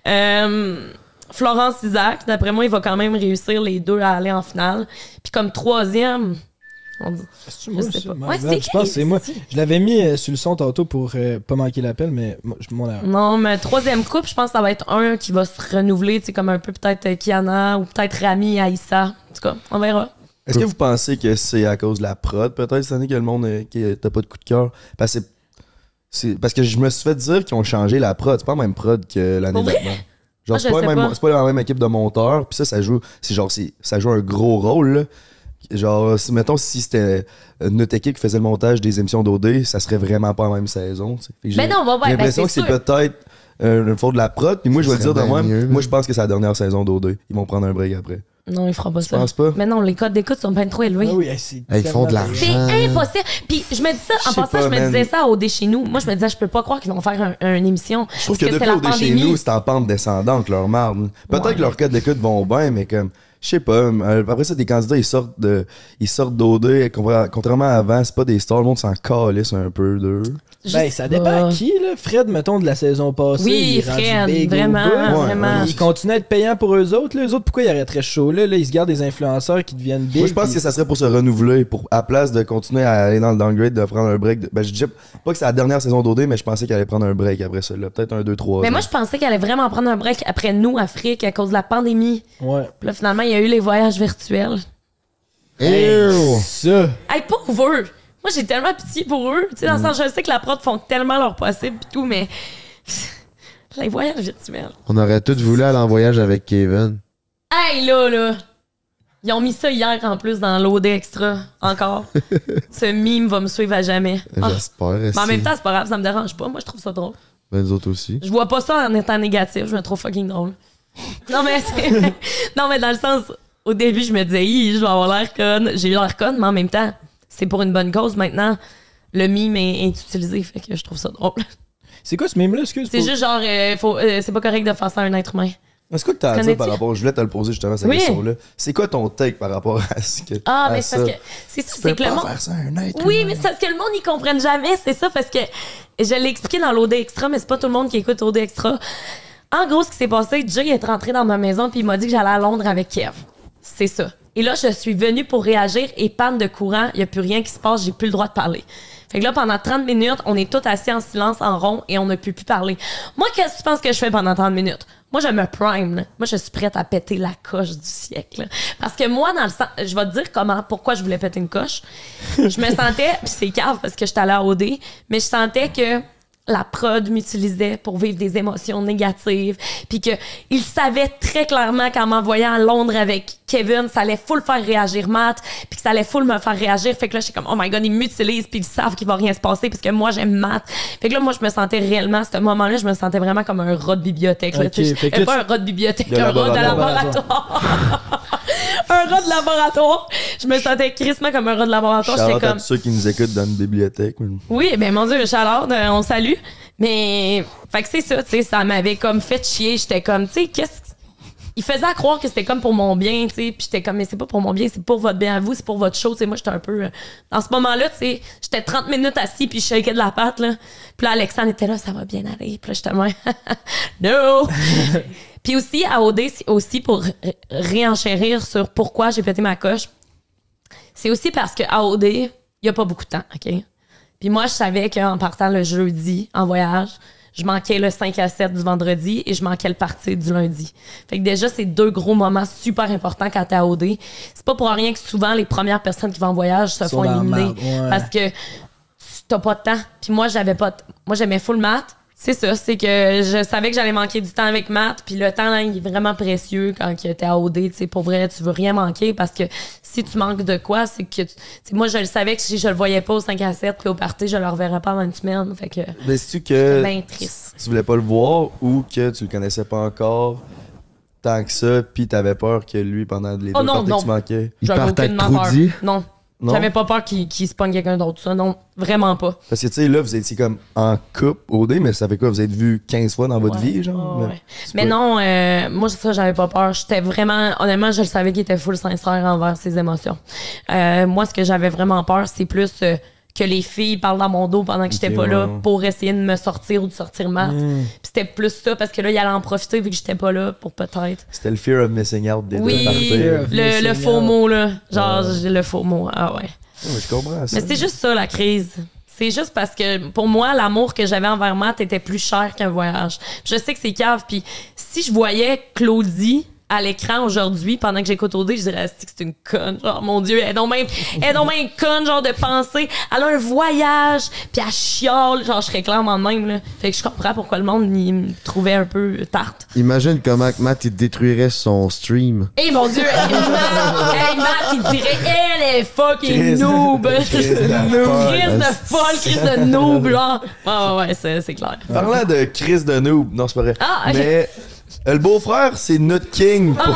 Euh, Florence, Isaac. D'après moi, il va quand même réussir les deux à aller en finale. Puis comme troisième, on dit, C'est moi, je sais ça? pas. My Ouais, bad. c'est Je pense que c'est moi. qui? Je l'avais mis euh, sur le son tantôt pour euh, pas manquer l'appel, mais moi, je mon erreur. Non, mais troisième couple, je pense que ça va être un qui va se renouveler, tu sais, comme un peu peut-être euh, Kiana ou peut-être Rami, Aïssa. En tout cas, on verra. Est-ce que vous pensez que c'est à cause de la prod, peut-être, cette année, que le monde euh, qui t'as pas de coup de cœur? Parce que, c'est- c'est- parce que je me suis fait dire qu'ils ont changé la prod. C'est pas la même prod que l'année Pour vrai? d'avant. Genre, Ah, c'est je pas, sais la même- pas. c'est pas la même équipe de monteurs. Puis ça, ça joue. C'est genre, c'est- ça joue un gros rôle, là. Genre, si, mettons, si c'était euh, notre équipe qui faisait le montage des émissions d'O D, ça serait vraiment pas la même saison. tu sais. Fait que Mais j'ai- non, ouais, ouais, j'ai l'impression ben, que c'est c'est sûr. peut-être euh, une faute de la prod. Puis moi, je vais le Ça dire de serait moi. bien mieux, Moi, là. je pense que c'est la dernière saison d'O D. Ils vont prendre un break après. Non, il fera pas ça. penses pas? Mais non, les codes d'écoute sont bien trop élevés. Ah oui, hey, c'est Hey, ils font de tellement- l'argent. C'est impossible. Puis je me dis ça, en Je sais passant, pas, je me man. disais ça au dé chez nous. Moi, je me disais, je peux pas croire qu'ils vont faire un- une émission. Je trouve Parce que c'était depuis la au dé chez pandémie. nous, c'est en pente descendante, leur marde. Peut-être Ouais. que leurs codes d'écoute vont bien, mais comme, je sais pas. euh, Après ça, des candidats, ils sortent de, ils sortent d'O D. contra- Contrairement à avant, c'est pas des stars. Le monde s'en calisse un peu d'eux. Je Ben, sais ça pas. dépend à qui, là. Fred, mettons, de la saison passée. Oui, il est rendu Fred, big au vraiment, bout. Ouais, vraiment. Il continue à être payant pour eux autres. Là. Eux autres, pourquoi ils arrêteraient ce show-là? Là? Ils se gardent des influenceurs qui deviennent big. Moi, je pense puis- que ça serait pour se renouveler, pour, à place de continuer à aller dans le downgrade, de prendre un break. de- ben, je dis pas que c'est la dernière saison d'O D, mais je pensais qu'elle allait prendre un break après ça, là. Peut-être un, deux, trois. Mais ans. moi, je pensais qu'elle allait vraiment prendre un break après nous, Afrique, à cause de la pandémie. Ouais. Puis là, finalement, il y a eu les voyages virtuels. Ew. Ça. Hey, pauvre eux! Moi, j'ai tellement pitié pour eux. Tu sais, dans le sens, je sais que la prod font tellement leur possible pis tout, mais. Les voyages virtuels. On aurait tous voulu aller en voyage avec Kevin. Hey, là, là! Ils ont mis ça hier en plus dans l'O D Extra. Encore. Ce mime va me suivre à jamais. Ah. J'espère. Mais en si. même temps, c'est pas grave, ça me dérange pas. Moi, je trouve ça drôle. Ben, nous autres aussi. Je vois pas ça en étant négatif. Je me trouve fucking drôle. Non, mais c'est... non, mais dans le sens, au début, je me disais, hi, je vais avoir l'air conne. J'ai eu l'air conne, mais en même temps, c'est pour une bonne cause. Maintenant, le mime est, est utilisé, fait que je trouve ça drôle. C'est quoi ce meme-là? Excuse C'est pour- juste genre, euh, faut, euh, c'est pas correct de faire ça à un être humain. Est-ce que t'as à dire Connais-tu? par rapport. Je voulais te le poser justement, cette Oui. question-là. C'est quoi ton take par rapport à ce que. Ah, à mais c'est parce ça? que c'est ça, Tu c'est peux que le pas monde. faire ça à un être Oui, humain. mais c'est parce que le monde n'y comprenne jamais, c'est ça, parce que je l'ai expliqué dans l'O D Extra, mais c'est pas tout le monde qui écoute O D Extra. En gros, ce qui s'est passé, Jay est rentré dans ma maison puis il m'a dit que j'allais à Londres avec Kev. C'est ça. Et là, je suis venue pour réagir et panne de courant, il n'y a plus rien qui se passe, j'ai plus le droit de parler. Fait que là, pendant trente minutes, on est tous assis en silence, en rond, et on ne peut plus parler. Moi, qu'est-ce que tu penses que je fais pendant trente minutes? Moi, je me prime, là. Moi, je suis prête à péter la coche du siècle, là. Parce que moi, dans le sens, je vais te dire comment, pourquoi je voulais péter une coche. Je me sentais, puis c'est cave parce que j'étais allée à O D, mais je sentais que la prod m'utilisait pour vivre des émotions négatives, puis que il savait très clairement qu'en m'envoyant à Londres avec Kevin, ça allait full faire réagir Matt, puis que ça allait full me faire réagir. Fait que là, j'étais comme, oh my god, ils m'utilisent, puis ils savent qu'il va rien se passer, parce que moi, j'aime Matt. Fait que là, moi, je me sentais réellement, à ce moment-là, je me sentais vraiment comme un rat de bibliothèque. Là, Okay, fait que là, pas tu- un rat de bibliothèque, De un rat de laboratoire. laboratoire. Un rat de laboratoire. Je me sentais crissement comme un rat de laboratoire. Shout-out J'étais à comme, tous ceux qui nous écoutent dans une bibliothèque. oui, ben mon Dieu, Charlotte, euh, on salue. Mais, fait que c'est ça, tu sais, ça m'avait comme fait chier. J'étais comme, tu sais, qu'est-ce. Il faisait à croire que c'était comme pour mon bien, tu sais. Puis j'étais comme, mais c'est pas pour mon bien, c'est pour votre bien à vous, c'est pour votre show, tu sais. Moi, j'étais un peu. euh, Dans ce moment-là, tu sais, j'étais trente minutes assis, puis je shakeais de la patte, là. Puis là, Alexandre était là, ça va bien aller. Puis là, j'étais moi, no! Puis aussi, à O D, c'est aussi pour ré- réenchérir sur pourquoi j'ai pété ma coche. C'est aussi parce qu'à O D, il y a pas beaucoup de temps, OK? Puis moi, je savais qu'en partant le jeudi en voyage, je manquais le cinq à sept du vendredi et je manquais le party du lundi. Fait que déjà, c'est deux gros moments super importants quand t'es à O D. C'est pas pour rien que souvent, les premières personnes qui vont en voyage se Sont font dans la éliminer. merde, ouais. Parce que t'as pas de temps. Puis moi, j'avais pas de... Moi, j'aimais full maths. C'est ça, c'est que je savais que j'allais manquer du temps avec Matt, puis le temps, là, il est vraiment précieux quand t'es à O D, tu sais, pour vrai, tu veux rien manquer, parce que si tu manques de quoi, c'est que, tu sais, moi, je le savais que si je le voyais pas au cinq à sept, puis au party, je le reverrais pas avant une semaine, fait que, Mais c'est-tu c'est que bien triste. tu voulais pas le voir ou que tu le connaissais pas encore tant que ça, pis t'avais peur que lui, pendant les Oh deux non, parties non. que tu manquais? Il J'avais part être aucunement peur. Trudy. Non. Non? J'avais pas peur qu'il qu'il se pogne quelqu'un d'autre, ça, non, vraiment pas. Parce que, tu sais, là, vous étiez comme en couple au dé, mais ça fait quoi? Vous êtes vus quinze fois dans votre Ouais. vie, genre? Ouais, Mais ouais. c'est Mais pas- non, euh, moi, ça, j'avais pas peur. J'étais vraiment, honnêtement, je le savais qu'il était full sincère envers ses émotions. Euh, moi, ce que j'avais vraiment peur, c'est plus euh, que les filles parlent dans mon dos pendant que j'étais Ok, pas là ouais. pour essayer de me sortir ou de sortir Matt. Mm. Puis c'était plus ça, parce que là, il allait en profiter vu que j'étais pas là pour peut-être. C'était le fear of missing out des Oui, deux parties. Fear of le, le missing faux out. mot, là. Genre, j'ai le faux mot. Ah ouais. Ouais, je comprends ça. Mais c'est juste ça, la crise. C'est juste parce que, pour moi, l'amour que j'avais envers Matt était plus cher qu'un voyage. Je sais que c'est cave, puis si je voyais Claudie à l'écran aujourd'hui, pendant que j'écoute O D, je dirais, Asti, que c'est une conne. Genre, mon Dieu, elle est donc même, elle est donc même conne, genre, de penser. Elle a un voyage, puis elle chiale. Genre, je serais clairement de même, là. Fait que je comprends pourquoi le monde il me trouvait un peu tarte. Imagine comment que Matt il détruirait son stream. Eh mon Dieu, hey, Matt, hey, Matt, il dirait, elle est fucking Chris- noob. Chris de Chris folle. de folle, Chris de noob, genre. Ouais, ouais, ouais, c'est, c'est clair. Parlant de Chris de noob, non, c'est pas vrai. Ah, ok. Mais euh, le beau-frère, c'est notre king. Ah, pour-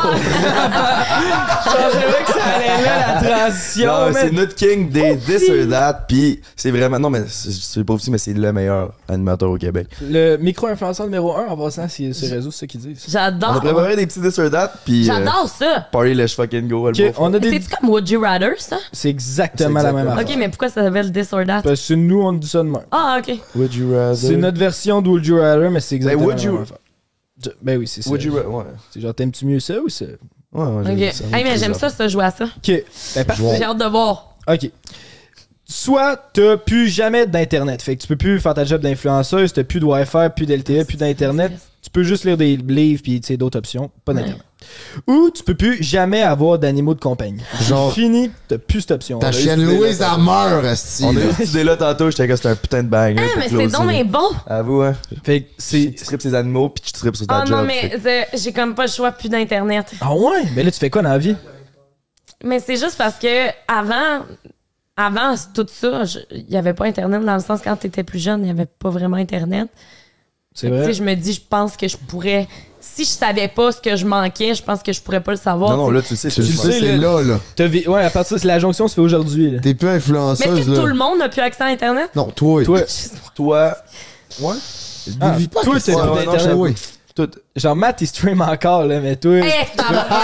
Je savais que ça allait là, la transition, Non, man. c'est notre king des This or That, puis c'est vraiment... Non, mais c'est- c'est pas aussi, mais c'est le meilleur animateur au Québec. Le micro-influenceur numéro un en passant sur ces réseaux, c'est ça qu'ils disent. On a J'adore. préparé des petits This or That, puis... euh, J'adore ça. Party Let's Fucking Go, le Ok, beau-frère. on a Mais des. C'est-tu comme Would You Rather, ça? C'est exactement C'est la même exactement. affaire. Ok, mais pourquoi ça s'appelle This or That? Parce que nous, on dit ça de même. Ah, ok. Would you rather... C'est notre version de Would You Rather, mais c'est exactement would la you- même affaire. Je- Ben oui, c'est ça. Would you rather... Ouais. C'est genre, t'aimes-tu mieux ça ou ça? Ouais, ouais, Ok. j'ai Hey, vu ça. mais j'aime ça, ça, jouer à ça. Ok. Ben parfait. J'ai hâte de voir. Ok. Soit t'as plus jamais d'internet, fait que tu peux plus faire ta job d'influenceuse, t'as plus de Wi-Fi, plus d'L T E, plus d'internet, tu peux juste lire des livres puis tu sais d'autres options, pas d'internet. Ou tu peux plus jamais avoir d'animaux de compagnie. Genre- Fini, t'as plus cette option. Ta a eu chienne cette Louise, idée-là. elle meurt, esti. On a eu cette idée-là tantôt, j'étais comme c'était un putain de banger. Ah, pour mais c'est closer. donc mais bon. Avoue, hein. Fait que c'est. Tu tripes ses animaux, puis tu tripes sur ta Ah job. non, fait mais que- euh, j'ai comme pas le choix, plus d'Internet. Ah ouais? Ben là, tu fais quoi dans la vie? Mais c'est juste parce que avant, avant tout ça, il y avait pas Internet, dans le sens quand t'étais plus jeune, il y avait pas vraiment Internet. C'est Fait que, tu vrai? sais, je me dis, je pense que je pourrais. Si je savais pas ce que je manquais, je pense que je pourrais pas le savoir. Non, non, tu sais. là, tu le sais, Tu le c'est sais, sais, c'est là, là. T'as vi- Ouais, à partir de la jonction se fait aujourd'hui. là. T'es plus Mais est-ce influenceuse, que tout le là. monde n'a plus accès à Internet? Non, toi. Toi, Toi. Ouais. Ah, Vis pas toi, que t'as ça. plus Ouais, non, d'Internet. oui. Tout. genre Matt, il stream encore, là, mais toi. Hey, tabarnak!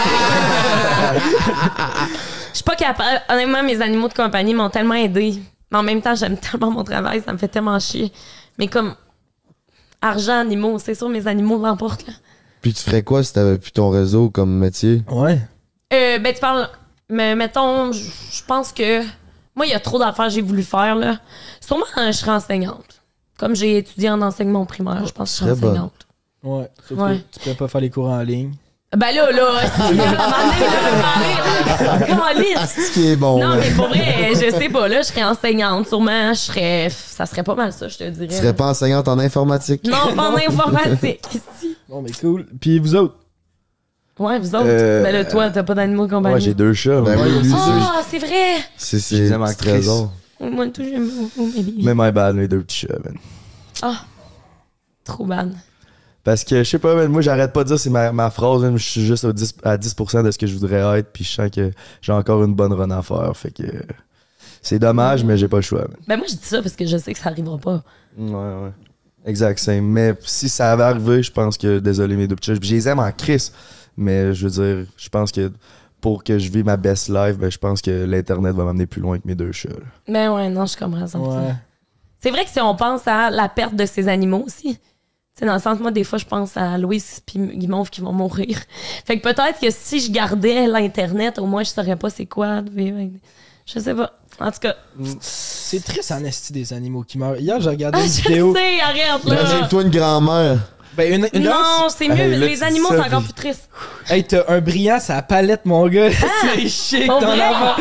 Je suis pas capable. Honnêtement, mes animaux de compagnie m'ont tellement aidé. Mais en même temps, j'aime tellement mon travail, ça me fait tellement chier. Mais comme argent, animaux, c'est sûr, mes animaux l'emportent, là. Puis tu ferais quoi si t'avais plus ton réseau comme métier? Ouais. Euh, ben, tu parles. Mais mettons, je je pense que Moi, il y a trop d'affaires que j'ai voulu faire, là. Sûrement, euh, je serais enseignante. Comme j'ai étudié en enseignement primaire, je pense que je serais Très bonne. enseignante. Ouais. Sauf Ouais. que tu peux pas faire les cours en ligne. Ben là, là, c'est comment lire? C'est ce qui est bon. Non, là. mais pour vrai, je sais pas, là, je serais enseignante. Sûrement, je serais. Ça serait pas mal ça, je te dirais. Tu serais pas enseignante en informatique? Non, pas en informatique. ici. Bon, mais cool. Puis vous autres? Ouais, vous autres. Euh, Ben là, toi, t'as pas d'animaux de compagnie. Ouais, j'ai deux chats. Ben moi. oui, lui, Ah, c'est vrai! c'est Je les c'est aime en petit trésor. Moi, tout, j'aime beaucoup mes billes. Mais my bad, les deux petits chats, man. Ah, trop bad. Parce que, je sais pas, man, moi, j'arrête pas de dire c'est ma, ma phrase, man, je suis juste au dix à dix pour cent de ce que je voudrais être, puis je sens que j'ai encore une bonne run à faire, fait que c'est dommage, mais j'ai pas le choix, man. Ben moi, je dis ça parce que je sais que ça arrivera pas. Ouais, ouais. Exact, c'est. Mais si ça avait arrivé, je pense que, désolé, mes deux petits chats, je les aime en crise, mais je veux dire, je pense que pour que je vive ma best life, ben, je pense que l'Internet va m'amener plus loin que mes deux chats, là. Ben ouais, non, je comprends ça. Ouais. C'est vrai que si on pense à la perte de ces animaux aussi, tu sais, dans le sens, moi, des fois, je pense à Louise et Guimauve qui vont mourir. Fait que peut-être que si je gardais l'Internet, au moins, je saurais pas c'est quoi de vivre avec des- Je sais pas. En tout cas. C'est triste en esti des animaux qui meurent. Hier, j'ai regardé Ah, une je vidéo. sais, arrête, là. Imagine-toi une grand-mère. Ben, une, une Non, c'est mieux. Hey, là, les tu animaux, dis c'est ça, encore puis- plus triste. Hey, t'as un brillant, c'est la palette, mon gars. c'est chic, Pour ton vrai? enfant.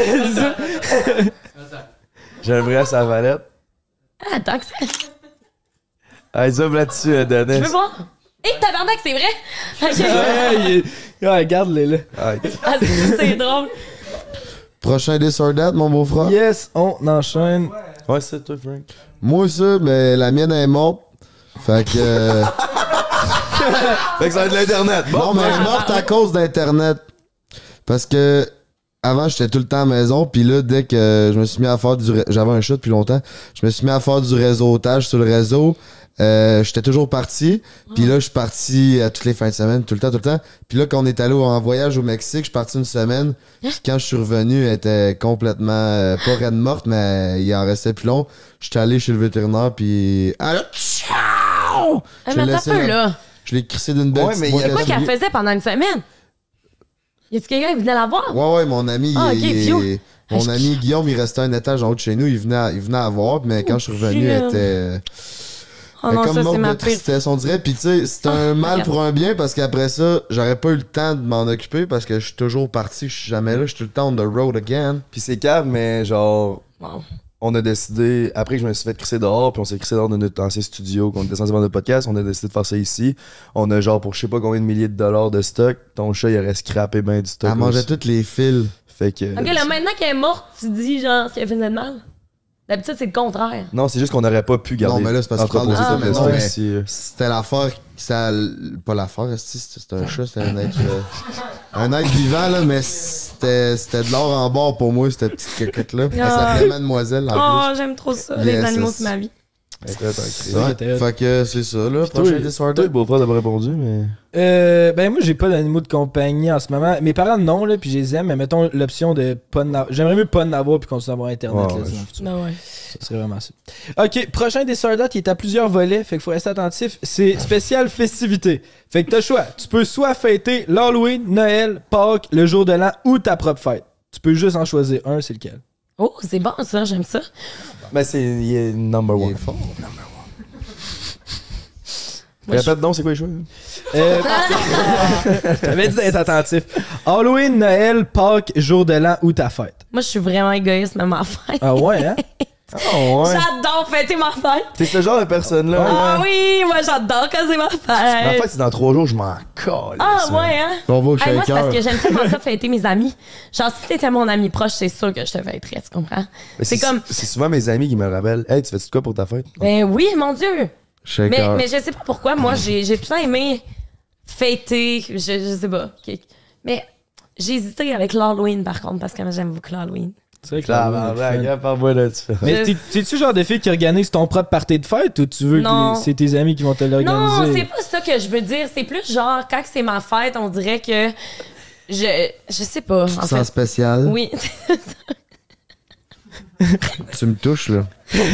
J'ai un vrai sa valette. Ah, tant que ça. Hey, zoom là-dessus, euh, Je Dennis. veux voir. Hé, tabarnak, c'est vrai? Ok. Ouais, il- ouais, regarde-les là. Hey. Ah, c'est c'est drôle. Prochain This or That, mon beau-frère? Yes, on enchaîne. Ouais, c'est toi, Frank. Moi, ça, ben, la mienne est morte. Fait que. euh, Fait que ça va être l'Internet. Bon, non, mais elle est morte à cause d'Internet. Parce que. Avant, j'étais tout le temps à la maison, puis là, dès que je me suis mis à faire du... ré- J'avais un chat depuis longtemps. Je me suis mis à faire du réseautage sur le réseau. Euh, j'étais toujours parti. Puis là, je suis parti à toutes les fins de semaine, tout le temps, tout le temps. Puis là, quand on est allé en voyage au Mexique, je suis parti une semaine. Puis quand je suis revenu, elle était complètement... euh, pas reine morte, mais il en restait plus long. J'étais allé chez le vétérinaire, puis... Ah là, ciao! Ah, Je mais l'ai attends laissé un peu, là. là. Je l'ai crissé d'une belle Ouais, petite mais il y boîte a à C'est quoi souliers. qu'elle faisait pendant une semaine? Y a-tu quelqu'un qui venait la voir? Ouais, ouais, mon ami, Ah, il, ok, il- vieux. mon Ah, ami Guillaume, il restait un étage en haut de chez nous, il venait à, il venait à voir, mais quand je suis revenu, elle Dieu. était, Oh elle non, comme ça, c'est morte ma de pire. tristesse, on dirait. Puis tu sais, c'est un Ah, mal regarde. pour un bien, parce qu'après ça, j'aurais pas eu le temps de m'en occuper, parce que je suis toujours parti, je suis jamais là, je suis tout le temps on the road again. Puis c'est cave, mais genre, Wow. on a décidé, après que je me suis fait crisser dehors, puis on s'est crissé dehors de notre ancien studio, qu'on était censé vendre notre podcast, on a décidé de faire ça ici. On a genre pour je sais pas combien de milliers de dollars de stock. Ton chat, il aurait scrappé ben du stock. Elle mangeait aussi. toutes les fils. Fait que. Ok, là, maintenant qu'elle est morte, tu dis genre ce qu'elle faisait de mal? D'habitude, c'est le contraire. Non, c'est juste qu'on n'aurait pas pu garder. Non, mais là, c'est parce que tu parles de entreposer ça, tout mais le non, stock mais- ici, euh. C'était l'affaire, ça, pas l'affaire, c'est c'était un chat, c'était un être, euh, un être vivant, là, mais c'était c'était de l'or en bord pour moi, cette petite coquette-là. Elle Ah. s'appelait Mademoiselle, en Oh, j'aime trop ça. Yes, Les animaux, yes. c'est ma vie. Elle était en crise. plus. Ouais, fait que c'est ça, là, Toi, prochain This or toi, That. le beau-frère t'as pas répondu, mais. Euh, ben moi j'ai pas d'animaux de compagnie en ce moment. Mes parents non là puis je les aime mais mettons l'option de pas en avoir. J'aimerais mieux pas en avoir puis continuer à avoir internet Ouais, là, ouais, dans le futur. Ben ouais. Ça serait vraiment ça. Ok, prochain des soldats qui est à plusieurs volets, fait qu'il faut rester attentif. C'est spécial festivité. Fait que t'as le choix. Tu peux soit fêter l'Halloween, Noël, Pâques, le jour de l'an ou ta propre fête. Tu peux juste en choisir un, c'est lequel. Oh, c'est bon ça, j'aime ça. Mais c'est. Il est number Il one. est fort. Moi, Répète donc, c'est quoi les choix? Euh, je t'avais dit d'être attentif. Halloween, Noël, Pâques, jour de l'an ou ta fête. Moi, je suis vraiment égoïste, même ma fête. Ah ouais, hein? Ah ouais. J'adore fêter ma fête. T'es ce genre de personne-là. Ah hein? oui, moi, j'adore quand c'est ma fête. Ma fête, c'est dans trois jours, je m'en colle. Ah ouais, hein? On va au Hey, moi, c'est shaker. parce que j'aime tellement ça fêter mes amis. Genre, si t'étais mon ami proche, c'est sûr que je te fêterais, tu comprends? C'est comme. C'est souvent mes amis qui me rappellent. Hey, tu fais-tu de quoi pour ta fête? Ben oui, mon Dieu! Mais, Shaker. mais je sais pas pourquoi, moi, j'ai j'ai tout le temps aimé fêter, je, je sais pas. ok. Mais j'ai hésité avec l'Halloween, par contre, parce que moi, j'aime beaucoup l'Halloween. C'est vrai que Ah, l'Halloween est bah, fun. regarde, parle-moi là-dessus. Mais Je- t'es- t'es-tu genre de fille qui organise ton propre party de fête ou tu veux Non. que les- c'est tes amis qui vont te l'organiser? Non, c'est pas ça que je veux dire. C'est plus genre, quand c'est ma fête, on dirait que je. Je sais pas, en Sans fait. spécial. Oui. Tu me touches, là.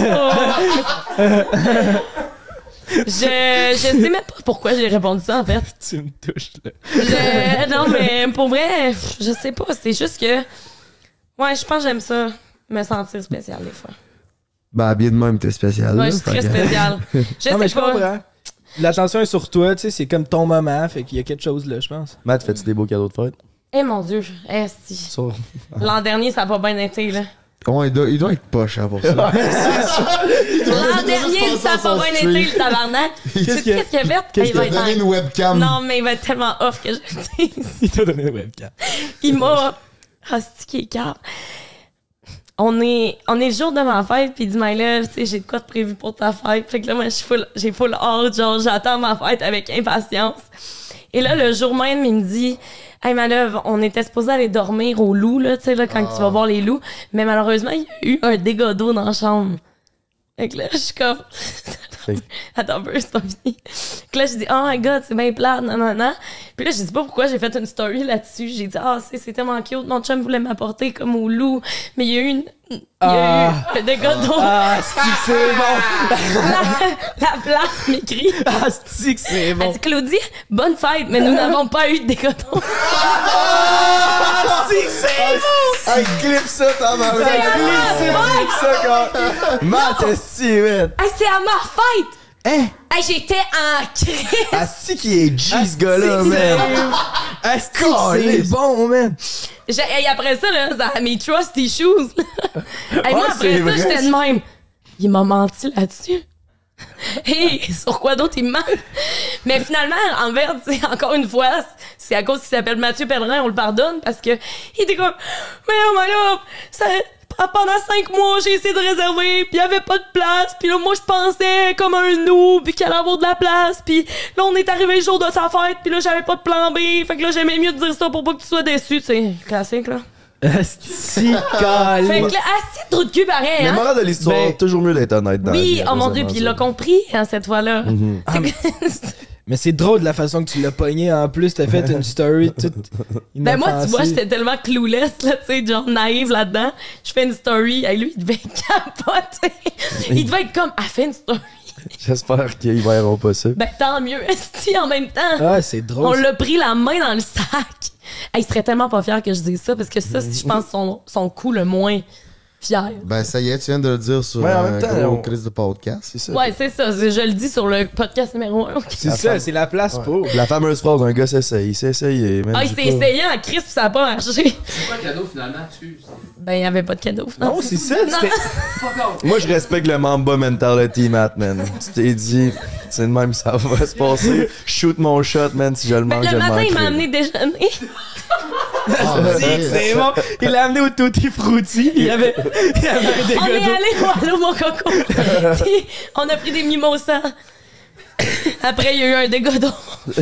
je, je sais même pas pourquoi j'ai répondu ça, en fait. Tu me touches là. Je- non, mais pour vrai, je sais pas. C'est juste que. Ouais, je pense que j'aime ça. me sentir spéciale des fois. Ben, bien de même, t'es spécial. Ouais, là, je suis fait très que- spéciale. Je Non, sais mais je pas. comprends. L'attention est sur toi, tu sais, c'est comme ton moment, fait qu'il y a quelque chose là, je pense. Matt, fais-tu des beaux cadeaux de fête? Eh mon Dieu, esti. Sur- L'an dernier, ça a pas bien été, là. Ouais, il doit, il doit être poche hein, pour ça. L'an dernier, juste ça a penser à pas son bien stream. été, le tabarnak. Tu sais Qu'est-ce qu'il y a? qu'est-ce qu'il a fait? Qu'est-ce Il qu'il va a donné être une webcam? Non, mais il va être tellement off que je le dise. Il t'a donné une webcam. Il m'a. Ah, c'est qui est calme. On est, on est le jour de ma fête, puis il dit, Myla, tu sais, j'ai de quoi de prévu pour ta fête. Fait que là, moi, je suis full, j'ai full hâte, genre, j'attends ma fête avec impatience. Et là, le jour même, il me dit, hey, Myla, on était supposé aller dormir au loup, là, tu sais, là, quand tu vas voir les loups. Mais malheureusement, il y a eu un dégât d'eau dans la chambre. Fait que là, je suis comme. Attends un peu, c'est pas fini. Fait que là, je dis, oh my god, c'est bien plate, non, non, non. Puis là, je sais pas pourquoi j'ai fait une story là-dessus. J'ai dit, ah, c'est, c'est tellement cute, mon chum voulait m'apporter comme au loup. Mais il y a eu une. Il y a Ah. eu un dégât d'eau. Ah, c'est que c'est bon! La, la place m'écrit. Ah, c'est que c'est Elle bon! dit, Claudie, bonne fête, mais nous n'avons pas eu de dégât d'eau. Ah, c'est que c'est bon! Hey, clip ça, ta maman! C'est à Clip ma ça, clip ça, quand. Matt, esti, man! Hey, c'est à ma fête! Hein? Hey, j'étais en crise. Asti qui est G, ce gars-là, c'est man! Ah, c'est que c'est bon, man! J'ai- hey, après ça, là, ça mes trust issues. là. Hey, moi, Ouais, après c'est ça, vrai. j'étais de même. Il m'a menti là-dessus. Hey, sur quoi d'autre il me ment? Mais finalement, envers, tu sais, encore une fois, c'est à cause qu'il s'appelle Mathieu Pellerin, on le pardonne parce que il était comme, mais oh my god, ça, pendant cinq mois, j'ai essayé de réserver, puis il y avait pas de place, puis là, moi, je pensais comme un noob, puis qu'il allait avoir de la place, puis là, on est arrivé le jour de sa fête, puis là, j'avais pas de plan B, fait que là, j'aimais mieux te dire ça pour pas que tu sois déçu, tu sais, classique, là. Asti, Fait calé! que là, assez trop de cul pareil, Mais hein? morale de l'histoire, Ben- toujours mieux d'être honnête dans la Oui, vie, oh mon après, dieu, ça, puis il ça. l'a compris, hein, cette fois-là. C'est que- Mais c'est drôle de la façon que tu l'as pogné en plus, t'as fait une story toute Ben moi, tu vois, inoffensive. j'étais tellement clueless, là, tu sais, genre naïve là-dedans. Je fais une story, et lui, il devait capoter. Il devait être comme, elle fait une story. J'espère qu'ils verront pas ça. Ben tant mieux, esti, en même temps. Ah, c'est On drôle. l'a pris la main dans le sac. Hey, il serait tellement pas fier que je dise ça, parce que ça, c'est, je pense, son, son coup le moins fier. Ben, ça y est, tu viens de le dire sur Ouais, en un même temps, gros on- crise de podcast. C'est ça. Ouais, c'est ça, c'est- je le dis sur le podcast numéro un. C'est ça, c'est la place pour. La fameuse phrase, un gars s'essaye, il s'est essayé. man, Ah, il j'ai s'est pas- essayé en crise, puis ça a pas marché. C'est quoi le cadeau finalement? Tu Ben, il y avait pas de cadeau. Non, c'est ça, Non. c'était. fuck off! Moi, je respecte le Mamba mentality, Matt, man. Tu t'es dit, c'est de même, ça va se passer. Shoot mon shot, man, si je le Ben, manque, je le le matin, il m'a manquerai. amené déjeuner. Ah, ben, C'est bon. Il l'a amené au Tutti Frutti. Il y avait, il y avait un On est dégât allé au Allô mon coco. Puis, on a pris des mimosas. Après, il y a eu un dégât d'eau.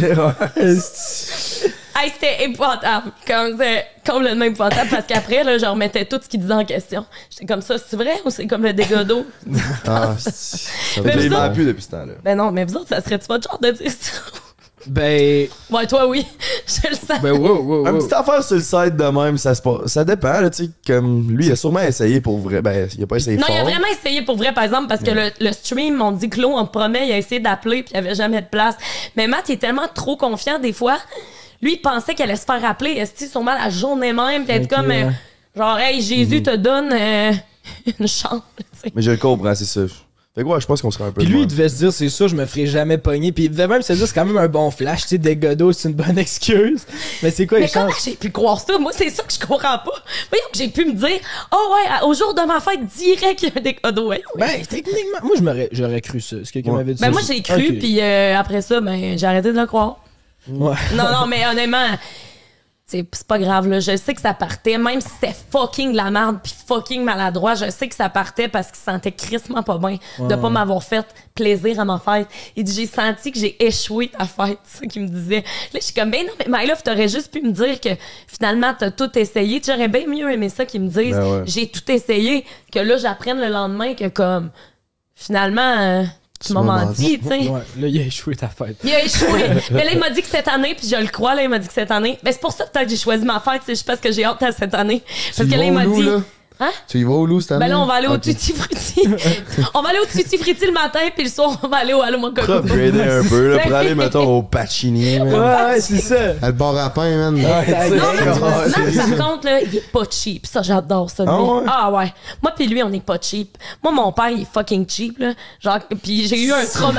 Hey, c'était épouvantable. Comme, c'est complètement épouvantable parce qu'après, là, je remettais tout ce qu'il disait en question. J'étais comme ça, c'est vrai ou c'est comme le dégât d'eau? Ah, c'est- ça Mais doit Il vous être m'a bon. plus depuis ce temps-là. Ben non, mais vous autres, ça serait-tu votre genre de dire ça? Ben. Ouais, toi, oui. Je le sens. Ben, wow, wow, Un wow. petite affaire sur le site de même, ça se passe. Ça dépend, là, tu sais, comme lui, il a sûrement essayé pour vrai. Ben, il a pas essayé Non, fort. il a vraiment essayé pour vrai, par exemple, parce que le, le stream, on dit Claude, on te promet, il a essayé d'appeler, puis il n'y avait jamais de place. Mais Matt, il est tellement trop confiant, des fois. Lui, il pensait qu'elle allait se faire appeler, est-ce sûrement la journée même, puis être Ok, comme, euh, ouais. genre, hey, Jésus te donne euh, une chance, tu sais. Mais je le comprends, c'est ça. Fait que ouais, je pense qu'on serait un peu. Puis de lui, il même. devait se dire, c'est sûr, je me ferai jamais pogner. Puis il devait même se dire, c'est quand même un bon flash, tu sais, des godos, c'est une bonne excuse. Mais c'est quoi, Mais il comment change? j'ai pu croire ça? Moi, c'est ça que je comprends pas. Voyons que j'ai pu me dire, oh ouais, au jour de ma fête, direct, il y a des cadeaux. Ouais, ouais. Ben, techniquement, moi, je m'aurais- j'aurais cru ça. Est-ce que quelqu'un Ouais. m'avait dit Ben ça? moi, j'ai cru, Ok. puis euh, après ça, ben, j'ai arrêté de le croire. Ouais. Non, non, mais honnêtement, c'est c'est pas grave, là. Je sais que ça partait, même si c'était fucking de la merde puis fucking maladroit, je sais que ça partait parce qu'il se sentait crissement pas bien de pas m'avoir fait plaisir à ma fête. Il dit, j'ai senti que j'ai échoué ta fête, c'est ça qu'il me disait. Là, je suis comme, ben non, mais My Love, t'aurais juste pu me dire que finalement, t'as tout essayé. J'aurais bien mieux aimé ça qu'ils me disent, Ben ouais. j'ai tout essayé, que là, j'apprenne le lendemain que comme, finalement, euh, tu m'as menti, tu sais. Ouais, là, il a échoué ta fête. Il a échoué. Mais là, il m'a dit que cette année, puis je le crois, là, il m'a dit que cette année. Ben, c'est pour ça peut-être que j'ai choisi ma fête, c'est juste parce que j'ai hâte à cette année. Parce que là, il m'a Loup, dit. là. Hein? Tu y vas au loup cette année? Ben là, on va aller au Ok. Tutti Frutti. On va aller au Tutti Frutti le matin, puis le soir, on va aller au Allô Mon Pour Coco. upgrader un peu, là, pour aller, mettons, au Pacini. man. Ouais, ouais, c'est ça. Elle bar à pain, man. Non, mais par contre, là, il est pas cheap. Ça, j'adore ça. de Ah lui. ouais? Ah ouais. Moi pis lui, on est pas cheap. Moi, mon père, il est fucking cheap, là. Genre, pis j'ai eu un trauma.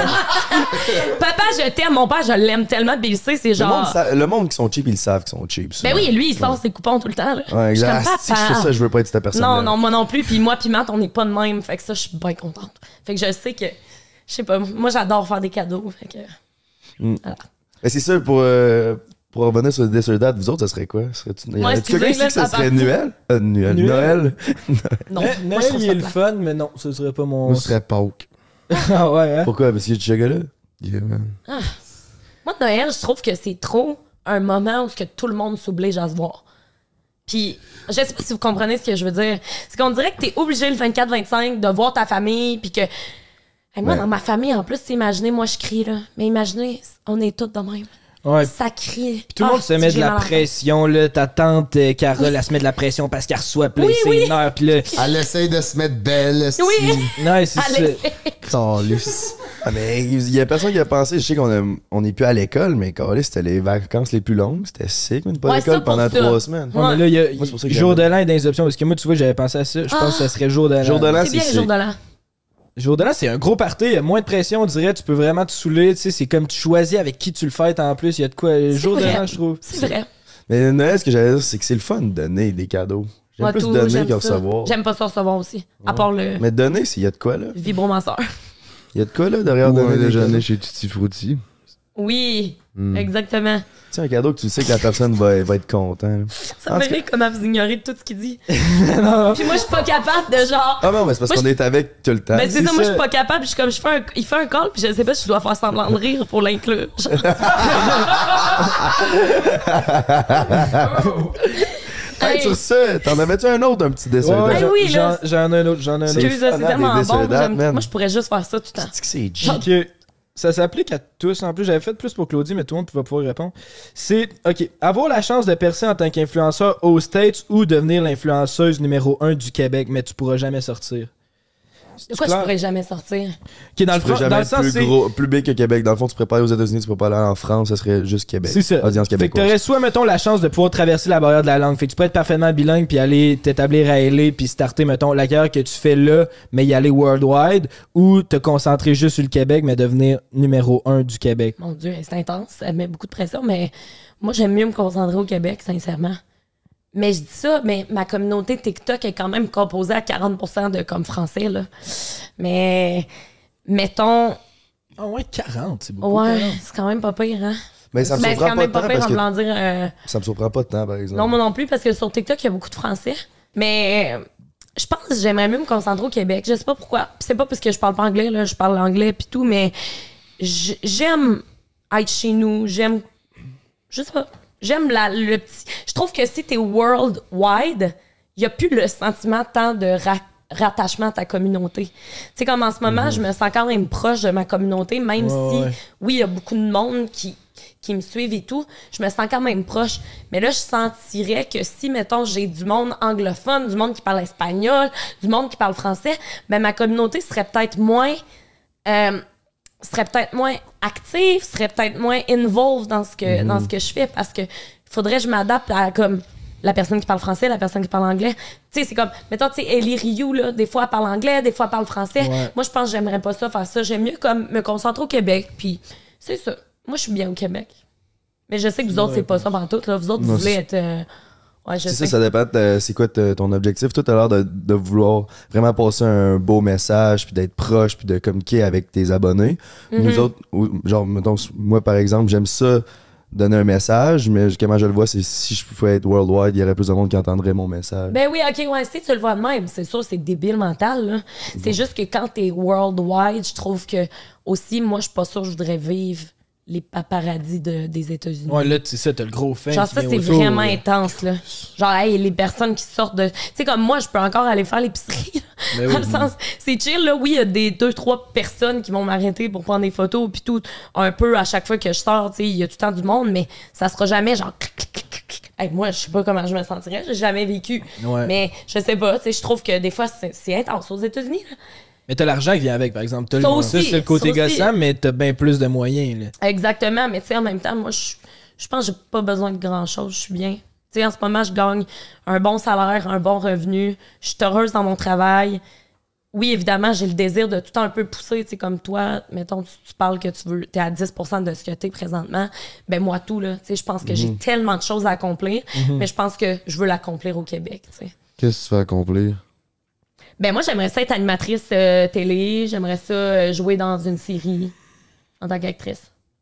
Papa, je t'aime. Mon père, je l'aime tellement. Pis il sait, c'est Le monde, genre... sa- le monde qui sont cheap, ils le savent qu'ils sont cheap. Ben souvent. oui, lui, il sort ses coupons tout le temps, là. Ouais, Je suis comme, exact. Si je fais papa. ça, je veux pas être cette personne. Non, non, moi non plus. Puis moi, puis Matt, on n'est pas de même. Fait que ça, je suis bien contente. Fait que je sais que... Je sais pas, moi, j'adore faire des cadeaux. Fait que... Mais c'est ça, pour, euh, pour revenir sur le This or That, vous autres, ça serait quoi? Serait-tu... Y en a-tu excusez, quelqu'un ici là, que ça ça serait partit. Noël? Euh, Noël. Noël. Noël. Non, Ne- moi, je Noël, trouve il ça est le plate. fun, mais non, ce serait pas mon. Moi, ce serait Pâques. Ah ouais, hein? Pourquoi? Parce qu'il y a du chocolat? Yeah, man. Moi, Noël, je trouve que c'est trop un moment où ce que tout le monde s'oblige à se voir. Puis, je sais pas si vous comprenez ce que je veux dire. C'est qu'on dirait que t'es obligé le vingt-quatre vingt-cinq de voir ta famille, puis que... Hey, moi, Ouais. dans ma famille, en plus, imaginez, moi, je crie, là. Mais imaginez, on est tous de même. Ouais. Ça crie. Tout le Ah, monde se met de j'ai la mal à la tête. pression, là. Ta tante euh, Carole, elle se met de la pression parce qu'elle reçoit plein Oui, de oui. sénateurs, pis là. Elle essaye de se mettre belle. Oui. Non, c'est Allez, ça. Calus. Ah, mais il y a personne qui a pensé. Je sais qu'on a- on n'est plus à l'école, mais calé, c'était les vacances les plus longues. C'était sick, mais pas à Ouais, l'école ça pour pendant ça. trois semaines. Ouais, mais là, il y a Moi, c'est pour ça que jour j'aime. de l'an est dans les options. Parce que moi, tu vois, j'avais pensé à ça. Je pense que ça serait jour de l'an. Jour de l'an, C'est bien c'est le jour sick. de l'an. Jour de l'an, c'est un gros party. Il y a moins de pression, on dirait. Tu peux vraiment te saouler. Tu sais, c'est comme tu choisis avec qui tu le fêtes en plus. Il y a de quoi. Jour de vrai. l'an, je trouve. C'est vrai. Mais Noël, ce que j'allais dire, c'est que c'est le fun de donner des cadeaux. J'aime Moi, plus tout, donner j'aime que ça. recevoir. J'aime pas ça recevoir aussi. À part le Mais donner, s'il y a de quoi, là. vibromasseur. Il y a de quoi, là, derrière Ou donner un des déjeuner cadeaux. chez Tutti Frutti. Oui, Hmm. exactement. Tu sais, un cadeau que tu sais que la personne va, va être contente. Ça En me tout cas- fait comment vous ignorez tout ce qu'il dit. Puis moi, je suis pas capable de genre. Ah non, mais c'est parce Moi, qu'on est avec tout le temps. Ben, c'est c'est ça, moi, je ça. suis pas capable. Je suis comme, je fais un, il fait un call, puis je sais pas si je dois faire semblant de rire pour l'inclure. Hey, sur ça, t'en avais-tu un autre, un petit dessin? Ouais, Hey, j'en- oui, là. j'en j'en ai un autre. J'en ai un autre. Excuse, c'est fanat tellement des This bon. or That, j'aime- man. Moi, je pourrais juste faire ça tout le temps. C'est que c'est G. Ok. Ça s'applique à tous. En plus, j'avais fait plus pour Claudie, mais tout le monde va pouvoir répondre. C'est, ok, avoir la chance de percer en tant qu'influenceur aux States ou devenir l'influenceuse numéro un du Québec, mais tu pourras jamais sortir. De quoi je pourrais jamais sortir? Ok, dans le, Tu pourrais fond- jamais dans le être sens, plus c'est. gros, plus big que Québec. Dans le fond, tu pourrais pas aller aux États-Unis, tu pourrais pas aller en France, ça serait juste Québec. C'est ça. Audience Fait que québécoise. t'aurais soit, mettons, la chance de pouvoir traverser la barrière de la langue. Fait que tu peux être parfaitement bilingue puis aller t'établir à L A puis starter, mettons, la carrière que tu fais là, mais y aller worldwide, ou te concentrer juste sur le Québec, mais devenir numéro un du Québec. Mon Dieu, c'est intense. Ça met beaucoup de pression, mais moi, j'aime mieux me concentrer au Québec, sincèrement. Mais je dis ça, mais ma communauté TikTok est quand même composée à quarante pour cent de comme français, là. Mais, mettons, Ah ouais, quarante, c'est beaucoup. ouais, quarante. c'est quand même pas pire, hein? Mais ça me Mais c'est surprend quand pas même de pas temps pire parce en que voulant dire... euh, ça me surprend pas de temps, par exemple. Non, moi non plus, parce que sur TikTok, il y a beaucoup de français. Mais euh, je pense que j'aimerais mieux me concentrer au Québec. Je sais pas pourquoi. Puis c'est pas parce que je parle pas anglais, là. Je parle anglais puis tout, mais j- j'aime être chez nous. J'aime... Je sais pas. J'aime la, le petit... Je trouve que si t'es worldwide, il y a plus le sentiment tant de ra- rattachement à ta communauté. Tu sais, comme en ce moment, je me sens quand même proche de ma communauté, même Ouais, si, ouais. oui, il y a beaucoup de monde qui, qui me suivent et tout, je me sens quand même proche. Mais là, je sentirais que si, mettons, j'ai du monde anglophone, du monde qui parle espagnol, du monde qui parle français, ben ma communauté serait peut-être moins... euh, serait peut-être moins active, serait peut-être moins involved dans ce que, dans ce que je fais, parce que faudrait que je m'adapte à comme la personne qui parle français, la personne qui parle anglais. Tu sais, c'est comme, mettons, tu sais, Ellie Rioux, là, des fois elle parle anglais, des fois elle parle français. Ouais. Moi, je pense que j'aimerais pas ça, faire ça. J'aime mieux comme me concentrer au Québec, puis c'est ça. Moi, je suis bien au Québec. Mais je sais que vous autres, c'est pas ça pantoute, là. Vous autres, Non, vous voulez c'est- être... euh, ouais, je C'est sais. ça, ça dépend de c'est quoi te- ton objectif. Toi, t'as l'air de, de vouloir vraiment passer un beau message, puis d'être proche, puis de communiquer avec tes abonnés. Nous Mhm. autres, ou- genre, mettons, moi, par exemple, j'aime ça, donner un message, mais comment je le vois, c'est si je pouvais être worldwide, il y aurait plus de monde qui entendrait mon message. Ben oui, ok, ouais, si tu le vois de même, c'est sûr, c'est débile mental, là. C'est juste que quand t'es worldwide, je trouve que aussi, moi, je suis pas sûre que je voudrais vivre les paparazzis de, des États-Unis. Ouais, là, c'est ça, t'as le gros fan. Genre, qui ça, vient c'est autour, vraiment là. intense, là. Genre, hey, les personnes qui sortent de. Tu sais, comme moi, je peux encore aller faire l'épicerie, là. Ben Dans oui. le sens, c'est chill, là. Oui, il y a des deux, trois personnes qui vont m'arrêter pour prendre des photos, puis tout, un peu à chaque fois que je sors, tu sais, il y a tout le temps du monde, mais ça sera jamais genre. clic, clic, clic, clic, Hey, moi, je sais pas comment je me sentirais, j'ai jamais vécu. Ouais. Mais je sais pas, tu sais, je trouve que des fois, c'est, c'est intense aux États-Unis. Là. Mais t'as l'argent qui vient avec, par exemple. T'as Ça le, aussi, ça, c'est le côté ça aussi. gossant, mais t'as bien plus de moyens. Là. Exactement, mais tu sais, en même temps, moi, je, je pense que j'ai pas besoin de grand-chose, je suis bien. Tu sais, en ce moment, je gagne un bon salaire, un bon revenu, je suis heureuse dans mon travail. Oui, évidemment, j'ai le désir de tout un peu pousser, tu sais, comme toi, mettons, tu, tu parles que tu veux, t'es à dix pour cent de ce que t'es présentement, ben moi, tout, là, tu sais, je pense que j'ai tellement de choses à accomplir, mais je pense que je veux l'accomplir au Québec, tu sais. Qu'est-ce que tu fais accomplir? Ben moi, j'aimerais ça être animatrice euh, télé, j'aimerais ça euh, jouer dans une série en tant qu'actrice.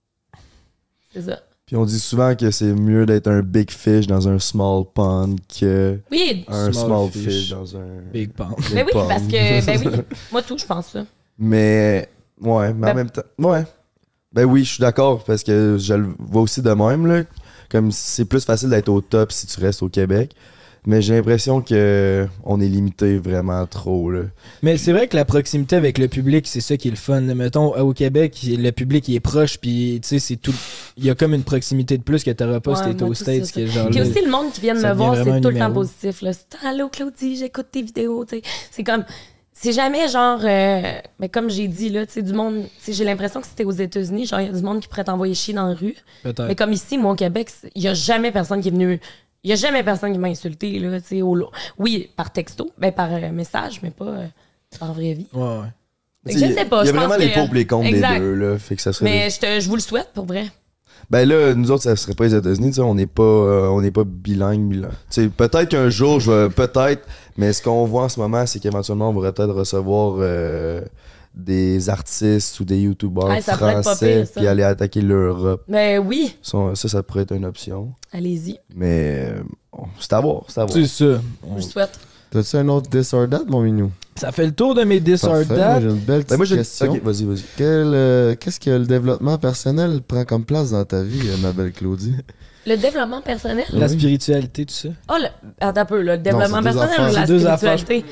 C'est ça. Puis on dit souvent que c'est mieux d'être un big fish dans un small pond que Oui, un Small small fish. fish dans un Big pond. big ben oui, pond. parce que, ben oui, moi tout, je pense ça. Mais, ouais, mais Ben- en même temps, ouais. Ben oui, je suis d'accord parce que je le vois aussi de même, là. Comme c'est plus facile d'être au top si tu restes au Québec. Mais j'ai l'impression que on est limité vraiment trop, là. Mais c'est vrai que la proximité avec le public, c'est ça qui est le fun. Mettons, au Québec, le public il est proche, puis tu sais, c'est tout. Il y a comme une proximité de plus que t'auras pas Ouais, si t'étais moi, aux tout States. ça, que ça. genre, Puis là, aussi, le monde qui vient de ça me devient voir, vraiment c'est un tout le temps numéro. positif. Là. C'est allô Claudie, j'écoute tes vidéos. T'sais. C'est comme, c'est jamais genre, euh, mais comme j'ai dit là, tu sais, du monde. T'sais, j'ai l'impression que c'était aux États-Unis, genre il y a du monde qui pourrait t'envoyer chier dans la rue. peut-être. Mais comme ici, moi au Québec, il y a jamais personne qui est venu. Il y a jamais personne qui m'a insulté là, tu sais, au lo- oui, par texto, ben par euh, message, mais pas euh, en vraie vie. Ouais, ouais. Fait que je sais pas, Il y je a vraiment pense les que- pour et les contre Exact. des deux, là. Fait que ça serait. Mais je te, je vous le souhaite pour vrai. Ben là, nous autres, ça serait pas les États-Unis, tu sais, on n'est pas, euh, on n'est pas bilingue, bilingue. Tu sais, peut-être qu'un jour, je vais, peut-être, mais ce qu'on voit en ce moment, c'est qu'éventuellement, on va peut-être recevoir euh, des artistes ou des youtubeurs Ouais, ça pourrait être pas français pire, ça. puis aller attaquer l'Europe. Ben oui, Ça, ça, ça pourrait être une option. allez-y, Mais euh, bon, c'est à voir, c'est à voir. C'est ça. je vous le souhaite. T'as-tu un autre this or that, mon minou? Ça fait le tour de mes dis or Parfait, moi, that. j'ai une belle petite Ben moi, j'ai question. Ok, vas-y, vas-y. Quel, euh, qu'est-ce que le développement personnel prend comme place dans ta vie, euh, ma belle Claudie? Le développement personnel. La Oui. spiritualité, tout ça. Oh, le... attends un peu, là, le développement c'est deux personnel affaires. ou la C'est deux affaires. spiritualité?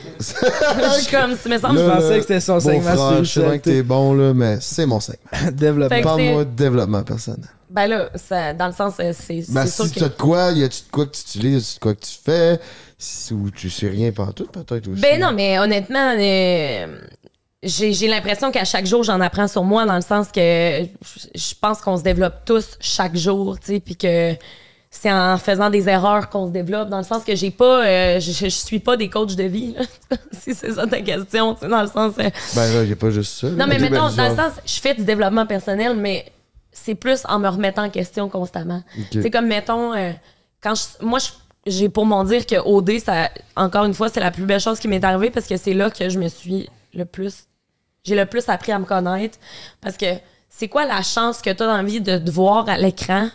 Je suis comme, tu me semble, Je Là, pensais là, que c'était son Bon segment frère, je sais bien que spiritualité. t'es bon, là, mais c'est mon segment. Développement. Fait que Parle-moi de développement personnel. ben là, ça, dans le sens, euh, c'est Ben, c'est sûr si que... t'as de quoi, y a-tu de quoi que tu utilises, y a-tu de quoi que tu fais, si, ou tu sais rien partout, peut-être aussi. Ben non, mais honnêtement, euh, j'ai j'ai l'impression qu'à chaque jour, j'en apprends sur moi, dans le sens que je- je pense qu'on se développe tous chaque jour, tu sais, puis que c'est en faisant des erreurs qu'on se développe, dans le sens que j'ai pas, euh, je, je suis pas des coachs de vie, là, si c'est ça ta question, tu sais, dans le sens... euh, Ben là, y a pas juste ça. non, mais Ok, ben, mettons, dans genre, le sens, je fais du développement personnel, mais c'est plus en me remettant en question constamment. Ok. C'est comme, mettons, euh, quand je, moi, je- j'ai pour m'en dire que O D, ça, encore une fois, c'est la plus belle chose qui m'est arrivée parce que c'est là que je me suis le plus, j'ai le plus appris à me connaître. Parce que c'est quoi la chance que tu as dans la vie de te voir à l'écran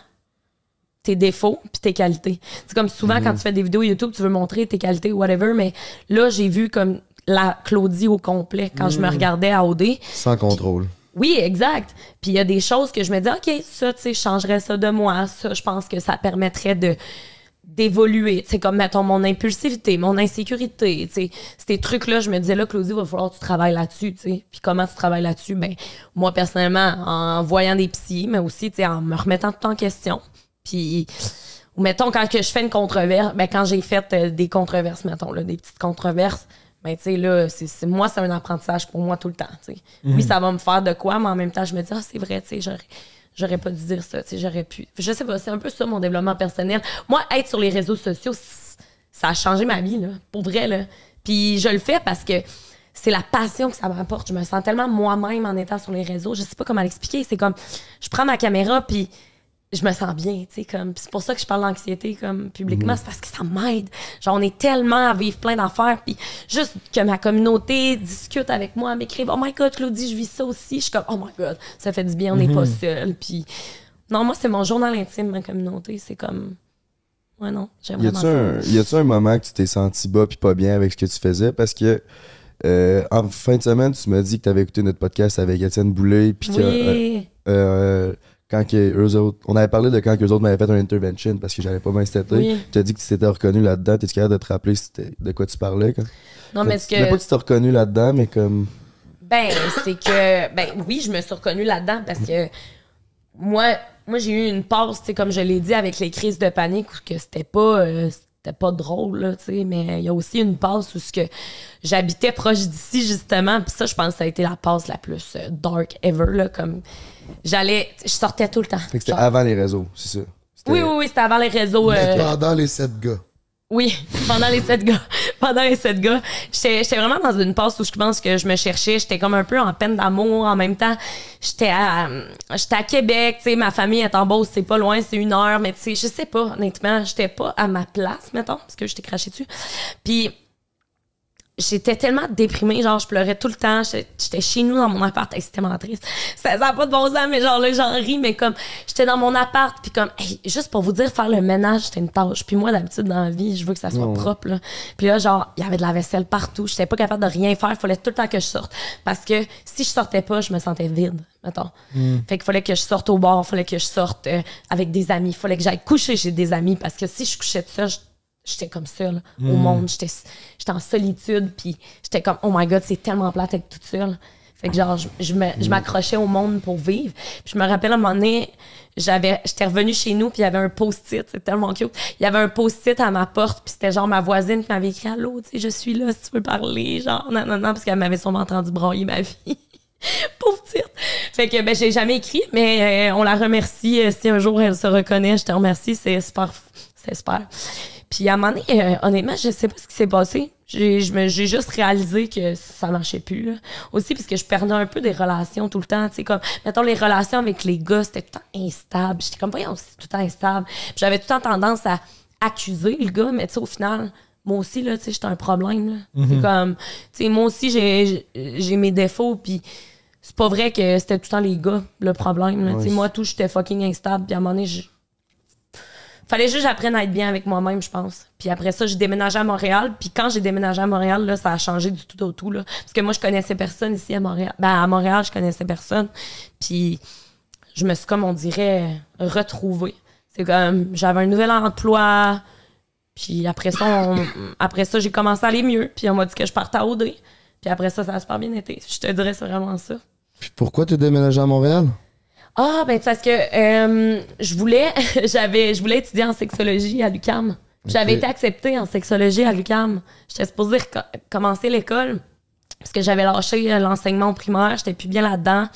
tes défauts puis tes qualités. C'est comme souvent quand tu fais des vidéos YouTube, tu veux montrer tes qualités ou whatever, mais là, j'ai vu comme la Claudie au complet quand je me regardais à O D. sans contrôle. Oui, exact. Puis il y a des choses que je me dis, OK, ça, tu sais, je changerais ça de moi. Ça, je pense que ça permettrait de d'évoluer. Tu sais, comme, mettons, mon impulsivité, mon insécurité, tu sais. Ces trucs-là, je me disais, là, Claudie, il va falloir que tu travailles là-dessus, tu sais. Puis comment tu travailles là-dessus? Ben, moi, personnellement, en voyant des psys, mais aussi, tu sais, en me remettant tout en question. Puis, ou mettons, quand que je fais une controverse, ben, quand j'ai fait euh, des controverses, mettons, là, des petites controverses, ben, tu sais, là, c'est, c'est- moi, c'est un apprentissage pour moi tout le temps, tu sais. Oui, ça va me faire de quoi, mais en même temps, je me dis, ah, c'est vrai, tu sais, j'aurais, j'aurais pas dû dire ça, tu sais, j'aurais pu. Je sais pas, c'est un peu ça, mon développement personnel. Moi, être sur les réseaux sociaux, c- ça a changé ma vie, là, pour vrai, là. Puis je le fais parce que c'est la passion que ça m'apporte. Je me sens tellement moi-même en étant sur les réseaux. Je sais pas comment l'expliquer. C'est comme, je prends ma caméra, puis je me sens bien, tu sais, comme, pis c'est pour ça que je parle d'anxiété, comme, publiquement, c'est parce que ça m'aide. Genre, on est tellement à vivre plein d'affaires, puis juste que ma communauté discute avec moi, m'écrive, oh my God, Claudie, je vis ça aussi. Je suis comme, oh my God, ça fait du bien, on n'est pas seul. Puis, non, moi, c'est mon journal intime, ma communauté. C'est comme, ouais, non, j'aime Y vraiment a-tu ça. un, y a-tu un moment que tu t'es senti bas puis pas bien avec ce que tu faisais? Parce que euh, en fin de semaine, tu m'as dit que tu avais écouté notre podcast avec Étienne Boulay puis que euh, Oui. euh, quand que eux autres, on avait parlé de quand eux autres m'avaient fait un intervention parce que j'allais pas bien cet été. Oui. Tu as dit que tu t'étais reconnu là-dedans. T'es-tu capable de te rappeler c'était- de quoi tu parlais? Quand? Non, mais ce Tu- Pas que. que tu t'es reconnu là-dedans, mais comme. Ben, c'est que. Ben, oui, je me suis reconnue là-dedans parce que moi, moi, j'ai eu une pause, tu sais, comme je l'ai dit, avec les crises de panique, où que c'était pas... Euh, c'était pas drôle, là, tu sais, mais il y a aussi une passe où ce que j'habitais proche d'ici, justement, puis ça, je pense que ça a été la passe la plus euh, dark ever, là, comme j'allais, je sortais tout le temps. Fait que c'était Genre. avant les réseaux, c'est ça? C'était- Oui, oui, oui, c'était avant les réseaux. Mais euh, pendant les sept gars. Oui, pendant les sept gars. Pendant les sept gars. J'étais j'étais vraiment dans une passe où je pense que je me cherchais. J'étais comme un peu en peine d'amour. En même temps, j'étais à, j'étais à Québec. Tu sais, ma famille est en Beauce, c'est pas loin, c'est une heure. Mais tu sais, je sais pas, honnêtement, j'étais pas à ma place, mettons, parce que j'étais craché dessus. Puis, j'étais tellement déprimée, genre je pleurais tout le temps, j'étais j'étais chez nous dans mon appart, hey, c'était tellement triste. Ça n'a pas de bon sens, mais genre là j'en ris, mais comme j'étais dans mon appart, puis comme hey, juste pour vous dire, faire le ménage c'était une tâche. Puis moi d'habitude dans la vie, je veux que ça soit Ouais. propre là. Puis là genre il y avait de la vaisselle partout, j'étais pas capable de rien faire, il fallait tout le temps que je sorte parce que si je sortais pas, je me sentais vide, mettons. Fait qu'il fallait que je sorte au bar, il fallait que je sorte euh, avec des amis, il fallait que j'aille coucher chez des amis parce que si je couchais de ça, je j'étais comme ça là, Mm. au monde, j'étais j'étais en solitude, puis j'étais comme oh my god, c'est tellement plate d'être toute seule. Fait que genre je, je me- je m'accrochais au monde pour vivre. Puis je me rappelle à un moment donné, j'avais j'étais revenue chez nous, puis il y avait un post-it, c'est tellement cute. Il y avait un post-it à ma porte, puis c'était genre ma voisine qui m'avait écrit allô, tu sais, je suis là si tu veux parler, genre non non non parce qu'elle m'avait sûrement entendu brailler ma vie. Pauvre petite. Fait que ben j'ai jamais écrit, mais euh, on la remercie euh, si un jour elle se reconnaît, je te remercie, c'est super c'est super. Puis à un moment donné, euh, honnêtement, je sais pas ce qui s'est passé. J'ai, je me- j'ai juste réalisé que ça marchait plus. Là. Aussi parce que je perdais un peu des relations tout le temps. Tu sais, comme, mettons, les relations avec les gars, c'était tout le temps instable. J'étais comme, voyons, c'est tout le temps instable. Puis j'avais tout le temps tendance à accuser le gars, mais tu sais, au final, moi aussi, là, tu sais, j'étais un problème. Là. C'est comme, tu sais, moi aussi, j'ai, j'ai, j'ai mes défauts, puis c'est pas vrai que c'était tout le temps les gars, le problème. Là. Tu sais, moi, tout, j'étais fucking instable, puis à un moment donné, je- fallait juste que j'apprenne à être bien avec moi-même, je pense. Puis après ça, j'ai déménagé à Montréal. Puis quand j'ai déménagé à Montréal, là, ça a changé du tout au tout. Là. Parce que moi, je connaissais personne ici à Montréal. Ben, à Montréal, je connaissais personne. Puis je me suis, comme on dirait, retrouvée. C'est comme, j'avais un nouvel emploi. Puis après ça, on- après ça, j'ai commencé à aller mieux. Puis on m'a dit que je partais à O D. Puis après ça, ça a super bien été. Je te dirais, c'est vraiment ça. Puis pourquoi t'es déménagé à Montréal? Ah, ben parce que euh, je voulais j'avais je voulais étudier en sexologie à l'U Q A M. J'avais Ok. été acceptée en sexologie à l'U Q A M. J'étais supposée reco- commencer l'école parce que j'avais lâché euh, l'enseignement au primaire, j'étais plus bien là-dedans.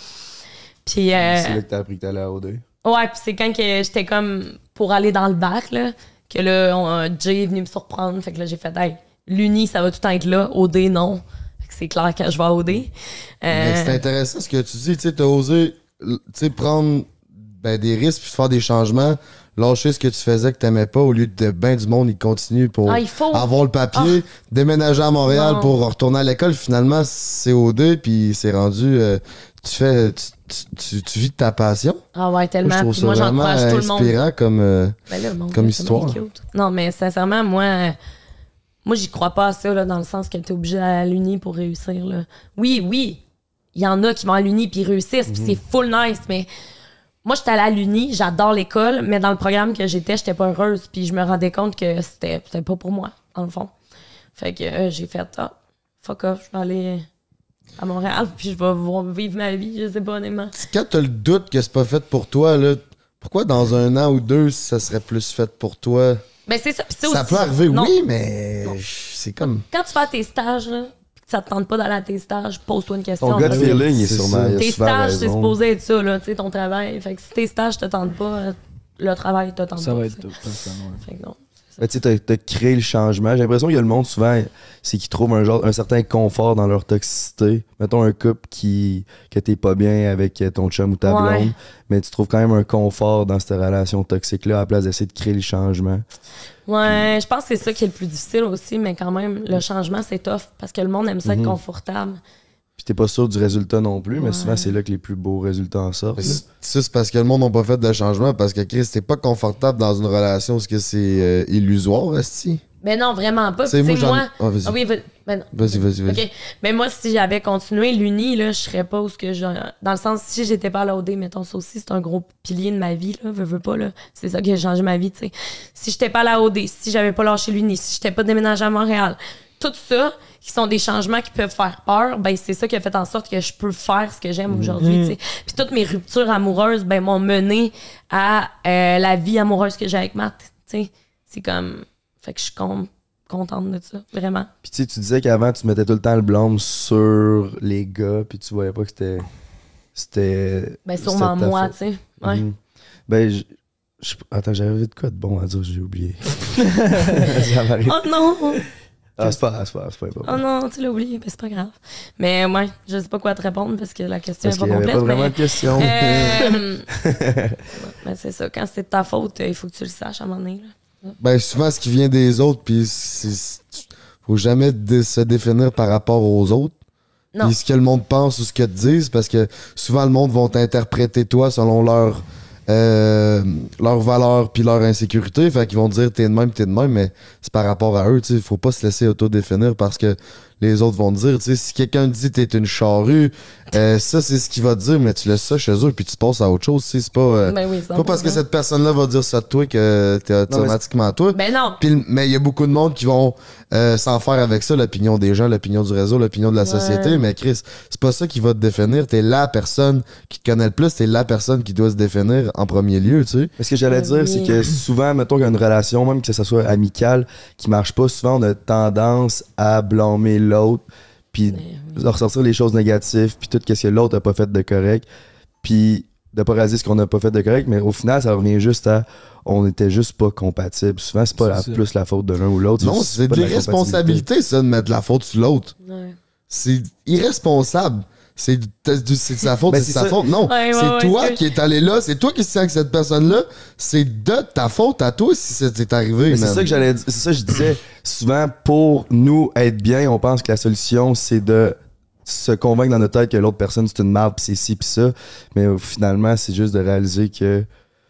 Puis euh, C'est là que t'as appris que t'allais à O D. ouais, puis c'est quand que j'étais comme pour aller dans le bac là que là on, Jay est venu me surprendre, fait que là j'ai fait hey, l'uni ça va tout le temps être là, O D non. Fait que c'est clair que je vais à O D. Mais Euh, c'est intéressant ce que tu dis, tu sais, t'as osé tu sais, prendre ben, des risques puis faire des changements, lâcher ce que tu faisais que t'aimais pas au lieu de ben du monde, il continue pour Ah, il faut. avoir le papier, déménager à Montréal Non. pour retourner à l'école. Finalement, c'est O D puis c'est rendu. euh, tu fais. Tu, tu, tu- tu vis de ta passion. Ah ouais, tellement. Moi, je trouve Puis ça moi vraiment j'encourage tout le monde. inspirant comme. euh, Ben là, mon Comme Dieu, c'est histoire. bien cute. Non, mais sincèrement, moi, euh, moi j'y crois pas à ça, là, dans le sens qu'elle était obligée d'aller à l'uni pour réussir. Là. Oui, oui, il y en a qui vont à l'uni puis ils réussissent, puis c'est full nice, mais moi, j'étais allée à l'uni, j'adore l'école, mais dans le programme que j'étais, j'étais pas heureuse, puis je me rendais compte que c'était, c'était pas pour moi, dans le fond. Fait que euh, j'ai fait, ah, fuck off, je vais aller à Montréal, puis je vais voir- vivre ma vie, je sais pas, honnêtement. Quand t'as le doute que c'est pas fait pour toi, là, pourquoi dans un an ou deux, ça serait plus fait pour toi? Ben c'est ça, puis c'est Ça aussi- peut arriver, non. oui, mais c'est comme. Quand tu fais tes stages, là, pis que ça te tente pas d'aller à tes stages, pose-toi une question. Ton gut Parce que feeling est c'est sûrement. ça. il a tes super stages, c'est raison. supposé être ça, là, tu sais, ton travail. Fait que si tes stages te tentent pas, euh, le travail te tente Ça pas. va tu être sais. tout. ça, ouais. Fait que non. Ben, tu sais, t'as, t'as créé le changement. J'ai l'impression qu'il y a le monde souvent, c'est qu'ils trouvent un genre, un certain confort dans leur toxicité. Mettons un couple qui, que t'es pas bien avec ton chum ou ta Ouais. blonde, mais tu trouves quand même un confort dans cette relation toxique-là à la place d'essayer de créer le changement. Ouais, je pense que c'est ça qui est le plus difficile aussi, mais quand même, le changement, c'est tough parce que le monde aime ça être Mhm. confortable. Puis t'es pas sûr du résultat non plus, mais Ouais. souvent c'est là que les plus beaux résultats en sortent. Mais là. c'est- Ça, c'est parce que le monde n'a pas fait de changement, parce que Chris, t'es pas confortable dans une relation parce que c'est euh, illusoire, esti. Mais non, vraiment pas. Tu sais, Puis, tu sais, moi, moi, j'en- Ah, vas-y. ah oui, va- ben non. Vas-y, vas-y, vas-y. OK. Mais moi, si j'avais continué l'uni, là, je serais pas où ce que je... Dans le sens, si j'étais pas à l'O D, mettons, ça aussi, c'est un gros pilier de ma vie, là, veux, veux pas, là. C'est ça qui a changé ma vie, tu sais. Si j'étais pas à la O D, si j'avais pas lâché l'uni, si j'étais pas déménagé à Montréal, tout ça, qui sont des changements qui peuvent faire peur, ben c'est ça qui a fait en sorte que je peux faire ce que j'aime aujourd'hui, Mm. tu sais. Puis toutes mes ruptures amoureuses, ben m'ont mené à euh, la vie amoureuse que j'ai avec Matt, tu sais. C'est comme... Fait que je suis com- contente de ça, vraiment. Puis tu sais, tu disais qu'avant, tu mettais tout le temps le blâme sur les gars, puis tu voyais pas que c'était... C'était... Ben sûrement c'était ta moi, faute. tu sais. Ouais. Mhm. Ben, je... je- Attends, j'avais de quoi de bon à dire, j'ai oublié. Ça m'arrive. Oh non! Ah, c'est pas grave, c'est pas grave, c'est pas grave. Oh non, tu l'as oublié, ben c'est pas grave. Mais ouais, je sais pas quoi te répondre parce que la question Parce est pas qu'il y avait complète. pas vraiment mais... de question. Euh, ben, c'est ça, quand c'est de ta faute, il faut que tu le saches à un moment donné. Là. Ben, souvent, ce qui vient des autres, puis c'est- faut jamais dé- se définir par rapport aux autres. Non. Puis ce que le monde pense ou ce que te disent, parce que souvent, le monde va t'interpréter toi selon leur, euh, leurs valeurs puis leur insécurité. Fait qu'ils vont te dire t'es de même, t'es de même, mais c'est par rapport à eux. Il faut pas se laisser autodéfinir parce que les autres vont te dire. T'sais, si quelqu'un te dit t'es une charrue, euh, ça, c'est ce qu'il va te dire, mais tu laisses ça chez eux puis tu passes à autre chose. t'sais, C'est pas, euh, Ben oui, pas parce que cent pour cent. cette personne-là va dire ça de toi que t'es automatiquement toi. Ben non. Puis le- mais il y a beaucoup de monde qui vont euh, s'en faire avec ça, l'opinion des gens, l'opinion du réseau, l'opinion de la Ouais. société. Mais Chris, c'est pas ça qui va te définir. T'es la personne qui te connaît le plus, t'es la personne qui doit se définir en premier lieu, tu sais. Mais ce que j'allais dire, c'est que souvent, mettons qu'il y a une relation, même que ça soit amicale, qui marche pas, souvent on a tendance à blâmer l'autre, puis de ressortir les choses négatives, puis tout ce que l'autre a pas fait de correct, puis de pas réaliser ce qu'on a pas fait de correct, mais au final, ça revient juste à on était juste pas compatibles. Souvent, c'est pas la- C'est ça. plus la faute de l'un ou l'autre. Non, c'est pas de la l'irresponsabilité, ça, de mettre la faute sur l'autre. Ouais. C'est irresponsable. C'est de c'est de sa faute, Ben, c'est de c'est sa ça. faute. Non, Ouais, ouais, c'est ouais, toi c'est- qui es allé là, c'est toi qui sens que cette personne-là, c'est de ta faute à toi si c'est arrivé. Mais c'est man. ça que j'allais dire. C'est ça que je disais. Souvent, pour nous être bien, on pense que la solution, c'est de se convaincre dans notre tête que l'autre personne, c'est une marde, pis c'est ci, pis ça. Mais euh, finalement, c'est juste de réaliser que.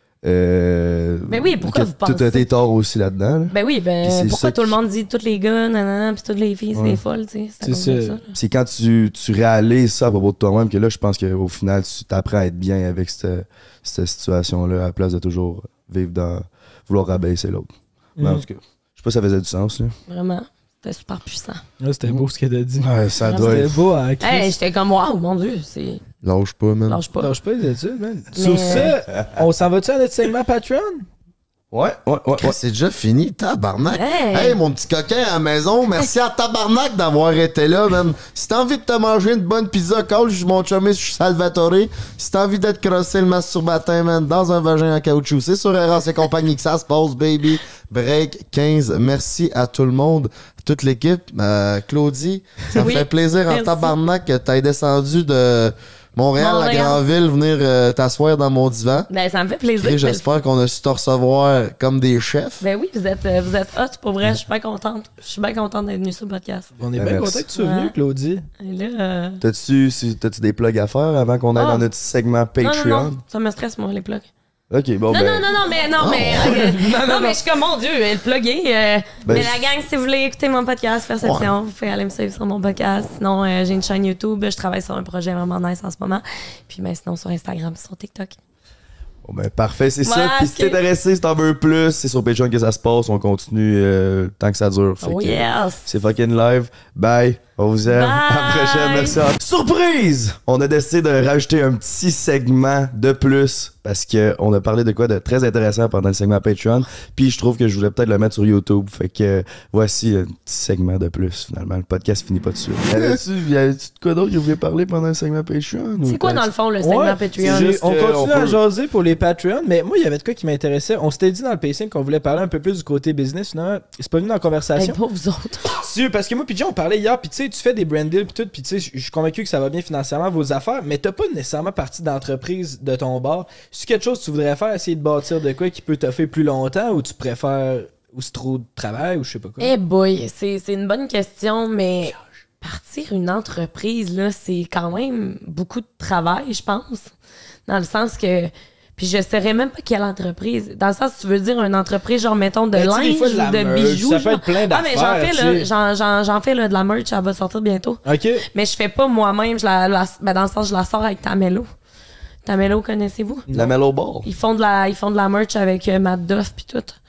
Euh, Ben oui, pourquoi que vous tout a pensez- été tort aussi là-dedans. là. Ben oui, Puis ben c'est pourquoi ça tout le qui- monde dit tous les gars, nanana, pis toutes les filles, c'est Ouais. des folles, tu sais. C'est à C'est cause de ça. ça. là. C'est quand tu, tu réalises ça à propos de toi-même que là, je pense qu'au final, tu t'apprends à être bien avec cette, cette situation-là à la place de toujours vivre dans. Vouloir rabaisser l'autre. Mais en Mhm. tout cas, je sais pas si ça faisait du sens. Là. Vraiment. C'était super puissant. Là, c'était beau ce qu'elle a dit. Ouais, ça doit C'était beau, hein, Chris. Hey, j'étais comme, waouh, mon Dieu, c'est. Lâche pas, man. Lâche pas. Lâche pas les études, man. Mais- Sur ça, on s'en va-tu à notre segment Patreon? Ouais, ouais, ouais. Chris, ouais. C'est déjà fini, tabarnak. Hey! Hey, mon petit coquin à la maison, merci à tabarnak d'avoir été là, man. Si t'as envie de te manger une bonne pizza, call, je suis mon chumé, je suis Salvatore. Si t'as envie d'être crossé le masturbatin, man, dans un vagin en caoutchouc, c'est sur Eros et compagnie que ça se passe, baby. Break quinze. Merci à tout le monde, toute l'équipe. Euh, Claudie, ça me Oui, fait plaisir en merci. tabarnak que t'aies descendu de Montréal, Montréal. la grande ville, venir euh, t'asseoir dans mon divan. Ben, ça me fait plaisir. Et j'espère qu'on a su te recevoir comme des chefs. Ben oui, vous êtes, euh, vous êtes hot, pour vrai. Je suis bien contente. Je suis bien contente d'être venue sur le podcast. On est Ben, bien merci. content que tu sois venu, Ouais. Claudie. Et là, euh, T'as-tu, si- t'as-tu des plugs à faire avant qu'on aille Ah. dans notre segment non, Patreon? non, non, ça me stresse, moi, les plugs. Ok, bon, Non, ben. non, non, non, mais non, mais. euh, non, mais je suis comme, mon Dieu, le plugué. euh, Ben, mais je- la gang, si vous voulez écouter mon podcast, Perception, vous pouvez aller me suivre sur mon podcast. Sinon, euh, j'ai une chaîne YouTube. Je travaille sur un projet vraiment nice en ce moment. Puis, ben, sinon, sur Instagram, sur TikTok. Bon, ben, parfait, c'est Ouais, ça. Puis si t'es ok. intéressé, si t'en veux plus, c'est sur Patreon que ça se passe. On continue euh, tant que ça dure. Fait Oh que, yes! c'est fucking live. Bye. On vous aime. Bye. À la prochaine. Merci. Surprise! On a décidé de rajouter un petit segment de plus parce qu'on a parlé de quoi de très intéressant pendant le segment Patreon. Puis je trouve que je voulais peut-être le mettre sur YouTube. Fait que euh, voici un petit segment de plus finalement. Le podcast finit pas dessus. Y'avais-tu y'avais-tu de quoi d'autre que vous voulez parler pendant le segment Patreon? C'est quoi, dans le fond, le segment Ouais, Patreon? j'ai- juste on que continue on à peut- jaser pour les Patreons, mais moi, il y avait de quoi qui m'intéressait. On s'était dit dans le pacing qu'on voulait parler un peu plus du côté business. Finalement, c'est pas venu dans la Hey, conversation. pas vous autres. Si, parce que moi, puis John, on parlait hier, puis tu sais, tu fais des brand deals, puis tout, puis tu sais, je je suis convaincu que ça va bien financièrement vos affaires, mais t'as pas nécessairement partie d'entreprise de ton bar. C'est quelque chose que tu voudrais faire, essayer de bâtir de quoi qui peut t'offrir plus longtemps, ou tu préfères, ou c'est trop de travail, ou je sais pas quoi. Eh boy, c'est c'est une bonne question, mais partir une entreprise, là, c'est quand même beaucoup de travail, je pense. Dans le sens que. Puis je saurais même pas quelle entreprise. Dans le sens, tu veux dire une entreprise, genre, mettons, de Ben, tu sais, des linge fois, de la ou de merch, bijoux. ça peut genre. être plein Ah, mais j'en d'affaires, fais, tu là. sais. J'en, j'en, j'en fais, là, de la merch, ça va sortir bientôt. Ok. Mais je fais pas moi-même, je la, la- ben, dans le sens, je la sors avec Tamelo. Tamelo, connaissez-vous? La Mellow Ball. Ils font de la, ils font de la merch avec euh, Matt Duff pis tout.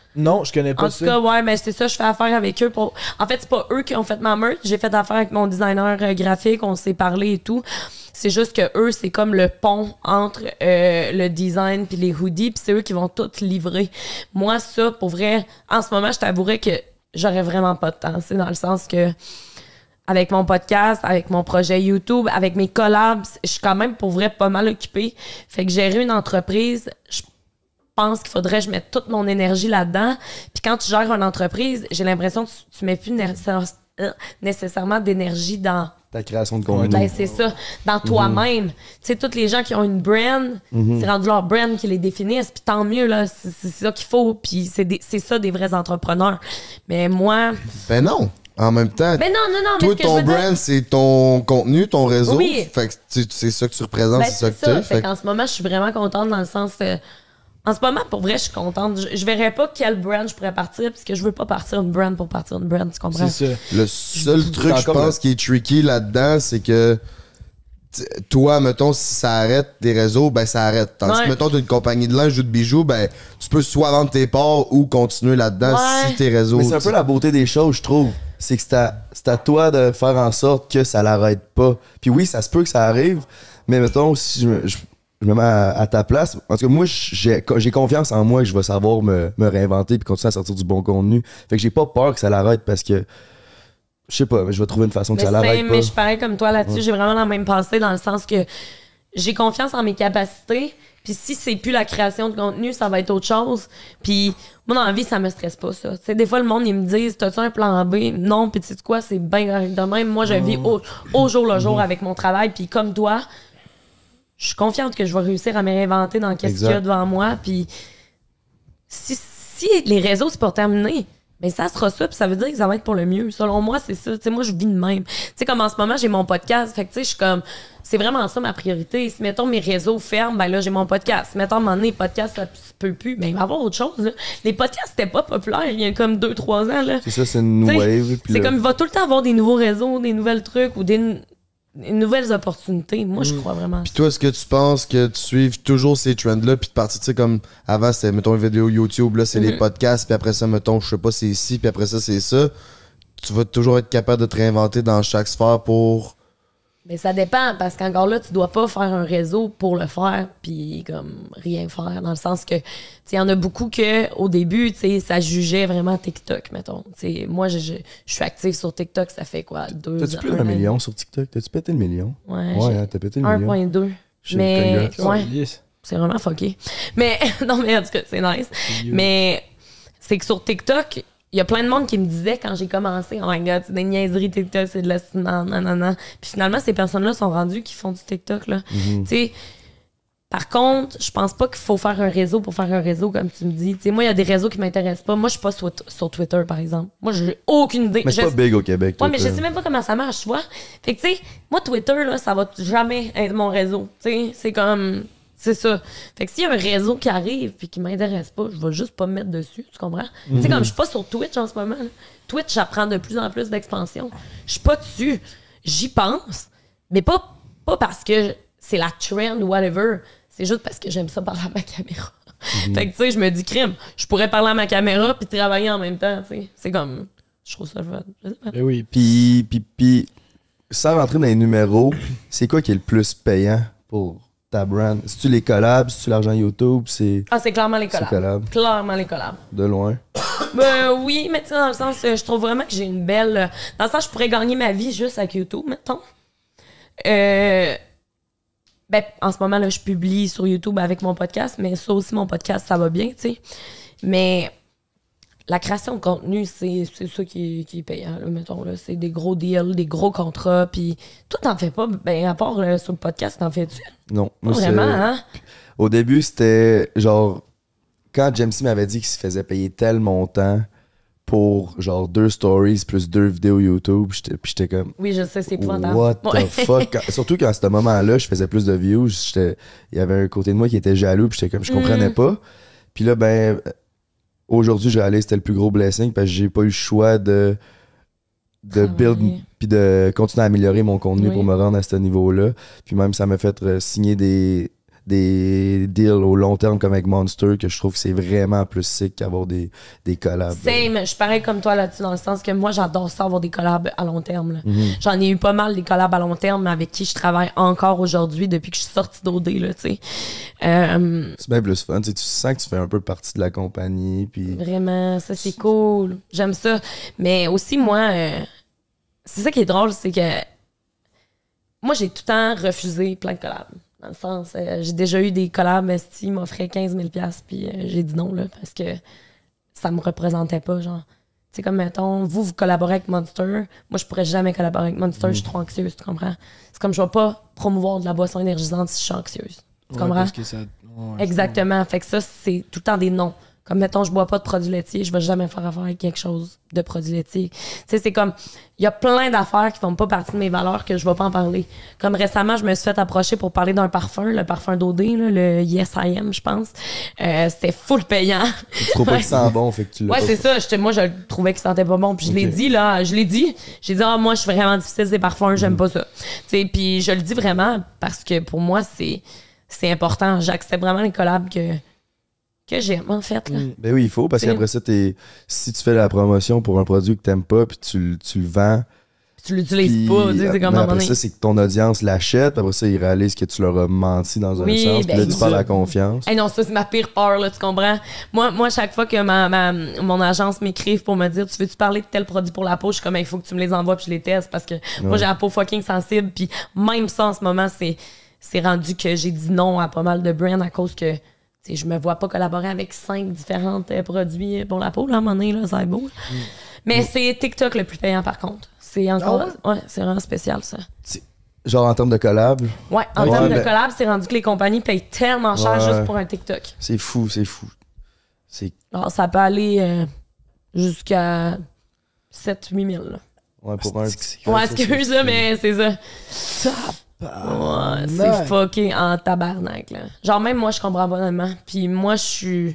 Non, je connais pas En tout ça. cas, ouais, mais c'est ça, je fais affaire avec eux. Pour... En fait, c'est pas eux qui ont fait ma merch. J'ai fait affaire avec mon designer euh, graphique, on s'est parlé et tout. C'est juste que eux, c'est comme le pont entre euh, le design puis les hoodies, puis c'est eux qui vont tout livrer. Moi, ça, pour vrai, en ce moment, je t'avouerais que j'aurais vraiment pas de temps. C'est dans le sens que avec mon podcast, avec mon projet YouTube, avec mes collabs, je suis quand même pour vrai pas mal occupée. Fait que gérer une entreprise, je pense qu'il faudrait que je mette toute mon énergie là-dedans. Puis quand tu gères une entreprise, j'ai l'impression que tu, tu mets plus nécessaire- euh, nécessairement d'énergie dans... Ta création de contenu. Ben, c'est ça, dans toi-même. Tu sais, tous les gens qui ont une brand, c'est rendu leur brand qui les définissent, puis tant mieux, là, c'est, c'est ça qu'il faut, puis c'est, des- c'est ça des vrais entrepreneurs. Mais moi... Ben non. En même temps, Ben non, non, non, mais toi, ce que je ton veux dire- brand, c'est ton contenu, ton réseau. Oui. Fait que tu- c'est ça que tu représentes, Ben, c'est ça c'est que tu ça. es. Fait Fait que- qu'en ce moment, je suis vraiment contente dans le sens... euh, en ce moment, pour vrai, je suis contente. Je, je verrais pas quel brand je pourrais partir, parce que je veux pas partir une brand pour partir une brand, tu comprends? C'est ça. Le seul truc, je encore pense, qui est tricky là-dedans, c'est que t- toi, mettons, si ça arrête des réseaux, ben ça arrête. Tandis Ouais. que, mettons, t'as une compagnie de linge ou de bijoux, ben tu peux soit vendre tes parts ou continuer là-dedans Ouais. si tes réseaux... Mais c'est un peu la beauté des choses, je trouve. C'est que c'est à, c'est à toi de faire en sorte que ça l'arrête pas. Puis oui, ça se peut que ça arrive, mais mettons, si je, me- je, je me mets à, à ta place, en tout cas, moi, j'ai, j'ai confiance en moi que je vais savoir me, me réinventer puis continuer à sortir du bon contenu. Fait que j'ai pas peur que ça l'arrête parce que, je sais pas, mais je vais trouver une façon que Mais, ça c'est- l'arrête pas. mais je suis pareil comme toi là-dessus. J'ai vraiment la même pensée dans le sens que j'ai confiance en mes capacités. Puis si c'est plus la création de contenu, ça va être autre chose. Puis moi, dans la vie, ça me stresse pas, ça. Tu sais, des fois, le monde, ils me disent, t'as-tu un plan B? Non, puis tu sais quoi, c'est bien correct de même. Moi, je vis au, au jour le jour avec mon travail. Puis comme toi, je suis confiante que je vais réussir à me réinventer dans qu'est-ce qu'il y a Exact. devant moi. Puis si, si les réseaux, c'est pour terminer, ben ça sera ça, puis ça veut dire que ça va être pour le mieux. Selon moi, c'est ça. Tu sais, moi, je vis de même. Tu sais, comme en ce moment, j'ai mon podcast. Fait que, tu sais, je suis comme... C'est vraiment ça, ma priorité. Si, mettons, mes réseaux ferment, ben là, j'ai mon podcast. Si, mettons, à un moment donné, les podcasts, ça se peut plus. Ben, il va y avoir autre chose, là. Les podcasts, c'était pas populaire il y a comme deux trois ans, là. C'est ça, c'est une T'sais, wave. puis C'est là- comme, il va tout le temps avoir des nouveaux réseaux, des nouvelles trucs ou des, des nouvelles opportunités. Moi, je crois vraiment à Puis ça. toi, est-ce que tu penses que tu suives toujours ces trends-là, puis de partir, tu sais, comme avant, c'était, mettons, une vidéo YouTube, là, c'est les Mhm. podcasts, puis après ça, mettons, je sais pas, c'est ici, puis après ça, c'est ça. Tu vas toujours être capable de te réinventer dans chaque sphère pour... Mais ça dépend, parce qu'encore là, tu dois pas faire un réseau pour le faire, puis comme rien faire, dans le sens que, tu sais, il y en a beaucoup que au début, tu sais, ça jugeait vraiment TikTok, mettons. Tu sais, moi, je, je, je suis active sur TikTok, ça fait quoi, deux T'as-tu ans, plus un d'un an? million sur TikTok? T'as-tu pété le million? Ouais, Ouais, j'ai hein, t'as pété le un million. virgule deux. Shit, Mais, congrats. ouais, Yes. c'est vraiment fucké. Mais, non, mais en tout cas, c'est nice. Mais, c'est que sur TikTok, il y a plein de monde qui me disait quand j'ai commencé, oh my god, c'est des niaiseries TikTok, c'est de la non, non, non, non. Puis finalement, ces personnes-là sont rendues qui font du TikTok, là. Tu sais, par contre, je pense pas qu'il faut faire un réseau pour faire un réseau, comme tu me dis. Tu sais, moi, il y a des réseaux qui m'intéressent pas. Moi, je suis pas sur, sur Twitter, par exemple. Moi, j'ai aucune idée. Mais c'est Je- pas big au Québec. Ouais, mais je Twitter. sais même pas comment ça marche, tu vois. Fait que, tu sais, moi, Twitter, là, ça va jamais être mon réseau. Tu sais, c'est comme. C'est ça. Fait que s'il y a un réseau qui arrive puis qui m'intéresse pas, je vais juste pas me mettre dessus, tu comprends? Tu sais, comme je suis pas sur Twitch en ce moment, là. Twitch, j'apprends de plus en plus d'expansion. Je suis pas dessus. J'y pense, mais pas, pas parce que c'est la trend ou whatever. C'est juste parce que j'aime ça parler à ma caméra. Fait que, tu sais, je me dis, crime, je pourrais parler à ma caméra puis travailler en même temps, tu sais. C'est comme. Je trouve ça le fun. Je sais pas. Ben oui. Puis, puis, puis, sans rentrer dans les numéros, c'est quoi qui est le plus payant pour ta brand? C'est-tu les collabs? C'est-tu l'argent YouTube? C'est Ah, c'est clairement les C'est collabs. collab. Clairement les collabs. de loin? Ben oui, mais tu sais, dans le sens, euh, je trouve vraiment que j'ai une belle. euh, Dans le sens, je pourrais gagner ma vie juste avec YouTube, mettons. Euh. Ben, en ce moment, là, je publie sur YouTube avec mon podcast, mais ça aussi, mon podcast, ça va bien, tu sais. Mais la création de contenu, c'est c'est ça qui est, qui est payant, là, mettons. Là. C'est des gros deals, des gros contrats, puis toi, t'en fais pas, ben, à part là, sur le podcast, t'en fais-tu? Non. Pas Moi, c'est- vraiment, hein? Au début, c'était genre. Quand James C m'avait dit qu'il se faisait payer tel montant pour genre deux stories plus deux vidéos YouTube, j'étais- puis j'étais comme. Oui, je sais, c'est épouvantable. What the Ouais. fuck? Quand- surtout qu'à ce moment-là, je faisais plus de views. j'étais- Il y avait un côté de moi qui était jaloux, puis j'étais comme, je comprenais Mm. pas. Puis là, ben, aujourd'hui, je réalise que c'était le plus gros blessing parce que j'ai pas eu le choix de, de build, Travailler. puis de continuer à améliorer mon contenu Oui. pour me rendre à ce niveau-là. Puis même, ça m'a fait euh, signer des, des deals au long terme comme avec Monster que je trouve que c'est vraiment plus sick qu'avoir des, des collabs. Same, je suis pareil comme toi là-dessus, dans le sens que moi, j'adore ça avoir des collabs à long terme. là. Mm-hmm. J'en ai eu pas mal des collabs à long terme, mais avec qui je travaille encore aujourd'hui depuis que je suis sortie d'O D, là, tu sais. Euh, c'est bien plus fun, tu sens que tu fais un peu partie de la compagnie, puis... Vraiment, ça, c'est cool. J'aime ça. Mais aussi, moi, euh, c'est ça qui est drôle, c'est que moi, j'ai tout le temps refusé plein de collabs. Dans le sens, euh, j'ai déjà eu des collabs, Esti m'offrait quinze mille dollars, puis euh, j'ai dit non, là, parce que ça me représentait pas, genre. Tu sais, comme, mettons, vous, vous collaborez avec Monster, moi, je pourrais jamais collaborer avec Monster, mm. je suis trop anxieuse, tu comprends? C'est comme, je vais pas promouvoir de la boisson énergisante si je suis anxieuse. Tu ouais, comprends? Parce que ça... ouais, exactement. Fait que ça, c'est tout le temps des noms. Comme, mettons, je bois pas de produits laitiers, je vais jamais faire affaire avec quelque chose de produits laitiers. Tu sais, c'est comme, il y a plein d'affaires qui font pas partie de mes valeurs que je vais pas en parler. Comme récemment, je me suis fait approcher pour parler d'un parfum, le parfum d'O D, là, le Yes I Am, je pense. Euh, c'était full payant. Tu trouves pas qu'il sent bon, fait que tu l'as Ouais, c'est ça. J'étais, moi, je trouvais qu'il sentait pas bon. Puis je okay. l'ai dit, là, je l'ai dit. J'ai dit, ah, moi, je suis vraiment difficile des parfums, j'aime mm. pas ça. Tu sais, puis je le dis vraiment parce que pour moi, c'est, c'est important. J'accepte vraiment les collabs que. que j'aime, en fait. Là. Ben oui, il faut, parce qu'après ça, t'es, si tu fais la promotion pour un produit que t'aimes pas, puis tu, tu le vends... Puis tu l'utilises pas, tu sais, c'est comme après donné. Ça, c'est que ton audience l'achète, puis après ça, ils réalisent que tu leur as menti dans un oui, sens, ben, puis là, tu parles à la confiance. Hey non, ça, c'est ma pire peur, là, tu comprends? Moi, moi chaque fois que ma, ma, mon agence m'écrive pour me dire « Tu veux-tu parler de tel produit pour la peau? » Je suis comme « Il faut que tu me les envoies, puis je les teste, parce que ouais. moi, j'ai la peau fucking sensible, puis même ça, en ce moment, c'est, c'est rendu que j'ai dit non à pas mal de brands à cause que T'sais, je me vois pas collaborer avec cinq différents euh, produits pour la peau, là, à un moment donné, là, ça va être beau. Mm. Mais mm. c'est TikTok le plus payant, par contre. C'est encore... Oh, ouais, ouais c'est vraiment spécial, ça. C'est... Genre en termes de collab? Ouais, en ouais, termes ben... de collab, c'est rendu que les compagnies payent tellement cher ouais. juste pour un TikTok. C'est fou, c'est fou. C'est... Alors, ça peut aller euh, jusqu'à sept à huit mille, là. Ouais, pour un... Ouais, excuse, là, mais c'est ça. Ça... Ouais, c'est fucké en tabarnak, là. Genre, même moi, je comprends pas vraiment. Puis moi, je suis...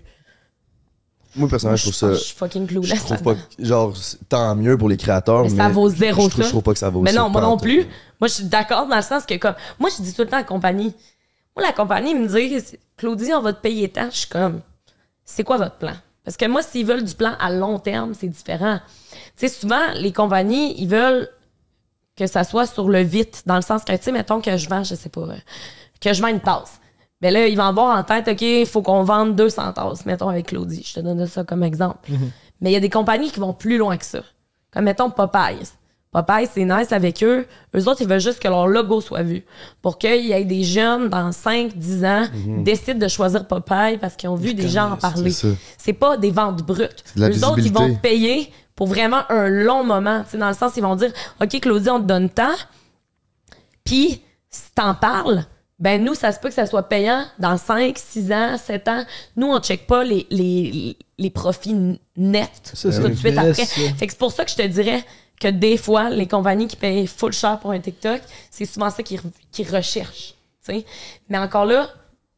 Moi, personnellement, je trouve ça... Je suis fucking clouless. Je trouve pas... Genre, tant mieux pour les créateurs, mais... mais ça vaut zéro, je, ça. Je trouve pas que ça vaut mais ça. Mais non, moi non plus. Moi, je suis d'accord dans le sens que, comme... Moi, je dis tout le temps à la compagnie. Moi, la compagnie me dit, Claudie, on va te payer tant. Je suis comme, c'est quoi votre plan? Parce que moi, s'ils veulent du plan à long terme, c'est différent. Tu sais, souvent, les compagnies, ils veulent... que ça soit sur le vite, dans le sens que, tu sais, mettons que je vends, je sais pas, euh, que je vends une tasse. Ben là, ils vont avoir en tête, OK, il faut qu'on vende deux cents tasses, mettons, avec Claudie. Je te donne ça comme exemple. Mm-hmm. Mais il y a des compagnies qui vont plus loin que ça. Comme, mettons, Popeyes. Popeyes, c'est nice avec eux. Eux autres, ils veulent juste que leur logo soit vu. Pour qu'il y ait des jeunes, dans cinq dix ans, mm-hmm. décident de choisir Popeyes parce qu'ils ont vu je des gens en parler. C'est, c'est pas des ventes brutes. Eux autres, ils vont payer pour vraiment un long moment. T'sais, dans le sens, ils vont dire, OK, Claudie, on te donne tant. Puis, si t'en parles, ben nous, ça se peut que ça soit payant dans cinq, six ans, sept ans. Nous, on ne check pas les, les, les profits nets ça, tout de suite après. Fait que c'est pour ça que je te dirais que des fois, les compagnies qui payent full cher pour un TikTok, c'est souvent ça qu'ils, qu'ils recherchent. T'sais. Mais encore là,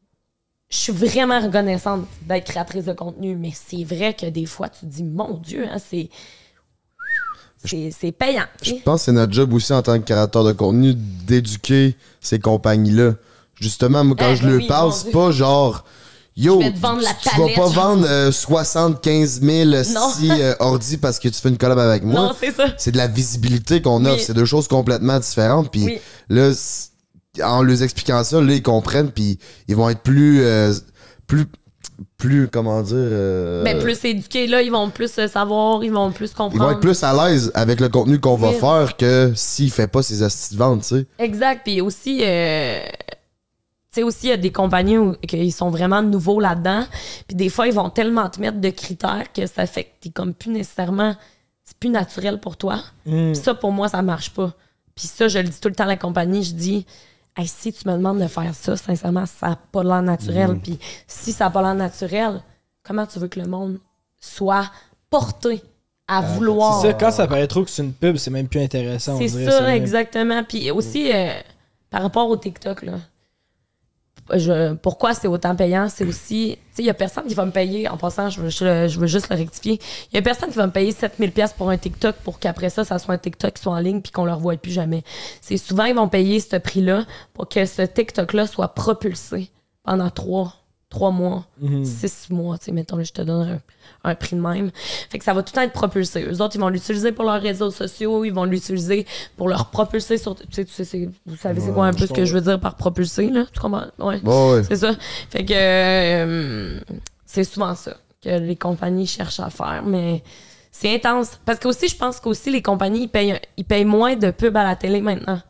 je suis vraiment reconnaissante d'être créatrice de contenu, mais c'est vrai que des fois, tu te dis, mon Dieu, hein, c'est, c'est, c'est payant. Je pense que c'est notre job aussi en tant que créateur de contenu d'éduquer ces compagnies-là. Justement, moi, quand eh, je ben leur oui, parle, c'est pas genre, yo, tu vas pas vendre euh, soixante-quinze mille si euh, ordi parce que tu fais une collab avec moi. Non, c'est ça. C'est de la visibilité qu'on offre. Oui. C'est deux choses complètement différentes. Puis oui. là, en leur expliquant ça, là, ils comprennent, puis ils vont être plus, euh, plus, plus, comment dire... Euh, ben, plus éduqués, là, ils vont plus savoir, ils vont plus comprendre. Ils vont être plus à l'aise avec le contenu qu'on va oui. faire que s'il fait pas ses astuces de vente, tu sais. Exact, puis aussi... Euh... Tu sais, aussi, il y a des compagnies où ils sont vraiment nouveaux là-dedans, puis des fois, ils vont tellement te mettre de critères que ça fait que t'es comme plus nécessairement... C'est plus naturel pour toi. Mm. Puis ça, pour moi, ça marche pas. Puis ça, je le dis tout le temps à la compagnie, je dis... Hey, si tu me demandes de faire ça, sincèrement, ça n'a pas l'air naturel. Mmh. Puis si ça n'a pas l'air naturel, comment tu veux que le monde soit porté à euh, vouloir... C'est ça, quand ça paraît trop que c'est une pub, c'est même plus intéressant. C'est on dirait, ça, c'est exactement. Puis aussi, euh, par rapport au TikTok, là, je, pourquoi c'est autant payant, c'est aussi... Tu sais, il y a personne qui va me payer, en passant, je veux, je, je veux juste le rectifier, il y a personne qui va me payer sept mille dollars pour un TikTok pour qu'après ça, ça soit un TikTok qui soit en ligne puis qu'on le revoie plus jamais. C'est souvent, ils vont payer ce prix-là pour que ce TikTok-là soit propulsé pendant trois, trois mois, Mhm. six mois, tu sais, mettons, là, je te donne un, un prix de même. Fait que ça va tout le temps être propulsé. Eux autres, ils vont l'utiliser pour leurs réseaux sociaux, ils vont l'utiliser pour leur propulser sur... Tu sais, tu sais, c'est- vous savez c'est quoi un peu ce que je veux dire par propulser, là? Tu comprends? Ouais. Bon, ouais. C'est ça. Fait que euh, c'est souvent ça que les compagnies cherchent à faire, mais c'est intense. Parce que aussi, je pense qu'aussi les compagnies, ils payent, ils payent moins de pubs à la télé maintenant.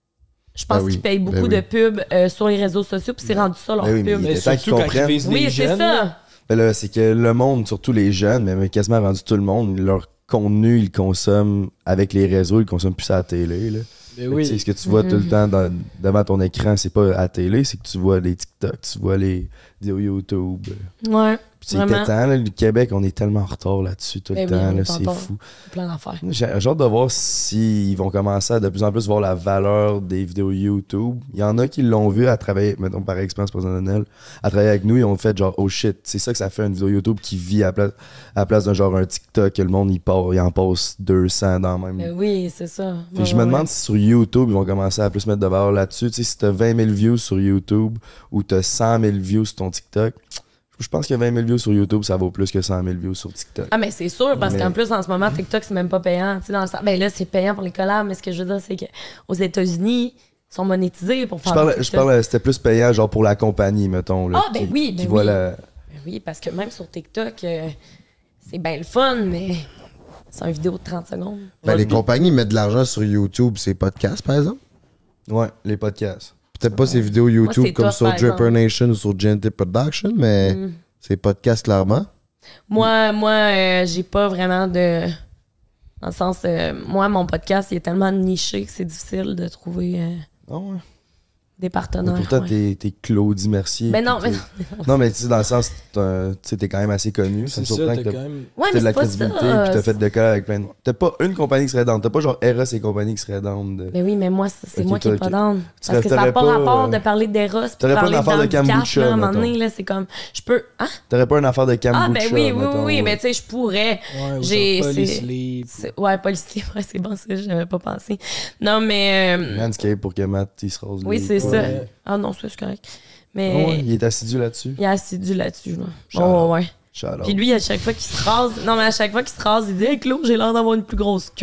Je pense Ben oui, qu'ils payent beaucoup ben oui. de pubs euh, sur les réseaux sociaux, puis c'est rendu ça leur Ben oui, mais pub. il Mais était temps qu'ils surtout quand ils comprennent. visent Oui, les c'est jeunes. ça. Ben là, c'est que le monde, surtout les jeunes, mais quasiment rendu tout le monde, leur contenu, ils le consomment avec les réseaux, ils le consomment plus à la télé. Là. Mais Fait que, oui. tu sais, ce que tu vois tout le temps dans- devant ton écran, c'est pas à la télé, c'est que tu vois les TikTok, tu vois les vidéos YouTube. Ouais, Puis c'est vraiment. temps, là, le Québec, on est tellement en retard là-dessus tout le Ben oui, temps, on là, est c'est en fou. plein d'affaires. J'ai j'ai hâte de voir s'ils vont commencer à de plus en plus voir la valeur des vidéos YouTube. Il y en a qui l'ont vu à travailler, mettons par expérience personnelle, à travailler avec nous, ils ont fait genre oh shit, c'est ça que ça fait une vidéo YouTube qui vit à la place, à la place d'un genre un TikTok que le monde il, part, il en passe deux cents dans le même. Ben oui, c'est ça. Fait que Ouais, je me ouais, demande ouais. si sur YouTube, ils vont commencer à plus mettre de valeur là-dessus. Tu sais, si t'as vingt mille views sur YouTube ou t'as cent mille views sur ton TikTok, je pense que vingt mille views sur YouTube, ça vaut plus que cent mille views sur TikTok. Ah, mais c'est sûr, parce Mais- qu'en plus, en ce moment, TikTok, c'est même pas payant. Tu sais, dans le sens- ben là, c'est payant pour les collabs, mais ce que je veux dire, c'est qu'aux États-Unis, ils sont monétisés pour Je faire parle, du je TikTok. parle, c'était plus payant, genre pour la compagnie, mettons. Là, Ah, ben qui- oui, qui ben voit oui. la- Ben oui, parce que même sur TikTok, euh, c'est bien le fun, mais c'est une vidéo de trente secondes. Ben, les compagnies mettent de l'argent sur YouTube, c'est podcasts, par exemple. Ouais, les podcasts. Peut-être pas ces vidéos YouTube c'est comme tough, sur par Dripper exemple. Nation ou sur G N T Production, mais Mm. c'est podcasts clairement. Moi, moi euh, j'ai pas vraiment de. Dans le sens, euh, moi, mon podcast, il est tellement niché que c'est difficile de trouver euh, Ah ouais. des partenaires. Mais pourtant, ouais. t'es, t'es Claudie Mercier. Ben non, puis mais t'es- non. Non, mais tu sais, dans le sens, t'as un- tu sais, t'es quand même assez connu. Ça C'est me ça, surprend t'as que t'as, quand même... Ouais, t'as mais de la c'est pas crédibilité ça. puis t'as fait de cas avec plein de... T'as pas une compagnie qui serait down. T'as pas genre Eros et compagnie qui serait down. De... Mais oui, mais moi, c'est c'est Ok, moi qui est toi, pas ok. down. Tu Parce que ça n'a t'aurais pas pas, rapport euh, de parler d'Eros puis t'aurais pas parler une affaire de d'handicap, kombucha, là, à un moment mettons. donné, là, c'est comme... Je peux... Hein? T'aurais pas une affaire de kombucha, Ah, ben oui, oui, oui, mettons, oui, ouais. mais tu sais, je pourrais. Ouais, ou J'ai- genre Police c'est- Sleep. C'est- Ouais, policier, ouais, c'est bon, ça, j'avais pas pensé. Non, mais... euh, Manscape pour que Matt il se rase oui, les- c'est ça. Ouais. Ah non, ça, c'est correct. Ah Mais ouais, il est assidu là-dessus. il est assidu là-dessus, là. Shout Oh, out. ouais. Shout out. Puis lui, à chaque fois qu'il se rase... Non, mais à chaque fois qu'il se rase, il dit « Hey, Claude, j'ai l'air d'avoir une plus grosse queue. »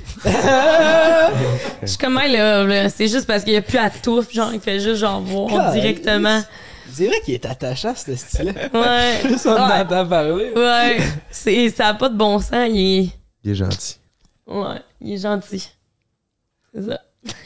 Je suis comme, hey, là, là, c'est juste parce qu'il n'y a plus à touffe, genre, il fait juste, genre, voir Caliste. directement. C'est vrai qu'il est attachant, ce style-là. Ouais. Plus on Ouais. entend parler. Ouais. C'est, ça n'a pas de bon sens, il est... Il est gentil. Ouais, il est gentil. C'est ça.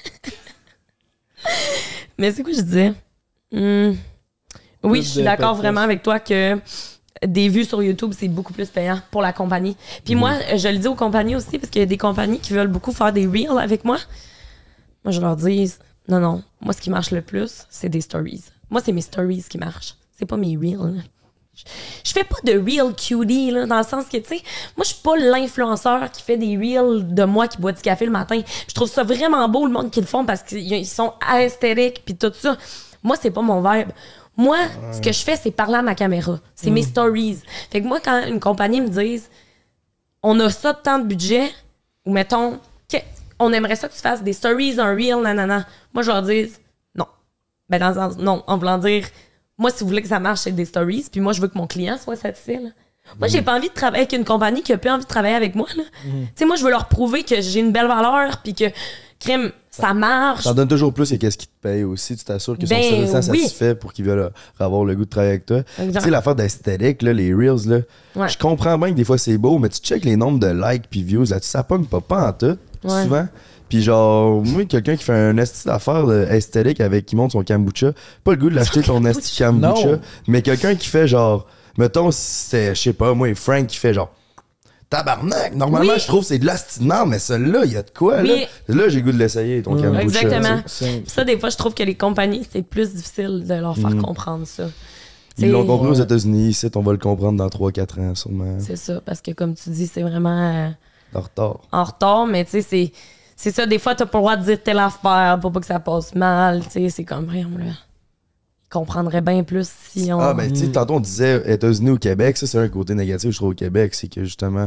Mais c'est quoi je disais? Hmm. Oui, Plus je suis de d'accord podcasts. vraiment avec toi que des vues sur YouTube, c'est beaucoup plus payant pour la compagnie. Puis moi, je le dis aux compagnies aussi, parce qu'il y a des compagnies qui veulent beaucoup faire des reels avec moi. Moi, je leur dis, non, non, moi, ce qui marche le plus, c'est des stories. Moi, c'est mes stories qui marchent. C'est pas mes reels. là. Je- Je fais pas de real cutie, là, dans le sens que, tu sais, moi, je suis pas l'influenceur qui fait des reels de moi qui boit du café le matin. Je trouve ça vraiment beau, le monde qui le font, parce qu'ils sont esthétiques, puis tout ça. Moi, c'est pas mon vibe. Moi, ce que je fais, c'est parler à ma caméra. C'est mes stories. Fait que moi, quand une compagnie me dise, on a ça de tant de budget, ou mettons, que- on aimerait ça que tu fasses des stories, un reel, nanana. Moi, je leur dis, non. Ben, dans le sens, non, en voulant dire, moi, si vous voulez que ça marche, c'est des stories, puis moi, je veux que mon client soit satisfait, là. Moi, j'ai pas envie de travailler avec une compagnie qui a pas envie de travailler avec moi, là. Tu sais, moi, je veux leur prouver que j'ai une belle valeur, puis que, crème, ça marche. T'en donnes toujours plus et qu'est-ce qui te paye aussi. Tu t'assures qu'ils Ben, sont suffisamment oui. satisfaits pour qu'ils veulent euh, avoir le goût de travailler avec toi. Tu Exact. sais, l'affaire d'esthétique, là, les Reels, là, Ouais. je comprends bien que des fois c'est beau, mais tu checkes les nombres de likes puis views là-dessus, ça pogne pas, pas en tout, Ouais. souvent. Puis genre, moi, quelqu'un qui fait un esti d'affaires de esthétique avec qui monte son kombucha, pas le goût de l'acheter ton esti kombucha, Non. mais quelqu'un qui fait genre, mettons, si c'est, je sais pas, moi, Frank qui fait genre, tabarnak, normalement, Oui. je trouve que c'est de l'asti de merde, mais celui-là, il y a de quoi, Oui. là? Là, j'ai le goût de l'essayer, ton kombucha. Exactement. C'est- Ça, des fois, je trouve que les compagnies, c'est plus difficile de leur faire comprendre ça. Ils l'ont C'est- compris aux États-Unis, ici, on va le comprendre dans trois quatre ans, sûrement. C'est ça, parce que comme tu dis, c'est vraiment euh, En retard. en retard, mais tu sais, c'est, c'est ça, des fois, t'as pas le droit de dire telle affaire pour pas que ça passe mal, tu sais, c'est comme, voyons, là. Ils comprendraient bien plus si on... Ah, ben, tu sais, tantôt, on disait États-Unis ou Québec. Ça, c'est un côté négatif, je trouve, au Québec. C'est que, justement,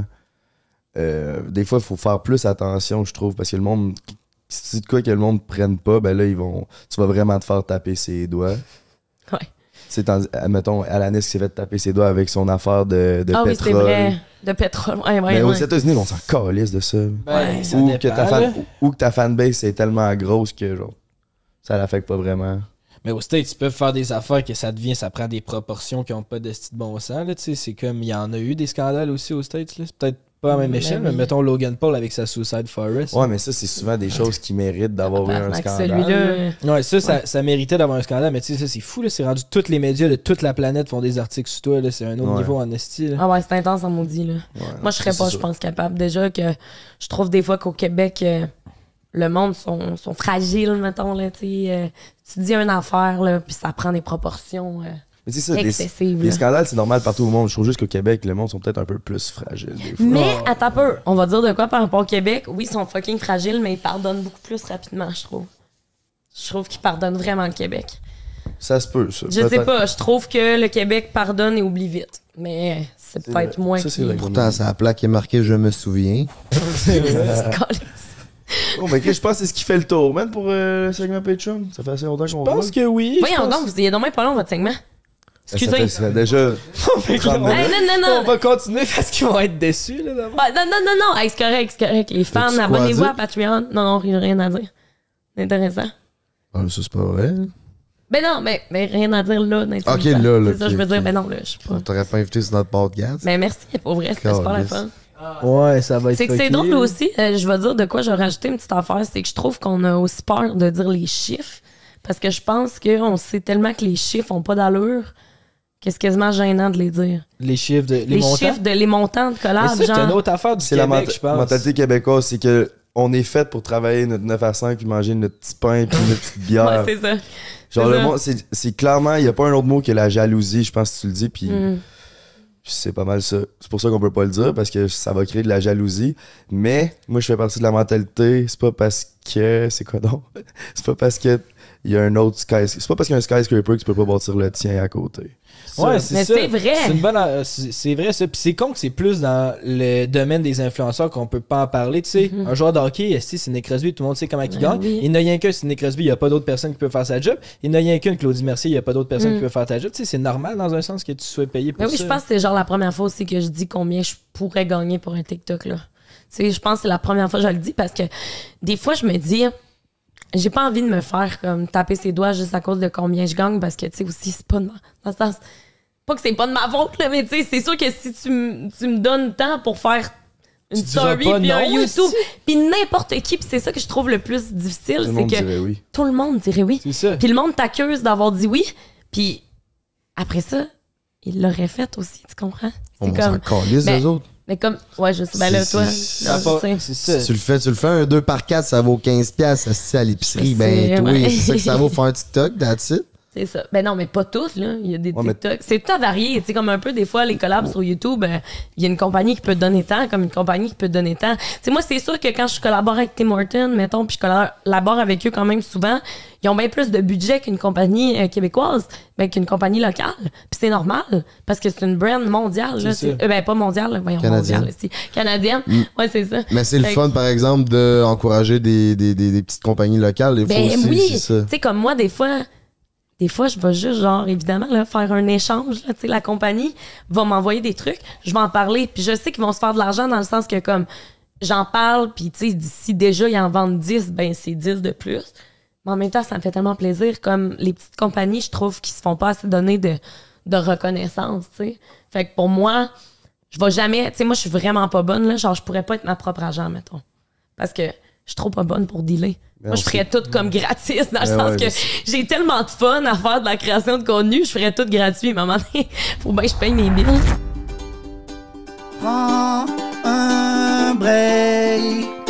euh, des fois, il faut faire plus attention, je trouve, parce que le monde, si tu dis de quoi que le monde ne prenne pas, ben là, ils vont, tu vas vraiment te faire taper ses doigts. Ouais. sais, admettons, Alanis qui s'est fait taper ses doigts avec son affaire de, de ah pétrole. oui, c'est vrai. De pétrole. Ouais, ouais, Mais ouais. aux États-Unis, on s'en calisse de ça. Ben, ça ou, dépend, que ta fan, là. ou que ta fanbase est tellement grosse que genre, ça l'affecte pas vraiment. Mais aux States, ils peuvent faire des affaires que ça devient, ça prend des proportions qui ont pas de style de bon sens. Là, c'est comme, il y en a eu des scandales aussi aux States. Là. C'est peut-être pas à la même Ben échelle, oui. mais mettons Logan Paul avec sa Suicide Forest. Ouais, mais ça, c'est souvent des choses qui méritent d'avoir eu un Tabarnak, scandale. celui-là. Ouais, ça, ça, ça méritait d'avoir un scandale, mais tu sais, ça, c'est fou, là. C'est rendu tous les médias de toute la planète font des articles sur toi, là. C'est un autre Ouais. niveau en esti, là. Ah ouais, c'est intense en maudit, là. Ouais, Moi, je serais ça, pas, c'est je sûr. pense, capable. Déjà que je trouve des fois qu'au Québec, euh, le monde sont, sont fragiles, mettons, là, tu sais. euh, tu dis une affaire, là, puis ça prend des proportions euh, Mais c'est ça, des, excessives, les là. scandales, c'est normal partout au monde. Je trouve juste qu'au Québec, le monde sont peut-être un peu plus fragiles des fois. Mais, attends un peu, on va dire de quoi par rapport au Québec. Oui, ils sont fucking fragiles, mais ils pardonnent beaucoup plus rapidement, je trouve. Je trouve qu'ils pardonnent vraiment le Québec. Ça se peut, ça. Je sais Peut-être. pas, je trouve que le Québec pardonne et oublie vite. Mais c'est C'est peut-être vrai. moins Ça, c'est qui- vrai. Pourtant, c'est la plaque qui est marquée « Je me souviens Oh, mais je pense que c'est ce qui fait le tour, man, pour euh, le segment Patreon. Ça fait assez longtemps qu'on Je pense voit. que oui. Voyons je pense- donc, vous ayez donc même pas long votre segment. Ça Excusez. fait, ça fait déjà Fait que trente on- Hey, minutes. non, non, non. On va continuer parce qu'ils vont être déçus, là, d'abord. Ouais, non, non, non, non. Hey, c'est correct, c'est correct. Les fans, As-tu quoi à abonnez-vous dire? à Patreon. Non, non, rien à dire. Intéressant. Ah, ça, c'est pas vrai. Ben non, mais, mais rien à dire là, d'intéressant. Ok, là, là, C'est ça, ok, je veux ok. dire, ben non, là, je sais pas. On t'aurait pas invité sur notre podcast. Mais merci, pour vrai, c'était super la Calisse. fun. Ouais, ça va être C'est que c'est fucké, drôle là. aussi, euh, je vais dire de quoi je vais rajouter une petite affaire, c'est que je trouve qu'on a aussi peur de dire les chiffres, parce que je pense qu'on sait tellement que les chiffres ont pas d'allure que c'est quasiment gênant de les dire. Les chiffres de. Les, Les, montants. chiffres de les montants de Mais collab, ça, c'est genre. une autre affaire du C'est la Québec, menta- je pense. mentalité québécoise, c'est que on est fait pour travailler notre neuf à cinq puis manger notre petit pain puis notre petite bière. Ouais, c'est ça. Genre, c'est le ça. monde, c'est c'est clairement, il n'y a pas un autre mot que la jalousie, je pense que tu le dis, puis Mm. c'est pas mal ça. C'est pour ça qu'on peut pas le dire, parce que ça va créer de la jalousie. Mais moi, je fais partie de la mentalité, c'est pas parce que. C'est quoi donc? C'est pas parce que. Il y a un autre skyscraper. C'est pas parce qu'il y a un skyscraper que tu peux pas bâtir le tien à côté. Ouais, c'est Mais ça. c'est vrai. C'est une bonne. euh, C'est c'est vrai, ça. Puis c'est con que c'est plus dans le domaine des influenceurs qu'on peut pas en parler. Tu sais, un joueur de hockey, esti, Sidney Crosby, tout le monde sait comment il Ben gagne. oui. Il n'y a rien qu'un Sidney Crosby, il n'y a pas d'autres personnes qui peuvent faire sa job. Il n'y a rien qu'un Claudie Mercier, il n'y a pas d'autres personnes Mm. qui peuvent faire ta job. Tu sais, c'est normal dans un sens que tu sois payé pour Mais oui, ça. je pense que c'est genre la première fois aussi que je dis combien je pourrais gagner pour un TikTok, là. Tu sais, je pense que c'est la première fois que je le dis parce que des fois, je me dis, j'ai pas envie de me faire comme taper ses doigts juste à cause de combien je gagne parce que, tu sais, aussi, c'est pas de ma... Dans le sens, pas que c'est pas de ma faute, là, mais tu sais, c'est sûr que si tu, m- tu me donnes temps pour faire une Tu diras story pas puis un non, YouTube, aussi. puis n'importe qui, puis c'est ça que je trouve le plus difficile, Tout le c'est monde que dirait oui. tout le monde dirait oui. C'est ça. Puis le monde t'accuse d'avoir dit oui. Puis après ça, il l'aurait fait aussi, tu comprends? On C'est s'en comme. calisse, Ben, eux autres. Mais comme. Ouais, je sais. Ben là, C'est- toi. c'est- non, Ça je pas- sais. C'est ça. Si tu le fais, tu le fais un deux par quatre, ça vaut quinze piastres assis à l'épicerie. Je Ben, sais, toi, ouais. c'est ça que ça vaut faire un TikTok, that's it. C'est ça. Ben non, mais pas toutes, là. Il y a des Ouais, mais- TikTok. C'est tout à varier. Tu sais, comme un peu, des fois, les collabs sur YouTube, euh, il y a une compagnie qui peut te donner tant, comme une compagnie qui peut te donner tant. Tu sais, moi, c'est sûr que quand je collabore avec Tim Hortons, mettons, puis je collabore avec eux quand même souvent, ils ont bien plus de budget qu'une compagnie euh, québécoise, ben, qu'une compagnie locale. Puis c'est normal, parce que c'est une brand mondiale, là. C'est ça. c'est- euh, ben, pas mondiale, là, voyons, Canadienne. mondiale, aussi. Canadienne. Ouais, c'est ça. Mais c'est le Fait fun, par exemple, d'encourager des, des, des, des petites compagnies locales. Des fois Ben aussi, oui, c'est tu ça. sais, comme moi, des fois, des fois, je vais juste, genre, évidemment, là, faire un échange, là, tu sais, la compagnie va m'envoyer des trucs, je vais en parler, puis je sais qu'ils vont se faire de l'argent dans le sens que, comme, j'en parle, puis, tu sais, d'ici déjà, ils en vendent dix, ben, c'est dix de plus. Mais en même temps, ça me fait tellement plaisir, comme, les petites compagnies, je trouve qu'ils se font pas assez donner de, de reconnaissance, tu sais. Fait que pour moi, je vais jamais, tu sais, moi, je suis vraiment pas bonne, là, genre, je pourrais pas être ma propre agent, mettons. Parce que je suis trop pas bonne pour dealer. Mais Moi, on je ferais tout comme gratis, dans le Mais sens ouais, que je j'ai tellement de fun à faire de la création de contenu, je ferais tout gratuit. Mais à un moment donné, faut bien que je paye mes billes. Prends un break.